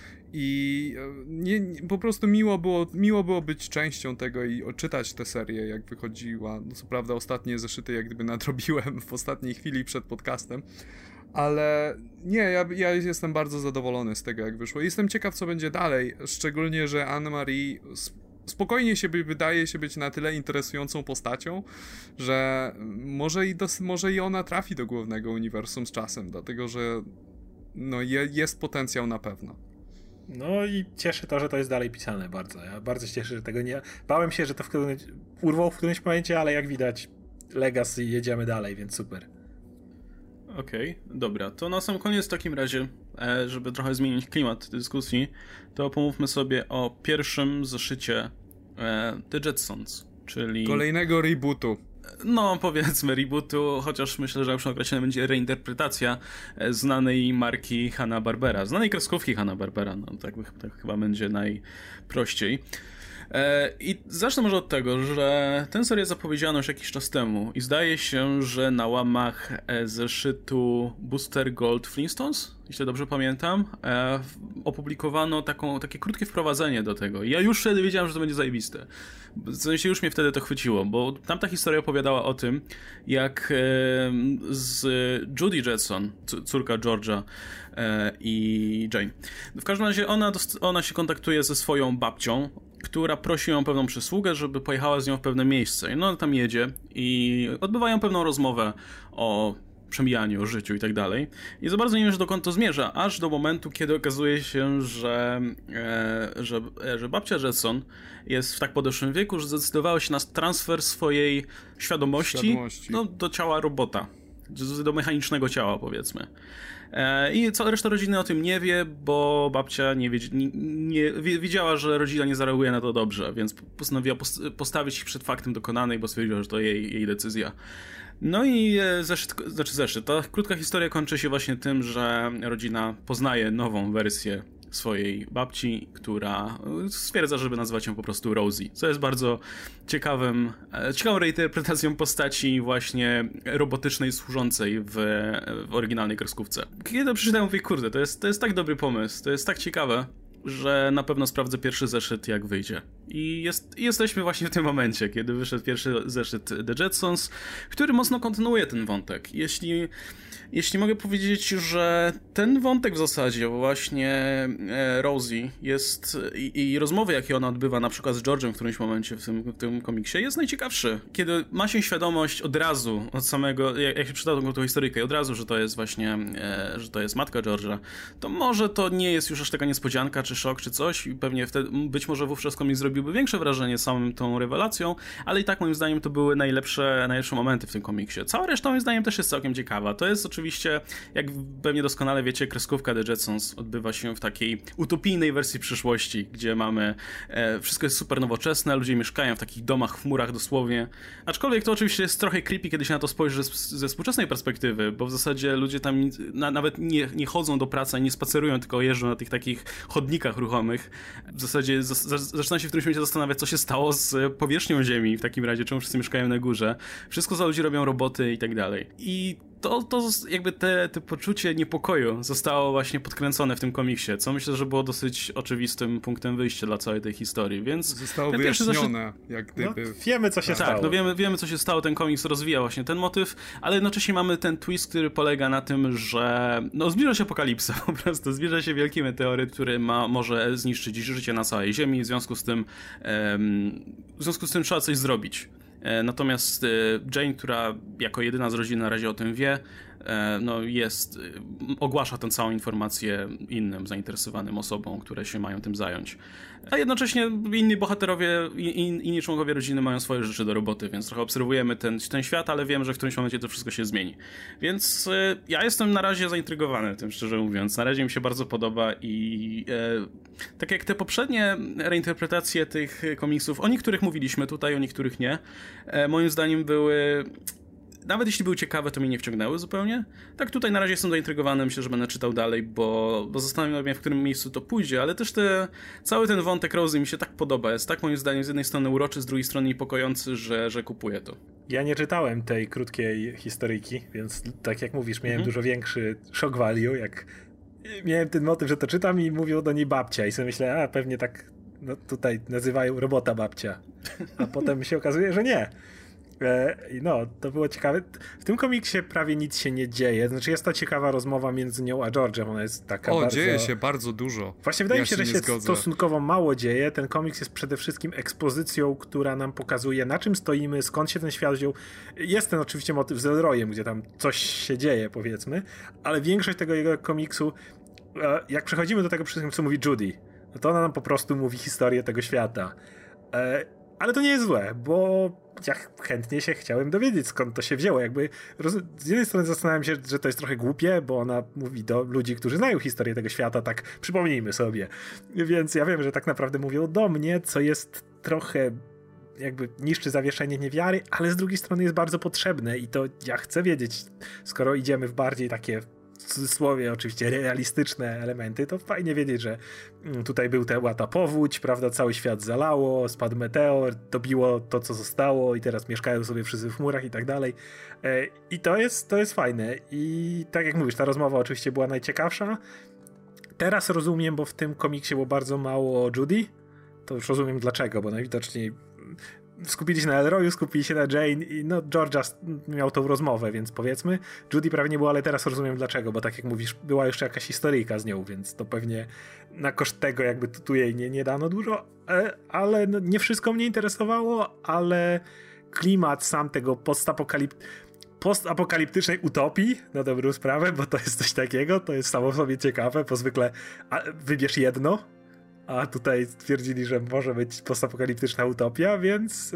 I nie, nie, po prostu miło było, miło było być częścią tego i odczytać tę serię, jak wychodziła. No co prawda ostatnie zeszyty jak gdyby nadrobiłem w ostatniej chwili przed podcastem, ale nie, ja, ja jestem bardzo zadowolony z tego, jak wyszło. Jestem ciekaw, co będzie dalej, szczególnie, że Anne-Marie spokojnie się by, wydaje się być na tyle interesującą postacią, że może i, dos, może i ona trafi do głównego uniwersum z czasem, dlatego że no, je, jest potencjał na pewno. No i cieszy to, że to jest dalej pisane bardzo. Ja bardzo się cieszę, że tego nie... Bałem się, że to w którymś... urwał w którymś momencie, ale jak widać Legacy jedziemy dalej, więc super. Okej, okay, dobra. To na sam koniec w takim razie, żeby trochę zmienić klimat dyskusji, to pomówmy sobie o pierwszym zeszycie The Jetsons, czyli... kolejnego rebootu. No, powiedzmy rebootu, chociaż myślę, że lepszą określeniem będzie reinterpretacja znanej marki Hanna-Barbera, znanej kreskówki Hanna-Barbera, no tak, tak chyba będzie najprościej. I zacznę może od tego, że tę serię zapowiedziano już jakiś czas temu i zdaje się, że na łamach zeszytu Booster Gold Flintstones, jeśli dobrze pamiętam, opublikowano taką, takie krótkie wprowadzenie do tego. Ja już wtedy wiedziałem, że to będzie zajebiste. W sensie już mnie wtedy to chwyciło, bo tamta historia opowiadała o tym, jak z Judy Jetson, córka George'a i Jane. W każdym razie ona, ona się kontaktuje ze swoją babcią, która prosi ją o pewną przysługę, żeby pojechała z nią w pewne miejsce. No ona tam jedzie i odbywają pewną rozmowę o przemijaniu, o życiu i tak dalej. I za bardzo nie wiesz, dokąd to zmierza, aż do momentu, kiedy okazuje się, że, e, że, e, że babcia Jetson jest w tak podeszłym wieku, że zdecydowała się na transfer swojej świadomości, świadomości. No, do ciała robota. Do mechanicznego ciała, powiedzmy. I cała reszta rodziny o tym nie wie, bo babcia nie, wiedz, nie, nie wiedziała, że rodzina nie zareaguje na to dobrze, więc postanowiła postawić ich przed faktem dokonanym, bo stwierdziła, że to jej, jej decyzja. No i zeszyt, znaczy zeszyt, ta krótka historia kończy się właśnie tym, że rodzina poznaje nową wersję swojej babci, która stwierdza, żeby nazwać ją po prostu Rosie, co jest bardzo ciekawym, ciekawą reinterpretacją postaci właśnie robotycznej, służącej w, w oryginalnej kreskówce. Kiedy to przeczytałem, mówię, kurde, to jest, to jest tak dobry pomysł, to jest tak ciekawe, że na pewno sprawdzę pierwszy zeszyt, jak wyjdzie. I jest, jesteśmy właśnie w tym momencie, kiedy wyszedł pierwszy zeszyt The Jetsons, który mocno kontynuuje ten wątek. Jeśli, jeśli mogę powiedzieć, że ten wątek w zasadzie właśnie e, Rosie jest i, i rozmowy, jakie ona odbywa na przykład z George'em w którymś momencie w tym, w tym komiksie, jest najciekawszy. Kiedy ma się świadomość od razu, od samego, jak, jak się czyta tą, tą historyjkę, od razu, że to jest właśnie, e, że to jest matka George'a, to może to nie jest już aż taka niespodzianka, czy szok, czy coś i pewnie wtedy, być może wówczas komiks zrobił zrobiłby większe wrażenie samą tą rewelacją, ale i tak moim zdaniem to były najlepsze, najlepsze momenty w tym komiksie. Cała reszta moim zdaniem też jest całkiem ciekawa. To jest oczywiście, jak pewnie doskonale wiecie, kreskówka The Jetsons odbywa się w takiej utopijnej wersji przyszłości, gdzie mamy, e, wszystko jest super nowoczesne, ludzie mieszkają w takich domach w chmurach dosłownie. Aczkolwiek to oczywiście jest trochę creepy, kiedy się na to spojrzy ze, ze współczesnej perspektywy, bo w zasadzie ludzie tam na, nawet nie, nie chodzą do pracy, nie spacerują, tylko jeżdżą na tych takich chodnikach ruchomych. W zasadzie z, z, zaczyna się w którymś momencie zastanawiać, co się stało z powierzchnią Ziemi w takim razie, czemu wszyscy mieszkają na górze. Wszystko za ludzi robią roboty i tak dalej. I to, to jakby te, te poczucie niepokoju zostało właśnie podkręcone w tym komiksie, co myślę, że było dosyć oczywistym punktem wyjścia dla całej tej historii, więc... Zostało wyjaśnione, jak gdyby... No, wiemy, co się tak, stało. Tak, no wiemy, wiemy, co się stało, ten komiks rozwija właśnie ten motyw, ale jednocześnie mamy ten twist, który polega na tym, że no zbliża się apokalipsa po prostu, zbliża się wielki meteoryt, który ma, może zniszczyć życie na całej Ziemi, w związku z tym, em, w związku z tym trzeba coś zrobić. Natomiast Jane, która jako jedyna z rodziny na razie o tym wie, no jest, ogłasza tę całą informację innym zainteresowanym osobom, które się mają tym zająć. A jednocześnie inni bohaterowie, in, inni członkowie rodziny mają swoje rzeczy do roboty, więc trochę obserwujemy ten, ten świat, ale wiem, że w którymś momencie to wszystko się zmieni. Więc e, ja jestem na razie zaintrygowany tym, szczerze mówiąc. Na razie mi się bardzo podoba i e, tak jak te poprzednie reinterpretacje tych komiksów, o niektórych mówiliśmy tutaj, o niektórych nie, e, moim zdaniem były... Nawet jeśli były ciekawe, to mnie nie wciągnęły zupełnie. Tak tutaj na razie jestem zaintrygowany, myślę, że będę czytał dalej, bo, bo zastanawiam się, w którym miejscu to pójdzie, ale też te, cały ten wątek Rosie mi się tak podoba. Jest tak moim zdaniem z jednej strony uroczy, z drugiej strony niepokojący, że, że kupuję to. Ja nie czytałem tej krótkiej historyjki, więc tak jak mówisz, miałem mhm. dużo większy shock value, jak miałem ten motyw, że to czytam i mówią do niej babcia i sobie myślę, a pewnie tak no, tutaj nazywają robota babcia. A potem się okazuje, że nie. No, to było ciekawe. W tym komiksie prawie nic się nie dzieje. Znaczy jest ta ciekawa rozmowa między nią a George'em. Ona jest taka O, bardzo... dzieje się bardzo dużo. Właśnie wydaje ja mi się, się że się zgodzę. stosunkowo mało dzieje. Ten komiks jest przede wszystkim ekspozycją, która nam pokazuje, na czym stoimy, skąd się ten świat wziął. Jest ten oczywiście motyw z Elroyem, gdzie tam coś się dzieje, powiedzmy, ale większość tego jego komiksu, jak przechodzimy do tego wszystkiego, co mówi Judy, no to ona nam po prostu mówi historię tego świata. Ale to nie jest złe, bo ja chętnie się chciałem dowiedzieć, skąd to się wzięło. Jakby roz... Z jednej strony zastanawiam się, że to jest trochę głupie, bo ona mówi do ludzi, którzy znają historię tego świata, tak przypomnijmy sobie. Więc ja wiem, że tak naprawdę mówią do mnie, co jest trochę jakby niszczy zawieszenie niewiary, ale z drugiej strony jest bardzo potrzebne i to ja chcę wiedzieć, skoro idziemy w bardziej takie w cudzysłowie oczywiście realistyczne elementy, to fajnie wiedzieć, że tutaj był była ta powódź, prawda, cały świat zalało, spadł meteor, dobiło to, co zostało i teraz mieszkają sobie wszyscy w chmurach i tak dalej. I to jest, to jest fajne. I tak jak mówisz, ta rozmowa oczywiście była najciekawsza. Teraz rozumiem, bo w tym komiksie było bardzo mało Judy. To już rozumiem dlaczego, bo najwidoczniej skupili się na Elroyu, skupili się na Jane i no George'a miał tą rozmowę, więc powiedzmy. Judy prawie nie było, ale teraz rozumiem dlaczego, bo tak jak mówisz, była jeszcze jakaś historyjka z nią, więc to pewnie na koszt tego jakby tu jej nie, nie dano dużo, ale no, nie wszystko mnie interesowało, ale klimat sam tego postapokalip... postapokaliptycznej utopii, na dobrą sprawę, bo to jest coś takiego, to jest samo w sobie ciekawe, bo zwykle a, wybierz jedno, a tutaj stwierdzili, że może być postapokaliptyczna utopia, więc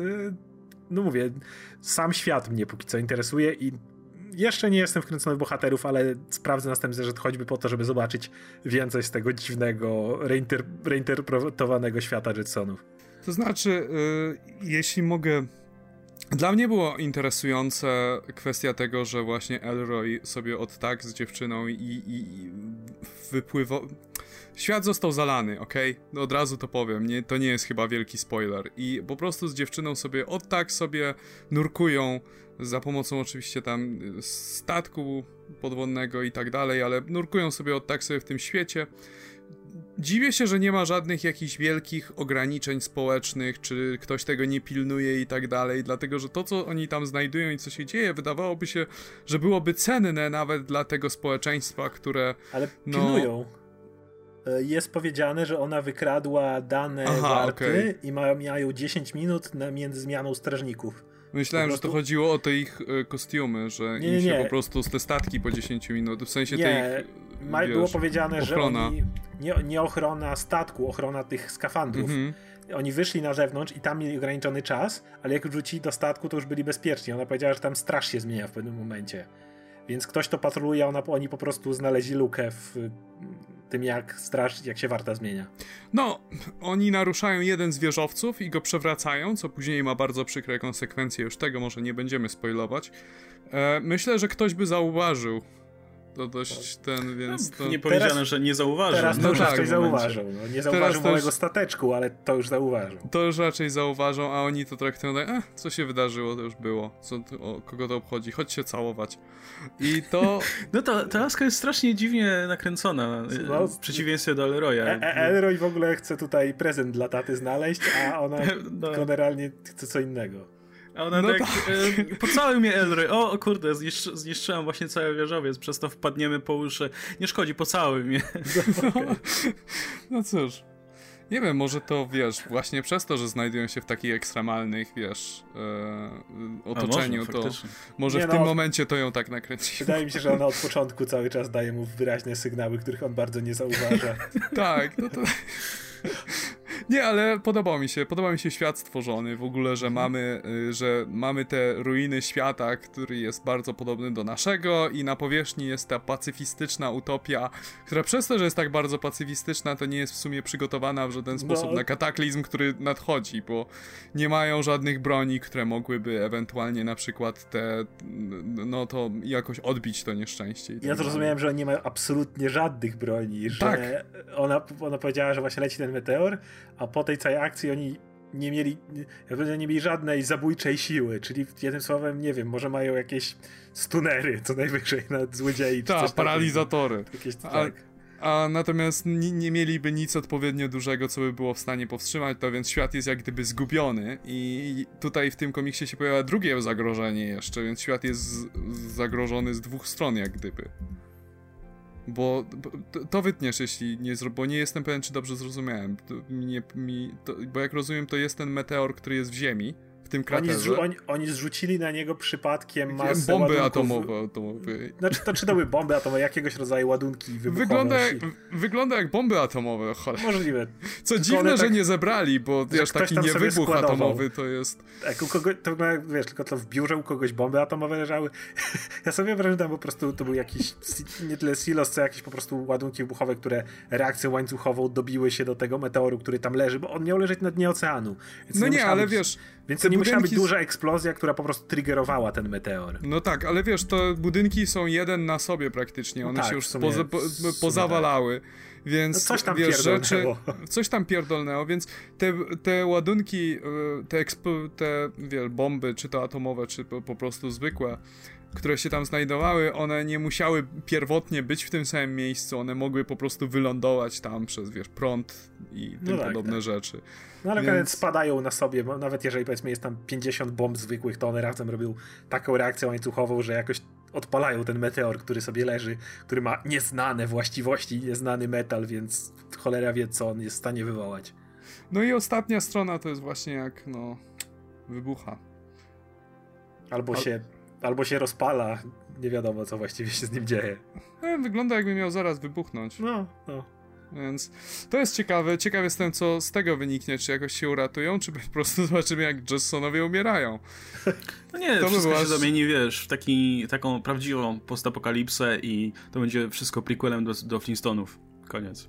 no mówię, sam świat mnie póki co interesuje i jeszcze nie jestem wkręcony w bohaterów, ale sprawdzę następnie, że choćby po to, żeby zobaczyć więcej z tego dziwnego, reinter- reinterpretowanego świata Jetsonów. To znaczy, yy, jeśli mogę... Dla mnie było interesujące kwestia tego, że właśnie Elroy sobie od tak z dziewczyną i, i, i wypływał... Świat został zalany, okej? Okay? No od razu to powiem, nie, to nie jest chyba wielki spoiler. I po prostu z dziewczyną sobie od tak sobie nurkują za pomocą oczywiście tam statku podwodnego i tak dalej, ale nurkują sobie od tak sobie w tym świecie. Dziwię się, że nie ma żadnych jakichś wielkich ograniczeń społecznych, czy ktoś tego nie pilnuje i tak dalej, dlatego że to, co oni tam znajdują i co się dzieje, wydawałoby się, że byłoby cenne nawet dla tego społeczeństwa, które... Ale pilnują. No, jest powiedziane, że ona wykradła dane Aha, warty okay. i ma, mają dziesięć minut na, między zmianą strażników. Myślałem, że to chodziło o te ich y, kostiumy, że nie, im się nie. po prostu te statki po dziesięć minut, w sensie nie. te ich Ma, wiesz, było powiedziane, ochrona. że oni, nie, nie ochrona statku, ochrona tych skafandrów. Mhm. Oni wyszli na zewnątrz i tam mieli ograniczony czas, ale jak wrócili do statku, to już byli bezpieczni. Ona powiedziała, że tam straż się zmienia w pewnym momencie. Więc ktoś to patroluje, ona, oni po prostu znaleźli lukę w tym, jak straż, jak się warta zmienia. No, oni naruszają jeden z wieżowców i go przewracają, co później ma bardzo przykre konsekwencje. Już tego może nie będziemy spoilować. E, myślę, że ktoś by zauważył. To dość ten, więc to... Nie powiedziano, teraz, że nie zauważył. Teraz to no już tak, ktoś zauważył. No, nie zauważył małego już... stateczku, ale to już zauważył. To już raczej zauważą, a oni to traktują tak, eh, co się wydarzyło, to już było. Co, o, kogo to obchodzi? Chodź się całować. I to... No to ta laska jest strasznie dziwnie nakręcona, no, w przeciwieństwie do Elroya. E- e- Elroy w ogóle chce tutaj prezent dla taty znaleźć, a ona no. generalnie chce co innego. A ona no tak, tak. E, pocałuj mnie Elroy, o, o kurde, zniszczy, zniszczyłam właśnie cały wieżowiec, przez to wpadniemy po uszy. Nie szkodzi, pocałuj mnie. No, no cóż, nie wiem, może to, wiesz, właśnie przez to, że znajdują się w takich ekstremalnych, wiesz, e, otoczeniu, może, to faktycznie. może nie w no, tym momencie to ją tak nakręci. Wydaje mi się, że ona od początku cały czas daje mu wyraźne sygnały, których on bardzo nie zauważa. Tak, no to... Nie, ale podobał mi się, podoba mi się świat stworzony w ogóle, że mamy, że mamy te ruiny świata, który jest bardzo podobny do naszego i na powierzchni jest ta pacyfistyczna utopia, która przez to, że jest tak bardzo pacyfistyczna, to nie jest w sumie przygotowana w żaden sposób no. na kataklizm, który nadchodzi, bo nie mają żadnych broni, które mogłyby ewentualnie na przykład te, no to jakoś odbić to nieszczęście. I tak ja zrozumiałem, że oni nie mają absolutnie żadnych broni, że tak. ona, ona powiedziała, że właśnie leci ten meteor, a po tej całej akcji oni nie mieli, nie mieli żadnej zabójczej siły, czyli jednym słowem, nie wiem, może mają jakieś stunery, co najwyżej na złodziei. Tak, paralizatory. Jakieś, a, tak. a natomiast nie, nie mieliby nic odpowiednio dużego, co by było w stanie powstrzymać to, więc świat jest jak gdyby zgubiony i tutaj w tym komiksie się pojawia drugie zagrożenie jeszcze, więc świat jest z, zagrożony z dwóch stron jak gdyby. Bo to, to wytniesz, jeśli nie zro... bo nie jestem pewien, czy dobrze zrozumiałem. To, nie, mi, to, bo jak rozumiem, to jest ten meteor, który jest w ziemi, w tym kraterze. Oni, zrzu- oni, oni zrzucili na niego przypadkiem masę bomby ładunków. atomowe. atomowe. Znaczy, to czy to były bomby atomowe, jakiegoś rodzaju ładunki wybuchowe? Wygląda jak, wygląda jak bomby atomowe, cholera. Możliwe. Co Tylko dziwne, tak, że nie zebrali, bo wiesz, taki niewybuch atomowy to jest... Tak, u kogo, to wiesz, tylko to w biurze u kogoś bomby atomowe leżały. Ja sobie wrażę, tam po prostu to był jakiś, nie tyle silos, co jakieś po prostu ładunki wybuchowe, które reakcją łańcuchową dobiły się do tego meteoru, który tam leży, bo on miał leżeć na dnie oceanu. Więc no nie, nie ale być, wiesz... Więc to nie musiała być duża eksplozja, która po prostu triggerowała ten meteor. No tak, ale wiesz, to budynki są jeden na sobie praktycznie, one no tak, się już sumie, poza, po, pozawalały, tak. Więc no coś tam wiesz, rzeczy, coś tam pierdolnęło, więc te, te ładunki, te, ekspo, te wiesz, bomby, czy to atomowe, czy po, po prostu zwykłe, które się tam znajdowały, one nie musiały pierwotnie być w tym samym miejscu, one mogły po prostu wylądować tam przez, wiesz, prąd i tym no tak, podobne tak. rzeczy. No ale Więc... spadają na sobie, nawet jeżeli powiedzmy jest tam pięćdziesiąt bomb zwykłych, to one razem robią taką reakcję łańcuchową, że jakoś odpalają ten meteor, który sobie leży, który ma nieznane właściwości, nieznany metal, więc cholera wie, co on jest w stanie wywołać. No i ostatnia strona to jest właśnie jak, no, wybucha. Albo Al... się Albo się rozpala, nie wiadomo, co właściwie się z nim dzieje. No, wygląda, jakby miał zaraz wybuchnąć. No, no. Więc to jest ciekawe. Ciekaw jestem, co z tego wyniknie. Czy jakoś się uratują, czy po prostu zobaczymy, jak Jassonowie umierają. No nie, to wszystko by się zamieni, wiesz, w taki, taką prawdziwą postapokalipsę i to będzie wszystko prequelem do, do Flintstonów. Koniec.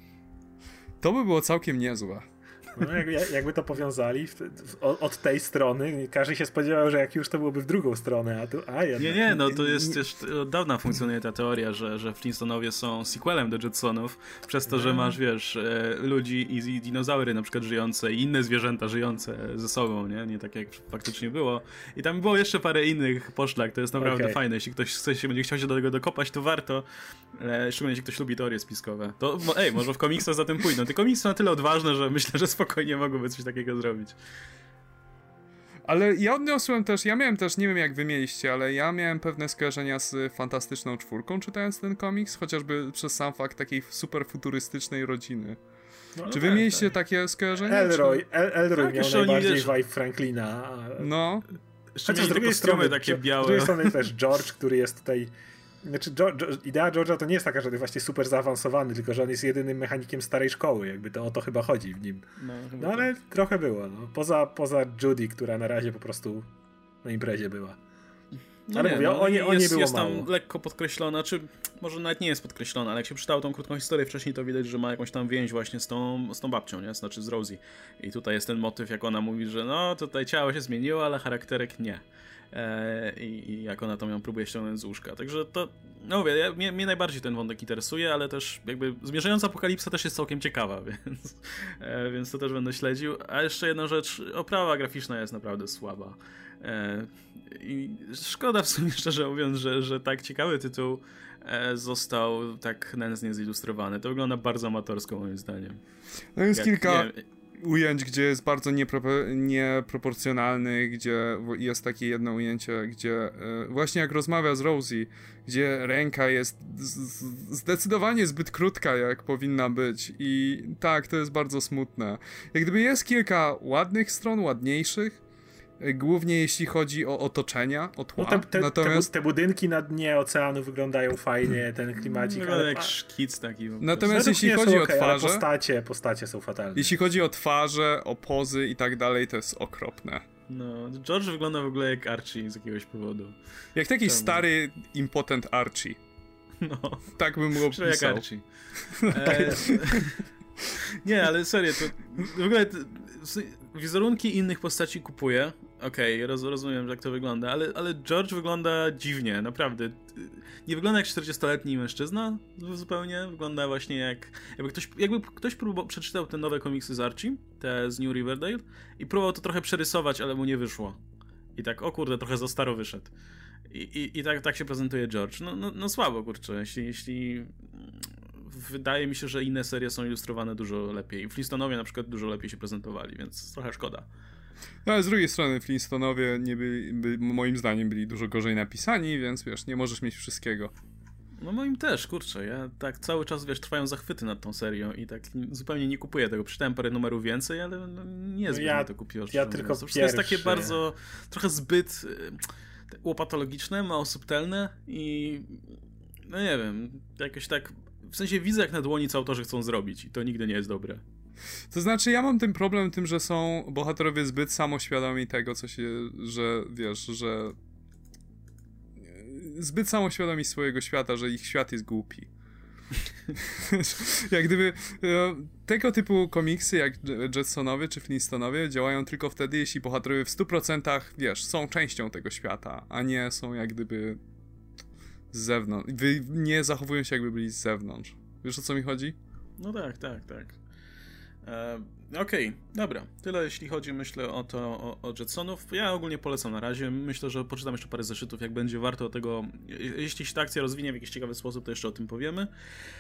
To by było całkiem niezłe. No, jak, jakby to powiązali w, w, od tej strony, każdy się spodziewał, że jak już to byłoby w drugą stronę, a tu a jednak. Nie, nie, no to jest też od dawna funkcjonuje ta teoria, że, że Flintstonowie są sequelem do Jetsonów, przez to, że masz, wiesz, ludzi i, i dinozaury na przykład żyjące i inne zwierzęta żyjące ze sobą, nie? Nie tak jak faktycznie było. I tam było jeszcze parę innych poszlak, to jest naprawdę okay. fajne. Jeśli ktoś chce się, będzie chciał się do tego dokopać, to warto. Szczególnie jeśli ktoś lubi teorie spiskowe. To ej, może w komiksach za tym pójdą. Te komiksy są na tyle odważne, że myślę, że spokojnie mogłyby coś takiego zrobić. Ale ja odniosłem też, ja miałem też, nie wiem jak wy mieliście, ale ja miałem pewne skojarzenia z Fantastyczną Czwórką, czytając ten komiks, chociażby przez sam fakt takiej super futurystycznej rodziny. No, czy wy tak, mieliście tak. takie skojarzenia? Elroy, El, Elroy tak, miał najbardziej wiesz... vibe Franklina. No. Jeszcze z drugiej strony takie białe. Z drugiej strony też George, który jest tutaj Znaczy, jo, jo, idea George'a to nie jest taka, że on jest właśnie super zaawansowany, tylko że on jest jedynym mechanikiem starej szkoły, jakby to o to chyba chodzi w nim. No, no ale tak. Trochę było, no. Poza, poza Judy, która na razie po prostu na imprezie była. No ale nie, mówię, no, o, nie, o nie jest, było jest tam mało. lekko podkreślona, czy może nawet nie jest podkreślona, ale jak się przeczytało tą krótką historię wcześniej, to widać, że ma jakąś tam więź właśnie z tą, z tą babcią, nie? Znaczy z Rosie. I tutaj jest ten motyw, jak ona mówi, że no tutaj ciało się zmieniło, ale charakterek nie. I, i jak ona to ją próbuje ściągnąć z łóżka. Także to, no mówię, ja, mnie, mnie najbardziej ten wątek interesuje, ale też jakby zmierzająca apokalipsa też jest całkiem ciekawa, więc, e, więc to też będę śledził. A jeszcze jedna rzecz, oprawa graficzna jest naprawdę słaba. E, I szkoda w sumie, szczerze mówiąc, że, że tak ciekawy tytuł e, został tak nędznie zilustrowany. To wygląda bardzo amatorsko moim zdaniem. No jest jak, kilka... Nie, ujęć, gdzie jest bardzo niepro- nieproporcjonalny, gdzie jest takie jedno ujęcie, gdzie y, właśnie jak rozmawia z Rosie, gdzie ręka jest z- zdecydowanie zbyt krótka, jak powinna być i tak, to jest bardzo smutne. Jak gdyby jest kilka ładnych stron, ładniejszych, głównie jeśli chodzi o otoczenia, o tła. No te, te, Natomiast... te budynki na dnie oceanu wyglądają fajnie, ten klimacik. Wygląda jak szkic taki. Natomiast jeśli chodzi okay, o twarze... Postacie, postacie są fatalne. Jeśli chodzi o twarze, o pozy i tak dalej, to jest okropne. No, George wygląda w ogóle jak Archie z jakiegoś powodu. Jak taki Czemu? stary, impotent Archie. No. Tak bym go opisał. Jak Archie. E... Nie, ale serio, to w ogóle to, wizerunki innych postaci kupuję. Okej, okay, roz, rozumiem, jak to wygląda, ale, ale George wygląda dziwnie, naprawdę. Nie wygląda jak czterdziestoletni mężczyzna zupełnie, wygląda właśnie jak... Jakby ktoś, jakby ktoś próbował, przeczytał te nowe komiksy z Archie, te z New Riverdale i próbował to trochę przerysować, ale mu nie wyszło. I tak, o kurde, trochę za staro wyszedł. I, i, i tak, tak się prezentuje George. No, no, no słabo, kurczę, jeśli... jeśli... Wydaje mi się, że inne serie są ilustrowane dużo lepiej. Flintstonowie na przykład dużo lepiej się prezentowali, więc trochę szkoda. No ale z drugiej strony Flintstonowie nie byli, by, moim zdaniem byli dużo gorzej napisani, więc wiesz, nie możesz mieć wszystkiego. No moim też, kurczę, ja tak cały czas, wiesz, trwają zachwyty nad tą serią i tak zupełnie nie kupuję tego. Przeczytałem parę numerów więcej, ale no nie zbyt ja, mnie to kupiło. Ja tylko to wszystko jest takie bardzo, trochę zbyt y, łopatologiczne, mało subtelne i no nie wiem, jakoś tak, w sensie widzę jak na dłoni co autorzy chcą zrobić i to nigdy nie jest dobre. To znaczy ja mam ten problem tym, że są bohaterowie zbyt samoświadomi tego, co się, że wiesz, że zbyt samoświadomi swojego świata, że ich świat jest głupi. Jak gdyby tego typu komiksy jak Jetsonowie czy Flintstonowie działają tylko wtedy, jeśli bohaterowie w stu procentach, wiesz, są częścią tego świata, a nie są jak gdyby z zewnątrz. Nie zachowują się jakby byli z zewnątrz. Wiesz, o co mi chodzi? No tak, tak, tak. E, Okej, okay, dobra. Tyle jeśli chodzi, myślę, o to, o, o Jetsonów. Ja ogólnie polecam na razie. Myślę, że poczytam jeszcze parę zeszytów, jak będzie warto tego... Jeśli się ta akcja rozwinie w jakiś ciekawy sposób, to jeszcze o tym powiemy.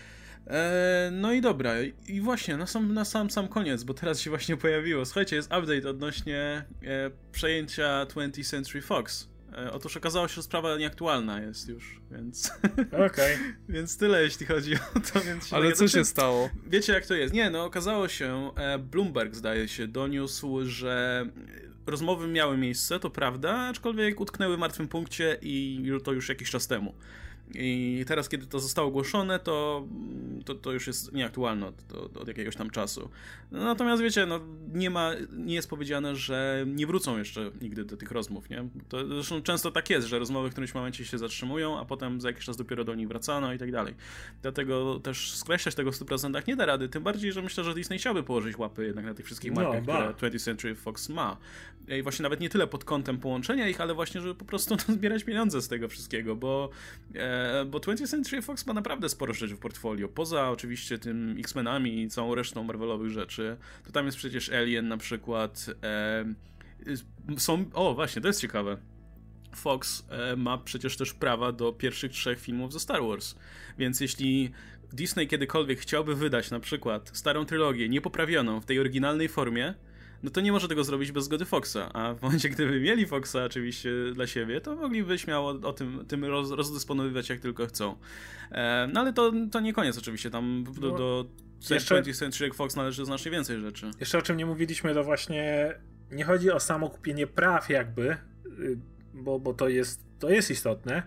E, no i dobra. I właśnie, na sam, na sam, sam koniec, bo teraz się właśnie pojawiło. Słuchajcie, jest update odnośnie e, przejęcia twentieth Century Fox. Otóż okazało się, że sprawa nieaktualna jest już, więc... Okej. Okay. Więc tyle, jeśli chodzi o to, więc... Ale co się stało? Wiecie, jak to jest? Nie, no okazało się, Bloomberg, zdaje się, doniósł, że rozmowy miały miejsce, to prawda, aczkolwiek utknęły w martwym punkcie i to już jakiś czas temu. I teraz, kiedy to zostało ogłoszone, to, to, to już jest nieaktualne od, od, od jakiegoś tam czasu. Natomiast wiecie, no, nie ma, nie jest powiedziane, że nie wrócą jeszcze nigdy do tych rozmów, nie? To zresztą często tak jest, że rozmowy w którymś momencie się zatrzymują, a potem za jakiś czas dopiero do nich wracano i tak dalej. Dlatego też skreślać tego w stu procentach nie da rady, tym bardziej, że myślę, że Disney chciałby położyć łapy jednak na tych wszystkich markach, no, które twentieth Century Fox ma. I właśnie nawet nie tyle pod kątem połączenia ich, ale właśnie, żeby po prostu zbierać pieniądze z tego wszystkiego, bo e, bo twentieth Century Fox ma naprawdę sporo rzeczy w portfolio. Poza oczywiście tym X-Menami i całą resztą Marvelowych rzeczy, to tam jest przecież Alien na przykład. E, są, o właśnie, to jest ciekawe. Fox e, ma przecież też prawa do pierwszych trzech filmów ze Star Wars. Więc jeśli Disney kiedykolwiek chciałby wydać na przykład starą trylogię niepoprawioną w tej oryginalnej formie, no to nie może tego zrobić bez zgody Foxa, a w momencie, gdyby mieli Foxa oczywiście dla siebie, to mogliby śmiało o tym, tym roz, rozdysponowywać jak tylko chcą. E, no ale to, to nie koniec oczywiście, tam do, do twentieth Century Fox należy znacznie więcej rzeczy. Jeszcze o czym nie mówiliśmy, to właśnie nie chodzi o samo kupienie praw jakby, bo, bo to jest, to jest istotne,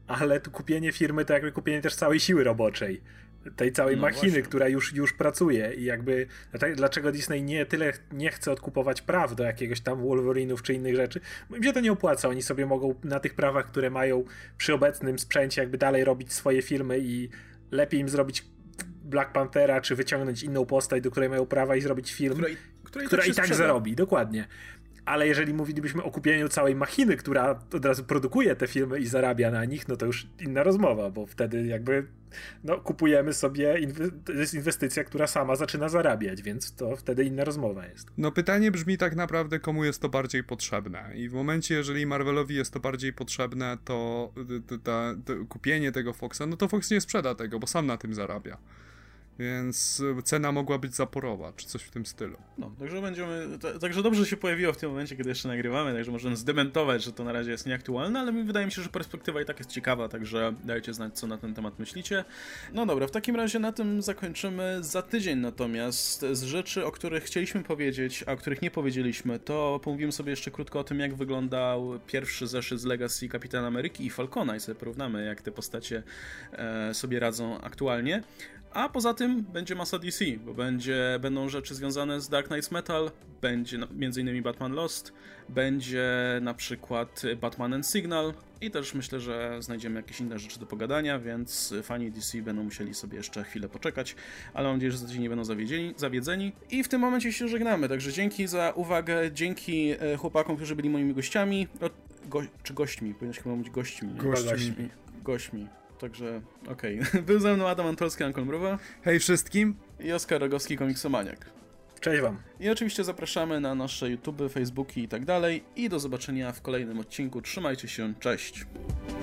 ale tu kupienie firmy to jakby kupienie też całej siły roboczej. Tej całej No machiny, właśnie. która już, już pracuje i jakby dlaczego Disney nie tyle nie chce odkupować praw do jakiegoś tam Wolverinów czy innych rzeczy, bo im się to nie opłaca, oni sobie mogą na tych prawach, które mają przy obecnym sprzęcie jakby dalej robić swoje filmy i lepiej im zrobić Black Panthera, czy wyciągnąć inną postać, do której mają prawa i zrobić film, Która i, która i która tak, i tak sprzeda. zarobi, dokładnie. Ale jeżeli mówilibyśmy o kupieniu całej machiny, która od razu produkuje te filmy i zarabia na nich, no to już inna rozmowa, bo wtedy jakby no, kupujemy sobie, inwe- to jest inwestycja, która sama zaczyna zarabiać, więc to wtedy inna rozmowa jest. No pytanie brzmi tak naprawdę, komu jest to bardziej potrzebne. I w momencie, jeżeli Marvelowi jest to bardziej potrzebne, to, to, to, to kupienie tego Foxa, no to Fox nie sprzeda tego, bo sam na tym zarabia. Więc cena mogła być zaporowa, czy coś w tym stylu. No, także będziemy. To, także dobrze się pojawiło w tym momencie, kiedy jeszcze nagrywamy, także możemy zdementować, że to na razie jest nieaktualne, ale mi wydaje mi się, że perspektywa i tak jest ciekawa, także dajcie znać, co na ten temat myślicie. No dobra, w takim razie na tym zakończymy za tydzień, natomiast z rzeczy, o których chcieliśmy powiedzieć, a o których nie powiedzieliśmy, to pomówimy sobie jeszcze krótko o tym, jak wyglądał pierwszy zeszyt z Legacy Kapitana Ameryki i Falcona i sobie porównamy, jak te postacie e, sobie radzą aktualnie. A poza tym będzie masa D C, bo będzie, będą rzeczy związane z Dark Knights Metal, będzie no, między innymi Batman Lost, będzie na przykład Batman and Signal i też myślę, że znajdziemy jakieś inne rzeczy do pogadania, więc fani D C będą musieli sobie jeszcze chwilę poczekać, ale mam nadzieję, że za tydzień nie będą zawiedzeni, zawiedzeni. I w tym momencie się żegnamy, także dzięki za uwagę, dzięki chłopakom, którzy byli moimi gościami, o, go, czy gośćmi, powinien chyba mówić gośćmi. Nie? Gośćmi. Gośćmi. Gośćmi. Także okej. Okay. Był ze mną Adam Antolski, Ankol Mruwa. Hej wszystkim! I Oskar Rogowski, Komiksomaniak. Cześć wam. I oczywiście zapraszamy na nasze YouTube, Facebooki i tak dalej. I do zobaczenia w kolejnym odcinku. Trzymajcie się, cześć!